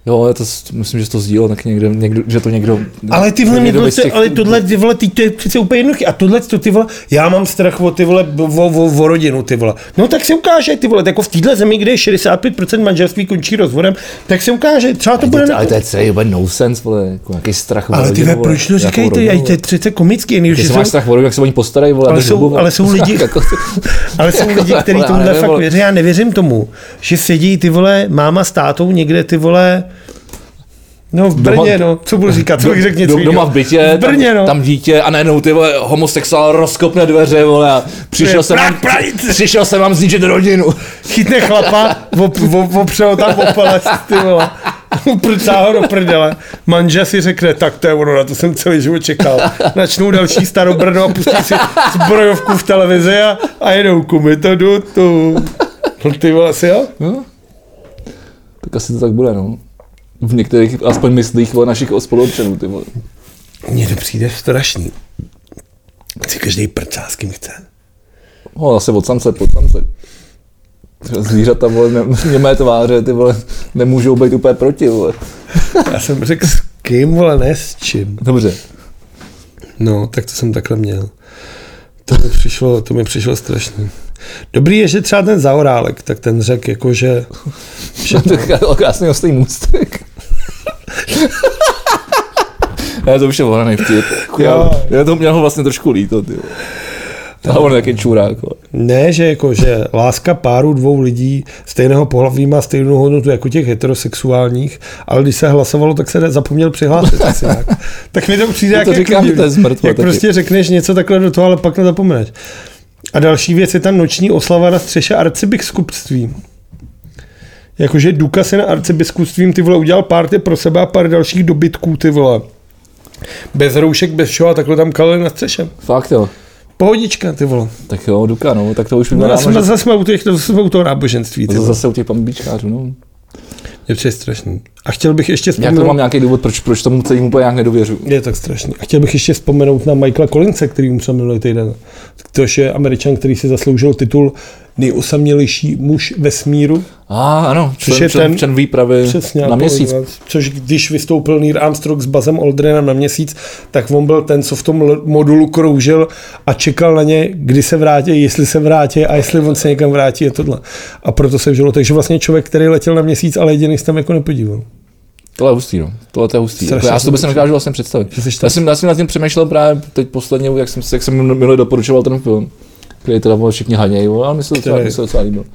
Jo, já to, myslím, že to sdílel tak někde, někdo, že to někdo... Ale ty vole, někdo mě těch... ale tohle, ty vole, ty, to je přece úplně jednoduchý. A tohle, to ty vole, já mám strach o ty vole, o, o, o rodinu, ty vole. No tak se ukáže, ty vole, jako v téhle zemi, kde je šedesát pět procent manželství končí rozvodem, tak se ukáže, třeba to ale bude... To, ale to je celý úplně nonsense, vole, jako nějaký strach o ale rodinu. Ale ty proč to říkejte, to je přece komický. Když máš strach o rodinu, jak se o ní postarají, vole, ale jsou, dobu, ale jsou lidi, ale jsou lidi, kteří tomuhle fakt věří, já nevěřím tomu, že sedí ty vole, máma s tátou někde ty vole. No v Brně, doma, no, co budu říkat, co bych řekl něco doma, doma v bytě, v Brně, tam, no. tam dítě a najednou ty vole, homosexuál rozkopne dveře, vole, a přišel jsem vám, přišel jsem vám zničit rodinu. Chytne chlapa, op, op, opře ho tam opalec, ty vole, uprcá ho do prdele. Manžel si řekne, tak to je ono, na to jsem celý život čekal. Načnou další starou Brno a pustí si zbrojovku v televizi a, a jedou kumy to jdu tu. No ty vole, asi jo? No. Tak asi to tak bude, no. V některých, aspoň myslích o našich spoluobčanů, ty vole. Mně to přijde strašný. Si každý prcá, s kým chce. No, zase od samce, pod samce. Zvířata, vole, ne, němé tváře, ty vole, nemůžou být úplně proti, vole. Já jsem řekl s kým, vole, ne s čím. Dobře. No, tak to jsem takhle měl. To mi přišlo, to mi přišlo strašný. Dobrý je, že třeba ten Zaorálek, tak ten řekl, jako, že... že to je krásný ostý můstek. Já to už je volený vtip. Já, já to měl ho vlastně trošku líto, ty. Ale on je taky čurák. Ne, že jako, že láska páru dvou lidí stejného pohlaví má stejnou hodnotu jako těch heterosexuálních, ale když se hlasovalo, tak se zapomněl přihlásit asi nějak. Tak mi to přijde, jak, to říkám, jak, to je zmrtvo, jak prostě řekneš něco takhle do toho, ale pak nezapomeneš. A další věc je tam noční oslava na střeše arcibiskupství. Jakože Duka se na arcibiskupstvím ty vole udělal párty pro sebe a pár dalších dobytků, ty vole. Bez roušek, bez všeho a takhle tam kalili na střeše. Fakt jo. Pohodička, ty vole. Tak jo, Duka, no, tak to už vypadá. No, jsme zase jsme u, těch, jsme u toho náboženství. To zase u těch pambičkářů, no. Je přes strašný. A chtěl bych ještě vzpomenout... Já to mám nějaký důvod, proč, proč tomu celému úplně nějak nedověřu. Je tak strašný. A chtěl bych ještě vzpomenout na Michaela Collinse, který umřel minulý týden. Což je Američan, který si zasloužil titul nejosamělejší muž vesmíru. A ah, ano, člen, člen, člen, člen výpravy na měsíc. Podívat. Což když vystoupil Neil Armstrong s Buzzem Aldrinem na měsíc, tak on byl ten, co v tom modulu kroužil a čekal na ně, kdy se vrátí, jestli se vrátí a jestli on se někam vrátí, je tohle. A proto se vžilo. Takže vlastně člověk, který letěl na měsíc, ale jediný se tam jako nepodíval. Tohle je hustý, no. Tohle je hustý. Jako já si to bych nedokážu vlastně představit. Já jsem, já jsem nad tím přemýšlel právě teď posledně, jak jsem, jak jsem minule doporučoval ten film, který teda všichni hanějí, ale mi se to docela líbilo.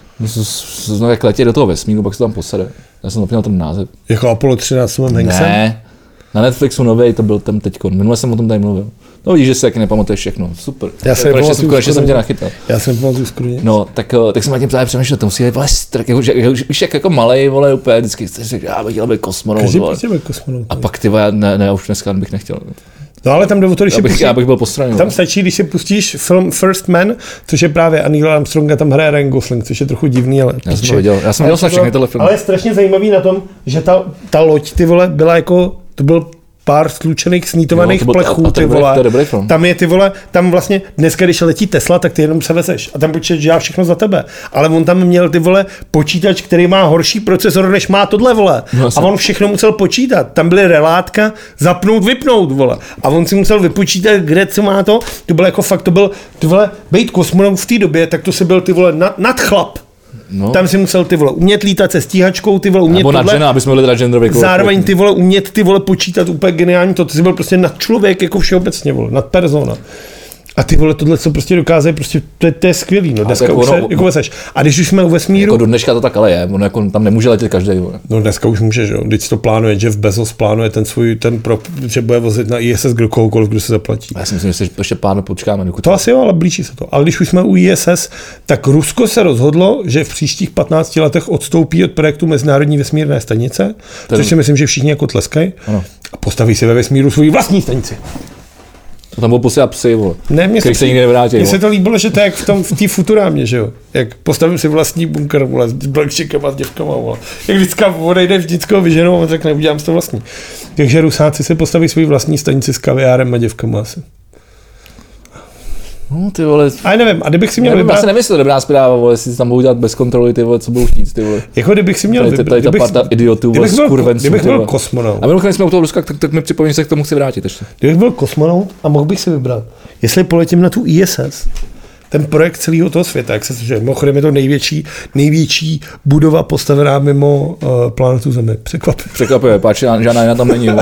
Znovu jak letě do toho vesmíru, pak se tam posede. Já jsem zapomněl ten název. Jako Apollo třináct s Tomem Hanksem? Ne, na Netflixu novej, to byl tam teďko. Minule jsem o tom tady mluvil. No vidíš, že si taky nepamatuješ všechno. Super. Já jsem konečně, konečně jsem tě nachytal. Já jsem pamatuju skruně. No, tak, tak jsem na tím právě přemýšlel, to musí být vole strach, jako, že, víš, jak jako malej, vole, úplně vždycky chceš říct, já bych chtěl být kosmonaut. Každý prostě být kosmonaut. A pak ty vole, ne, ne, už dneska bych nechtěl. No ale tam jde o to, když já bych, pustí, já bych byl postraněn. Tam stačí, když si pustíš film First Man, což je právě Neil Armstrong a tam hraje Ryan Gosling, což je trochu divný, ale... Já jsem to viděl, já jsem viděl se všechny tyhle filmy. Ale je strašně zajímavý na tom, že ta, ta loď, ty vole, byla jako, to byl pár stlučených, snítovaných jo, plechů, ty vole. Tam je ty vole, tam vlastně dneska, když letí Tesla, tak ty jenom se vezeš a tam počítač dělá všechno za tebe. Ale on tam měl ty vole počítač, který má horší procesor, než má tohle, vole. No, a on všechno musel počítat. Tam byly relátka, zapnout, vypnout, vole. A on si musel vypočítat, kde co má to. To bylo jako fakt, to byl, ty vole, bejt kosmonaut v té době, tak to si byl ty vole nad, nadchlap. No. Tam si musel ty vole umět lítat se stíhačkou, ty vole umět nebo tohle. Žena, aby jsme byli transgenderoví. Zároveň ty vole umět ty vole počítat úplně geniální to, ty jsi byl prostě nad člověk jako všeobecně, vole, nad persona. A ty vole tohle, co prostě dokáže, prostě to je, to je skvělý, no, dneska už se, jako veseš. A když už jsme u vesmíru... Jako do dneška to tak ale je, ono jako tam nemůže letět každý, vole. No dneska už může, že jo, když to plánuje, Jeff Bezos plánuje ten svůj, ten pro, že bude vozit na I S S kohokoliv, kdo se zaplatí. Já si myslím, že si ještě pár počkáme. To asi jo, ale blíží se to. Ale když už jsme u I S S, tak Rusko se rozhodlo, že v příštích patnácti letech odstoupí od projektu Mezinárodní vesmírné stanice, ten... což si myslím, že všichni jako tleskají, a postaví si ve vesmíru svou vlastní stanici. To tam bylo posílat psy, vole. Ne, mně se nikdy nevrátí. Mně se to líbilo, že to je jak v tom v té Futurámě, že jo. Jak postavím si vlastní bunkr, vole, s blackčikama, s děvkama, vole. Jak vždycky odejde vždycky vyženou a on řekne, udělám si to vlastní. Takže Rusáci si postaví svůj vlastní stanici s kaviárem a děvkama asi. No ty vole. A nevím, a kdybych si měl nevím, vybrat... Já si nevím, jestli to dobrá zpráva, vole, jestli si tam budou dělat bez kontroly, ty vole, co budou chtít, ty vole. Jako kdybych si měl vybrat. Tady ta parta idiotů, vole, skurvenců. Kdybych byl kosmonaut. A mimochodem jsme u toho Ruska, tak, tak mi připomíň, že se k tomu chci vrátit ještě. Kdybych byl kosmonaut a mohl bych si vybrat, jestli poletím na tu I S S, ten projekt celého toho světa, jak se slyší. Mimochodem je to největší, největší budova postavená mimo uh, planetu Zemi. Překvapuje. Překvapuje, páči, žádná jiná tam není.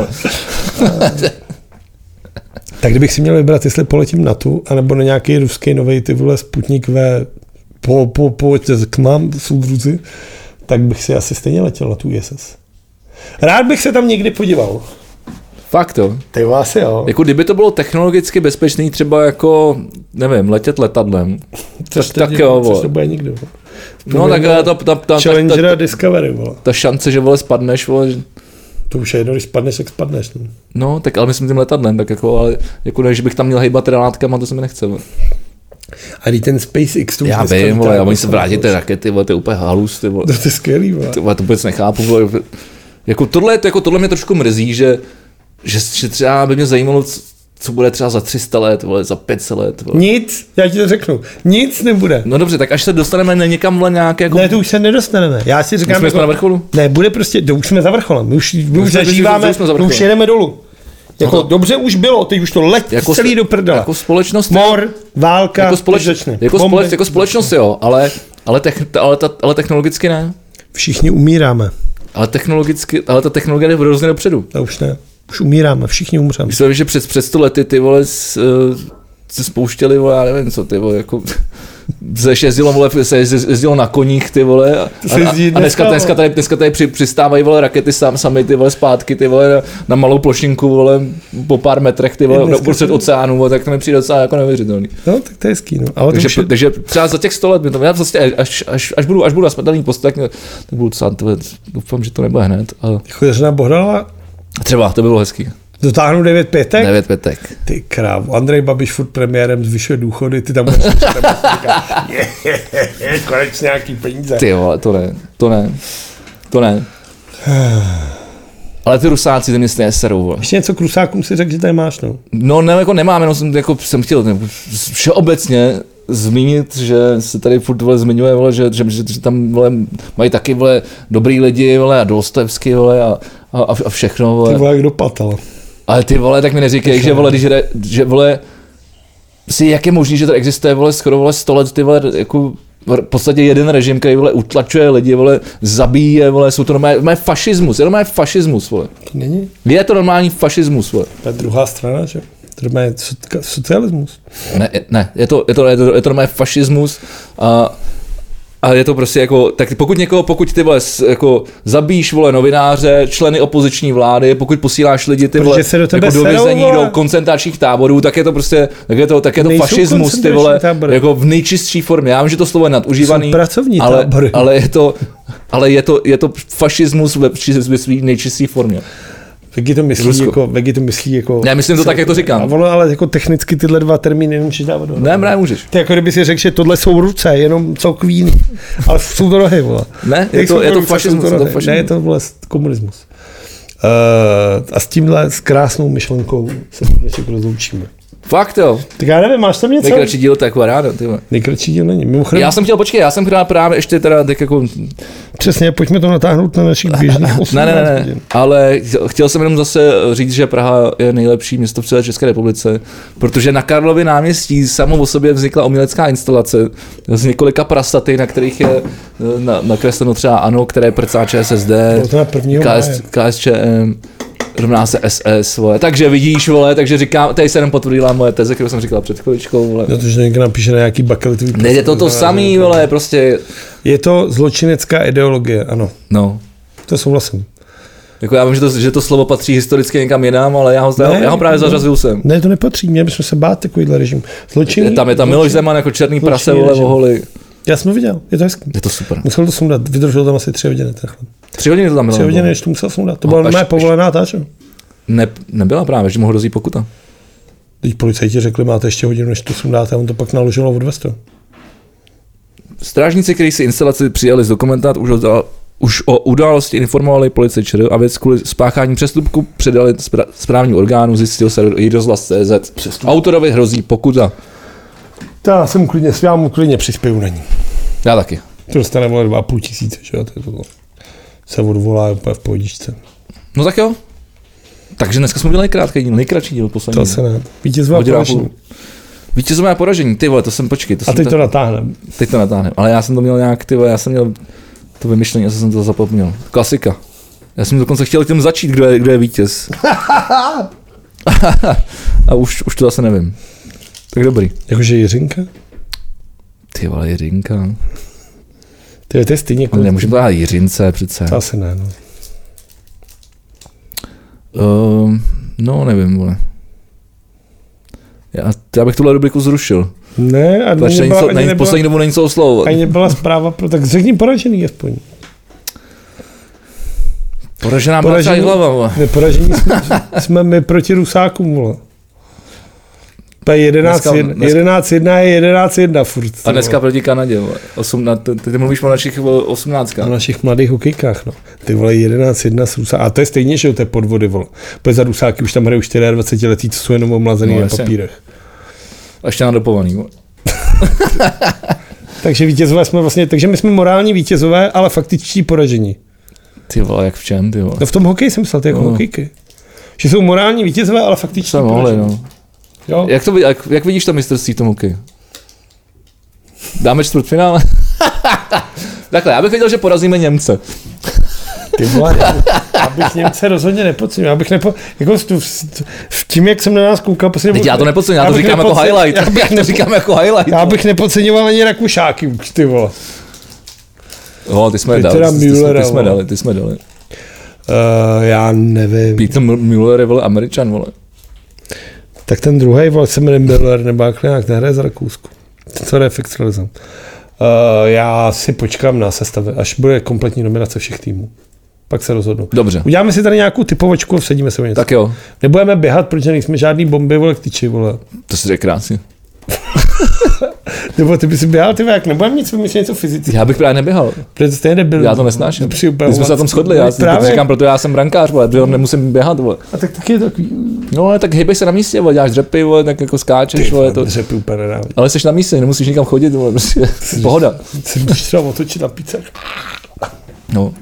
Tak kdybych si měl vybrat, jestli poletím na tu, anebo na nějaký ruský novej ty vole Sputnik V po, po, po, k nám soudruzi, tak bych si asi stejně letěl na tu I S S. Rád bych se tam někdy podíval. Fakt to. Ty asi jo. Jako kdyby to bylo technologicky bezpečný, třeba jako, nevím, letět letadlem. Což tak, tak jo, což to bude nikdo. No tak ta, ta, ta, ta, Challenger ta, a Discovery, vole. Ta šance, že vole spadneš, vole. To už je jedno, když spadneš, tak spadneš. Ne? No, tak ale myslím tím letadlem, tak jako, ale jako ne, že bych tam měl hejbat relátkama, to se mi nechce. Vole. A když ten SpaceX to už já vím, vole, a oni se vrátí ty rakety, vole, to je úplně halus, ty vole. To je skvělý, vole. To, to vůbec nechápu, vole. Jako tohle, jako tohle mě trošku mrzí, že, že, že třeba by mě zajímalo, co bude třeba za tři sta let, vole, za pět set let. Vole. Nic, já ti to řeknu, nic nebude. No dobře, tak až se dostaneme na někam, vole, nějaké jako... Ne, to už se nedostaneme. Já si říkám, jsme jako, na vrcholu? Ne, bude prostě, to už jsme za vrcholem, my už, my už zažíváme, my už jedeme dolů. Jako no to, dobře už bylo, teď už to let jako celý do prdela. Jako společnost... Mor, válka, jako, společ, jako, společ, jako společnost jo, ale, ale, tech, ale, ta, ale technologicky ne. Všichni umíráme. Ale technologicky, ale ta technologie jde hrozně dopředu. A už ne. Už umíráme, všichni umřeme. Myslím, že před, před sto lety ty vole s, uh, se spouštěli, vole, já nevím co, ty vole, jako se ještě jezdilo, vole, se jezdilo na koních, ty vole, a, a, a dneska, dneska tady, dneska tady při, přistávají, vole, rakety sám, sami, ty vole, zpátky, ty vole, na, na malou plošinku, vole, po pár metrech, ty vole, uprostřed oceánu, vole, tak to mi přijde docela jako neuvěřitelný. No, tak to je hezký, no. Ale takže, je... takže třeba za těch sto let, to, já vlastně, až, až, až budu, až budu na smrtelný post, tak, tak budu docela, doufám, že to nebude hned. Ale... Chodeřina Bohdala? Třeba, to by bylo hezký. Dotáhnu devět pětek? devět pětek. Ty krávo, Andrej Babiš furt premiérem zvyšuje důchody, ty tam budeš říkat, je, je, je, konečně nějaký peníze. Ty vole, to ne, to ne, to ne. Ale ty Rusáci, ty mě stejně serou, vole. Ještě něco k Rusákům si řekl, že tady máš, no? No, ne, jako nemám, jenom jsem, jako, jsem chtěl ne, všeobecně zmínit, že se tady furt vole, zmiňuje, vole, že, že, že, že tam vole, mají taky vole, dobrý lidi vole, a Dostojevský vole, a, a, a všechno. Vole. Ty vole, jak dopatal. Ale ty vole, tak mi neříkej, že vole, když jde, že vole, si jak je možný, že to existuje vole, skoro vole sto let, ty vole, jako v podstatě jeden režim, který vole, utlačuje lidi, vole, zabíje, vole, jsou to normálně fašismus, je normálně fašismus, vole. To není? Je to normální fašismus, vole. To je druhá strana, že? To je socialismus. Ne, ne, je to, je to, je to, je to normálně fašismus a A je to prostě jako, tak pokud někoho, pokud ty vole jako zabíš vole novináře, členy opoziční vlády, pokud posíláš lidi ty vole do, jako do vězení, do koncentračních táborů, tak je to prostě, tak je to, tak je to fašismus ty vole, tábory. Jako v nejčistší formě. Já vím, že to slovo je nadužívaný, ale, ale je to, ale je to, je to fašismus ve, ve svý nejčistší formě. Vegi to myslí Rusko. jako, Vegi to myslí jako... Já myslím to tak, jak to říkám. A ono, ale jako technicky tyhle dva termíny nemůžeš dávat do. Ne, ne, můžeš. Ty jako kdyby si řekl, že tohle jsou ruce, jenom jsou kvíny, ale jsou to nohy, vole. Ne, je to, je to fašismus. To to ne, je to vole komunismus. Uh, a s tímhle, s krásnou myšlenkou se dnešek rozloučíme. Fakt jo. Tak já nevím, máš tam něco? Nejkratší díl, to je jako ráda, ty vole. Nejkratší díl není. Mimochodem... Já jsem chtěl, počkej, já jsem chtěl právě ještě teda tak jako... Přesně, pojďme to natáhnout na našich běžných osmnáct ne, ne, ne, ne, ale chtěl jsem jenom zase říct, že Praha je nejlepší město v celé České republice, protože na Karlově náměstí samo o sobě vznikla umělecká instalace z několika prastaty, na kterých je na, nakresleno třeba ANO, které prcá ČSSD, KS, KSČM, rovná se S S, vole. Takže vidíš, vole, takže říkám, tady se jenom potvrdila moje teze, kterou jsem říkal před chviličkou, vole. No to, že někdo napíše na nějaký bakelitový... Ne, je to to samý, vole, prostě... Je to zločinecká ideologie, ano. No. To souhlasím. Jako já vím, že to, že to slovo patří historicky někam jinam, ale já ho, ne, já ho právě ne, zařazil jsem. Ne, to nepatří, měli bychom se bát takovýhle režim. Zločinný, je tam je tam Miloš Zeman jako černý prase, vole, voholi. Já jsem to viděl, je to hezký. Je to super. Musel to sundat, vydržel tam asi tři hodiny. Takhle. Tři hodiny to tam bylo? Tři hodiny, než to musel sundat. To byla moje povolená táča. Ne, nebyla právě, že mu hrozí pokuta. Teď policajti řekli, máte ještě hodinu, než to sundáte, a on to pak naložil a odvez to. Strážníci, kteří si instalaci přijali zdokumentovat, už, už o události informovali policii ČR a věc kvůli spáchání přestupku předali správnímu orgánu, zjistil se i rozhlas tečka cé zet. Autorovi hrozí pokuta. To já jsem klidně, já mu klidně přispěju na ní. Já taky. To dostane vole dva a půl tisíce, že jo, to je to. Se odvolá úplně v pohodičce. No tak jo. Takže dneska jsme udělali krátký díl, nejkratší díl poslední. To se ne. Vítězové a poražení. Vítězové a poražení, ty vole, to jsem, počkej. To a teď jsem to tak, natáhneme. Teď to natáhneme, ale já jsem to měl nějak, ty vole, já jsem měl to vymyšlení, já jsem to zapomněl. Klasika. Já jsem dokonce chtěl tím začít, kdo je, kdo je vítěz. A už, už to zase nevím. Tak dobrý. Jakože Jiřinka? Ty vole, Jiřinka. Ty to je stejně jako... Nemůžeme to dát Jiřince přece. To asi ne, no. Uh, no, nevím, vole. Já, já bych tuhle rubriku zrušil. Ne, a není nebyla, ani nebyla, poslední dobu není co oslovovat. Ani nebyla zpráva, pro, tak řekni poražený aspoň. Poražená byla třeba i hlava, vole. Ne, poražení jsme, jsme my proti Rusákům, vole. To je jedenáct jedna je jedenáct jedna furt. A dneska vole. Proti Kanadě, vole. Osm, na, ty, ty mluvíš o našich osmnáctkách. O našich mladých hokejkách, no. Ty vole jedenáct jedna s Rusáky. A to je stejně, že jo, to je podvody, vole. Protože za Rusáky už tam hrajou dvacet letí, co jsou jenom omlazený no, na papírech. A ještě nadopovaný, vole. Takže vítězové jsme vlastně, takže my jsme morální vítězové, ale faktičtí poražení. Ty vole, jak v čem, ty vole? No v tom hokeji jsem myslel, ty jako no. hokejky. Že jsou morální vítězové, ale faktičtí poražení. No. Jo? Jak, to, jak, jak vidíš to mistrovství v tom hokeji? Dáme čtvrtfinále? Takhle, já bych věděl, že porazíme Němce. Ty vole, já bych Němce rozhodně nepodcenil. Já bych nepo, jako v, v, v tím, jak jsem na nás koukal, posledně... Teď já to nepodcením, já, já to říkám nepodcen, jako highlight. Já bych neříkám jako highlight. Já bych nepodceňoval ani Rakušáky už, ty vole. Jo, ty jsme dali, ty, Müller, ty, ty jsme dali, ty jsme dali. Uh, já nevím. Peter Müller je, vole, Američan, vole. Tak ten druhý, vole, se jmenuje Müller, nebo jak nějak nehraje za Rakousku. Ten co reflexualizem. Uh, já si počkám na sestavě, až bude kompletní nominace všech týmů. Pak se rozhodnu. Dobře. Uděláme si tady nějakou typovačku a vsadíme se o něco. Tak jo. Nebudeme běhat, protože nejsme žádný bomby, vole, k tyči, vole. To si řekl krásně. Nebo ty by si běhal, ty jak nebudeme nic vymyslet něco fyzicky. Já bych právě neběhal. Protože stejně nebyl. Já to nesnáším. My jsme se na tom shodli, já si to říkám, protože já jsem brankář, vole, protože nemusím běhat, vole. A tak taky je takový. No, ale tak hejbej se na místě, vole, děláš dřepy, vole, tak jako skáčeš, ty, vole, to. Dřepy úplně nenávidím. Ale jsi na místě, nemusíš nikam chodit, vole, prostě. Pohoda. Se můžeš třeba otočit na píce. No.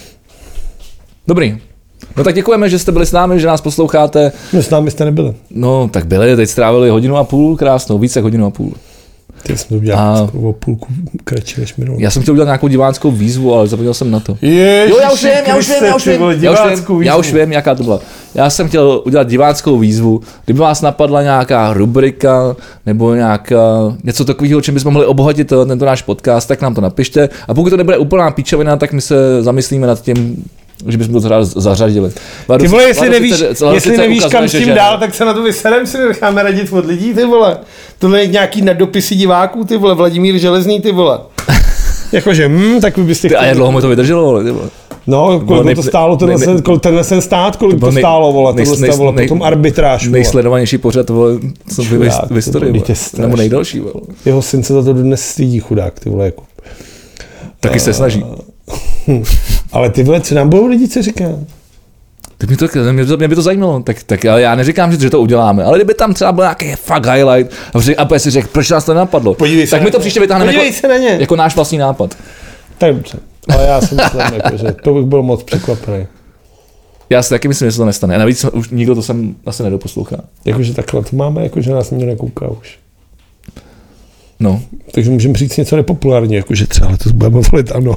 Dobrý. No tak děkujeme, že jste byli s námi, že nás posloucháte. No s námi jste nebyli. No tak byli, teď strávili hodinu a půl, krásnou, více jak hodinu a půl. Ty jsem to udělal a... o půlku kratší než minulý. Já jsem chtěl udělat nějakou diváckou výzvu, ale zapomněl jsem na to. Ježiši, jo, já už vím, já už vím, já už vím, já už vím, já už vím, jaká to byla. Já jsem chtěl udělat diváckou výzvu, kdyby vás napadla nějaká rubrika nebo nějaká něco takového, čím bychom mohli obohatit tento náš podcast, tak nám to napište. A pokud to nebude úplná píčovina, tak my se zamyslíme nad tím, že bychom to zařadili. Vladu, ty vole, jestli nevíš, jestli nevíš kam s tím dál, tak se na to vyserem, si necháme radit od lidí, ty vole. Tohle je nějaký nadopisy diváků, ty vole, Vladimír Železný, ty vole. Jakože, hm, tak vy byste chtěli. A jak dlouho mi to vydrželo, vole, ty vole. No, kolik nej, to stálo, tenhle, nej, ten, tenhle ten stát, kolik to, to stálo, vole, tohle nej, stálo, nej, potom arbitráž, vole. Nejsledovanější pořad, vole, co by v historii, nebo nejdelší, vole. Jeho syn se za to dnes stydí, chudák, ty vole, jako. Taky se snaží. Ale ty vole, co nám budou lidi, co říká? Tak mě, to, mě, to, mě by to zajímalo, tak, tak ale já neříkám, že, že to uděláme, ale kdyby tam třeba byl nějaký fakt highlight a, řek, a si řekl, proč nás to nenapadlo, podívej tak mi to příště vytáhneme jako, jako náš vlastní nápad. Tak dobře, ale já si myslím, jako, že to bych byl moc překvapený. Já si taky myslím, že se to nestane, a navíc už nikdo to sem asi nedoposlouchá. Jakože takhle to máme, jakože nás nikdo nekouká už. No. Takže můžeme říct něco nepopulárně, jakože třeba letos budeme volit ANO.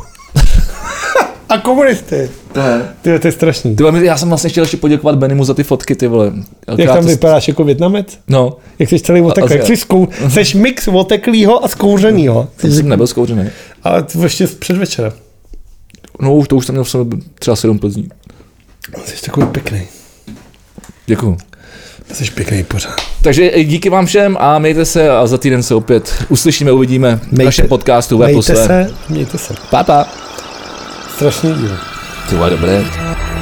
A komunisty. Ty, to je strašný. Ty, já jsem vlastně chtěl ještě poděkovat Benimu za ty fotky, ty vole. Jak tam vypadáš jako Větnamec? No. Jak jsi celý oteklý. Jak jsi skou... Seš mix oteklýho a skouřenýho. Jsem řekl... nebyl skouřený. Ale to ještě předvečera. No už to už jsem měl v sobě třeba sedm Plzní. Jsi takový pěkný. Děkuju. Jsi pěkný pořád. Takže díky vám všem a mějte se a za týden se opět uslyšíme, uvidíme v našem podcastu. Mějte se, mějte se. Pa, pa. Strašný díl. To bylo dobré.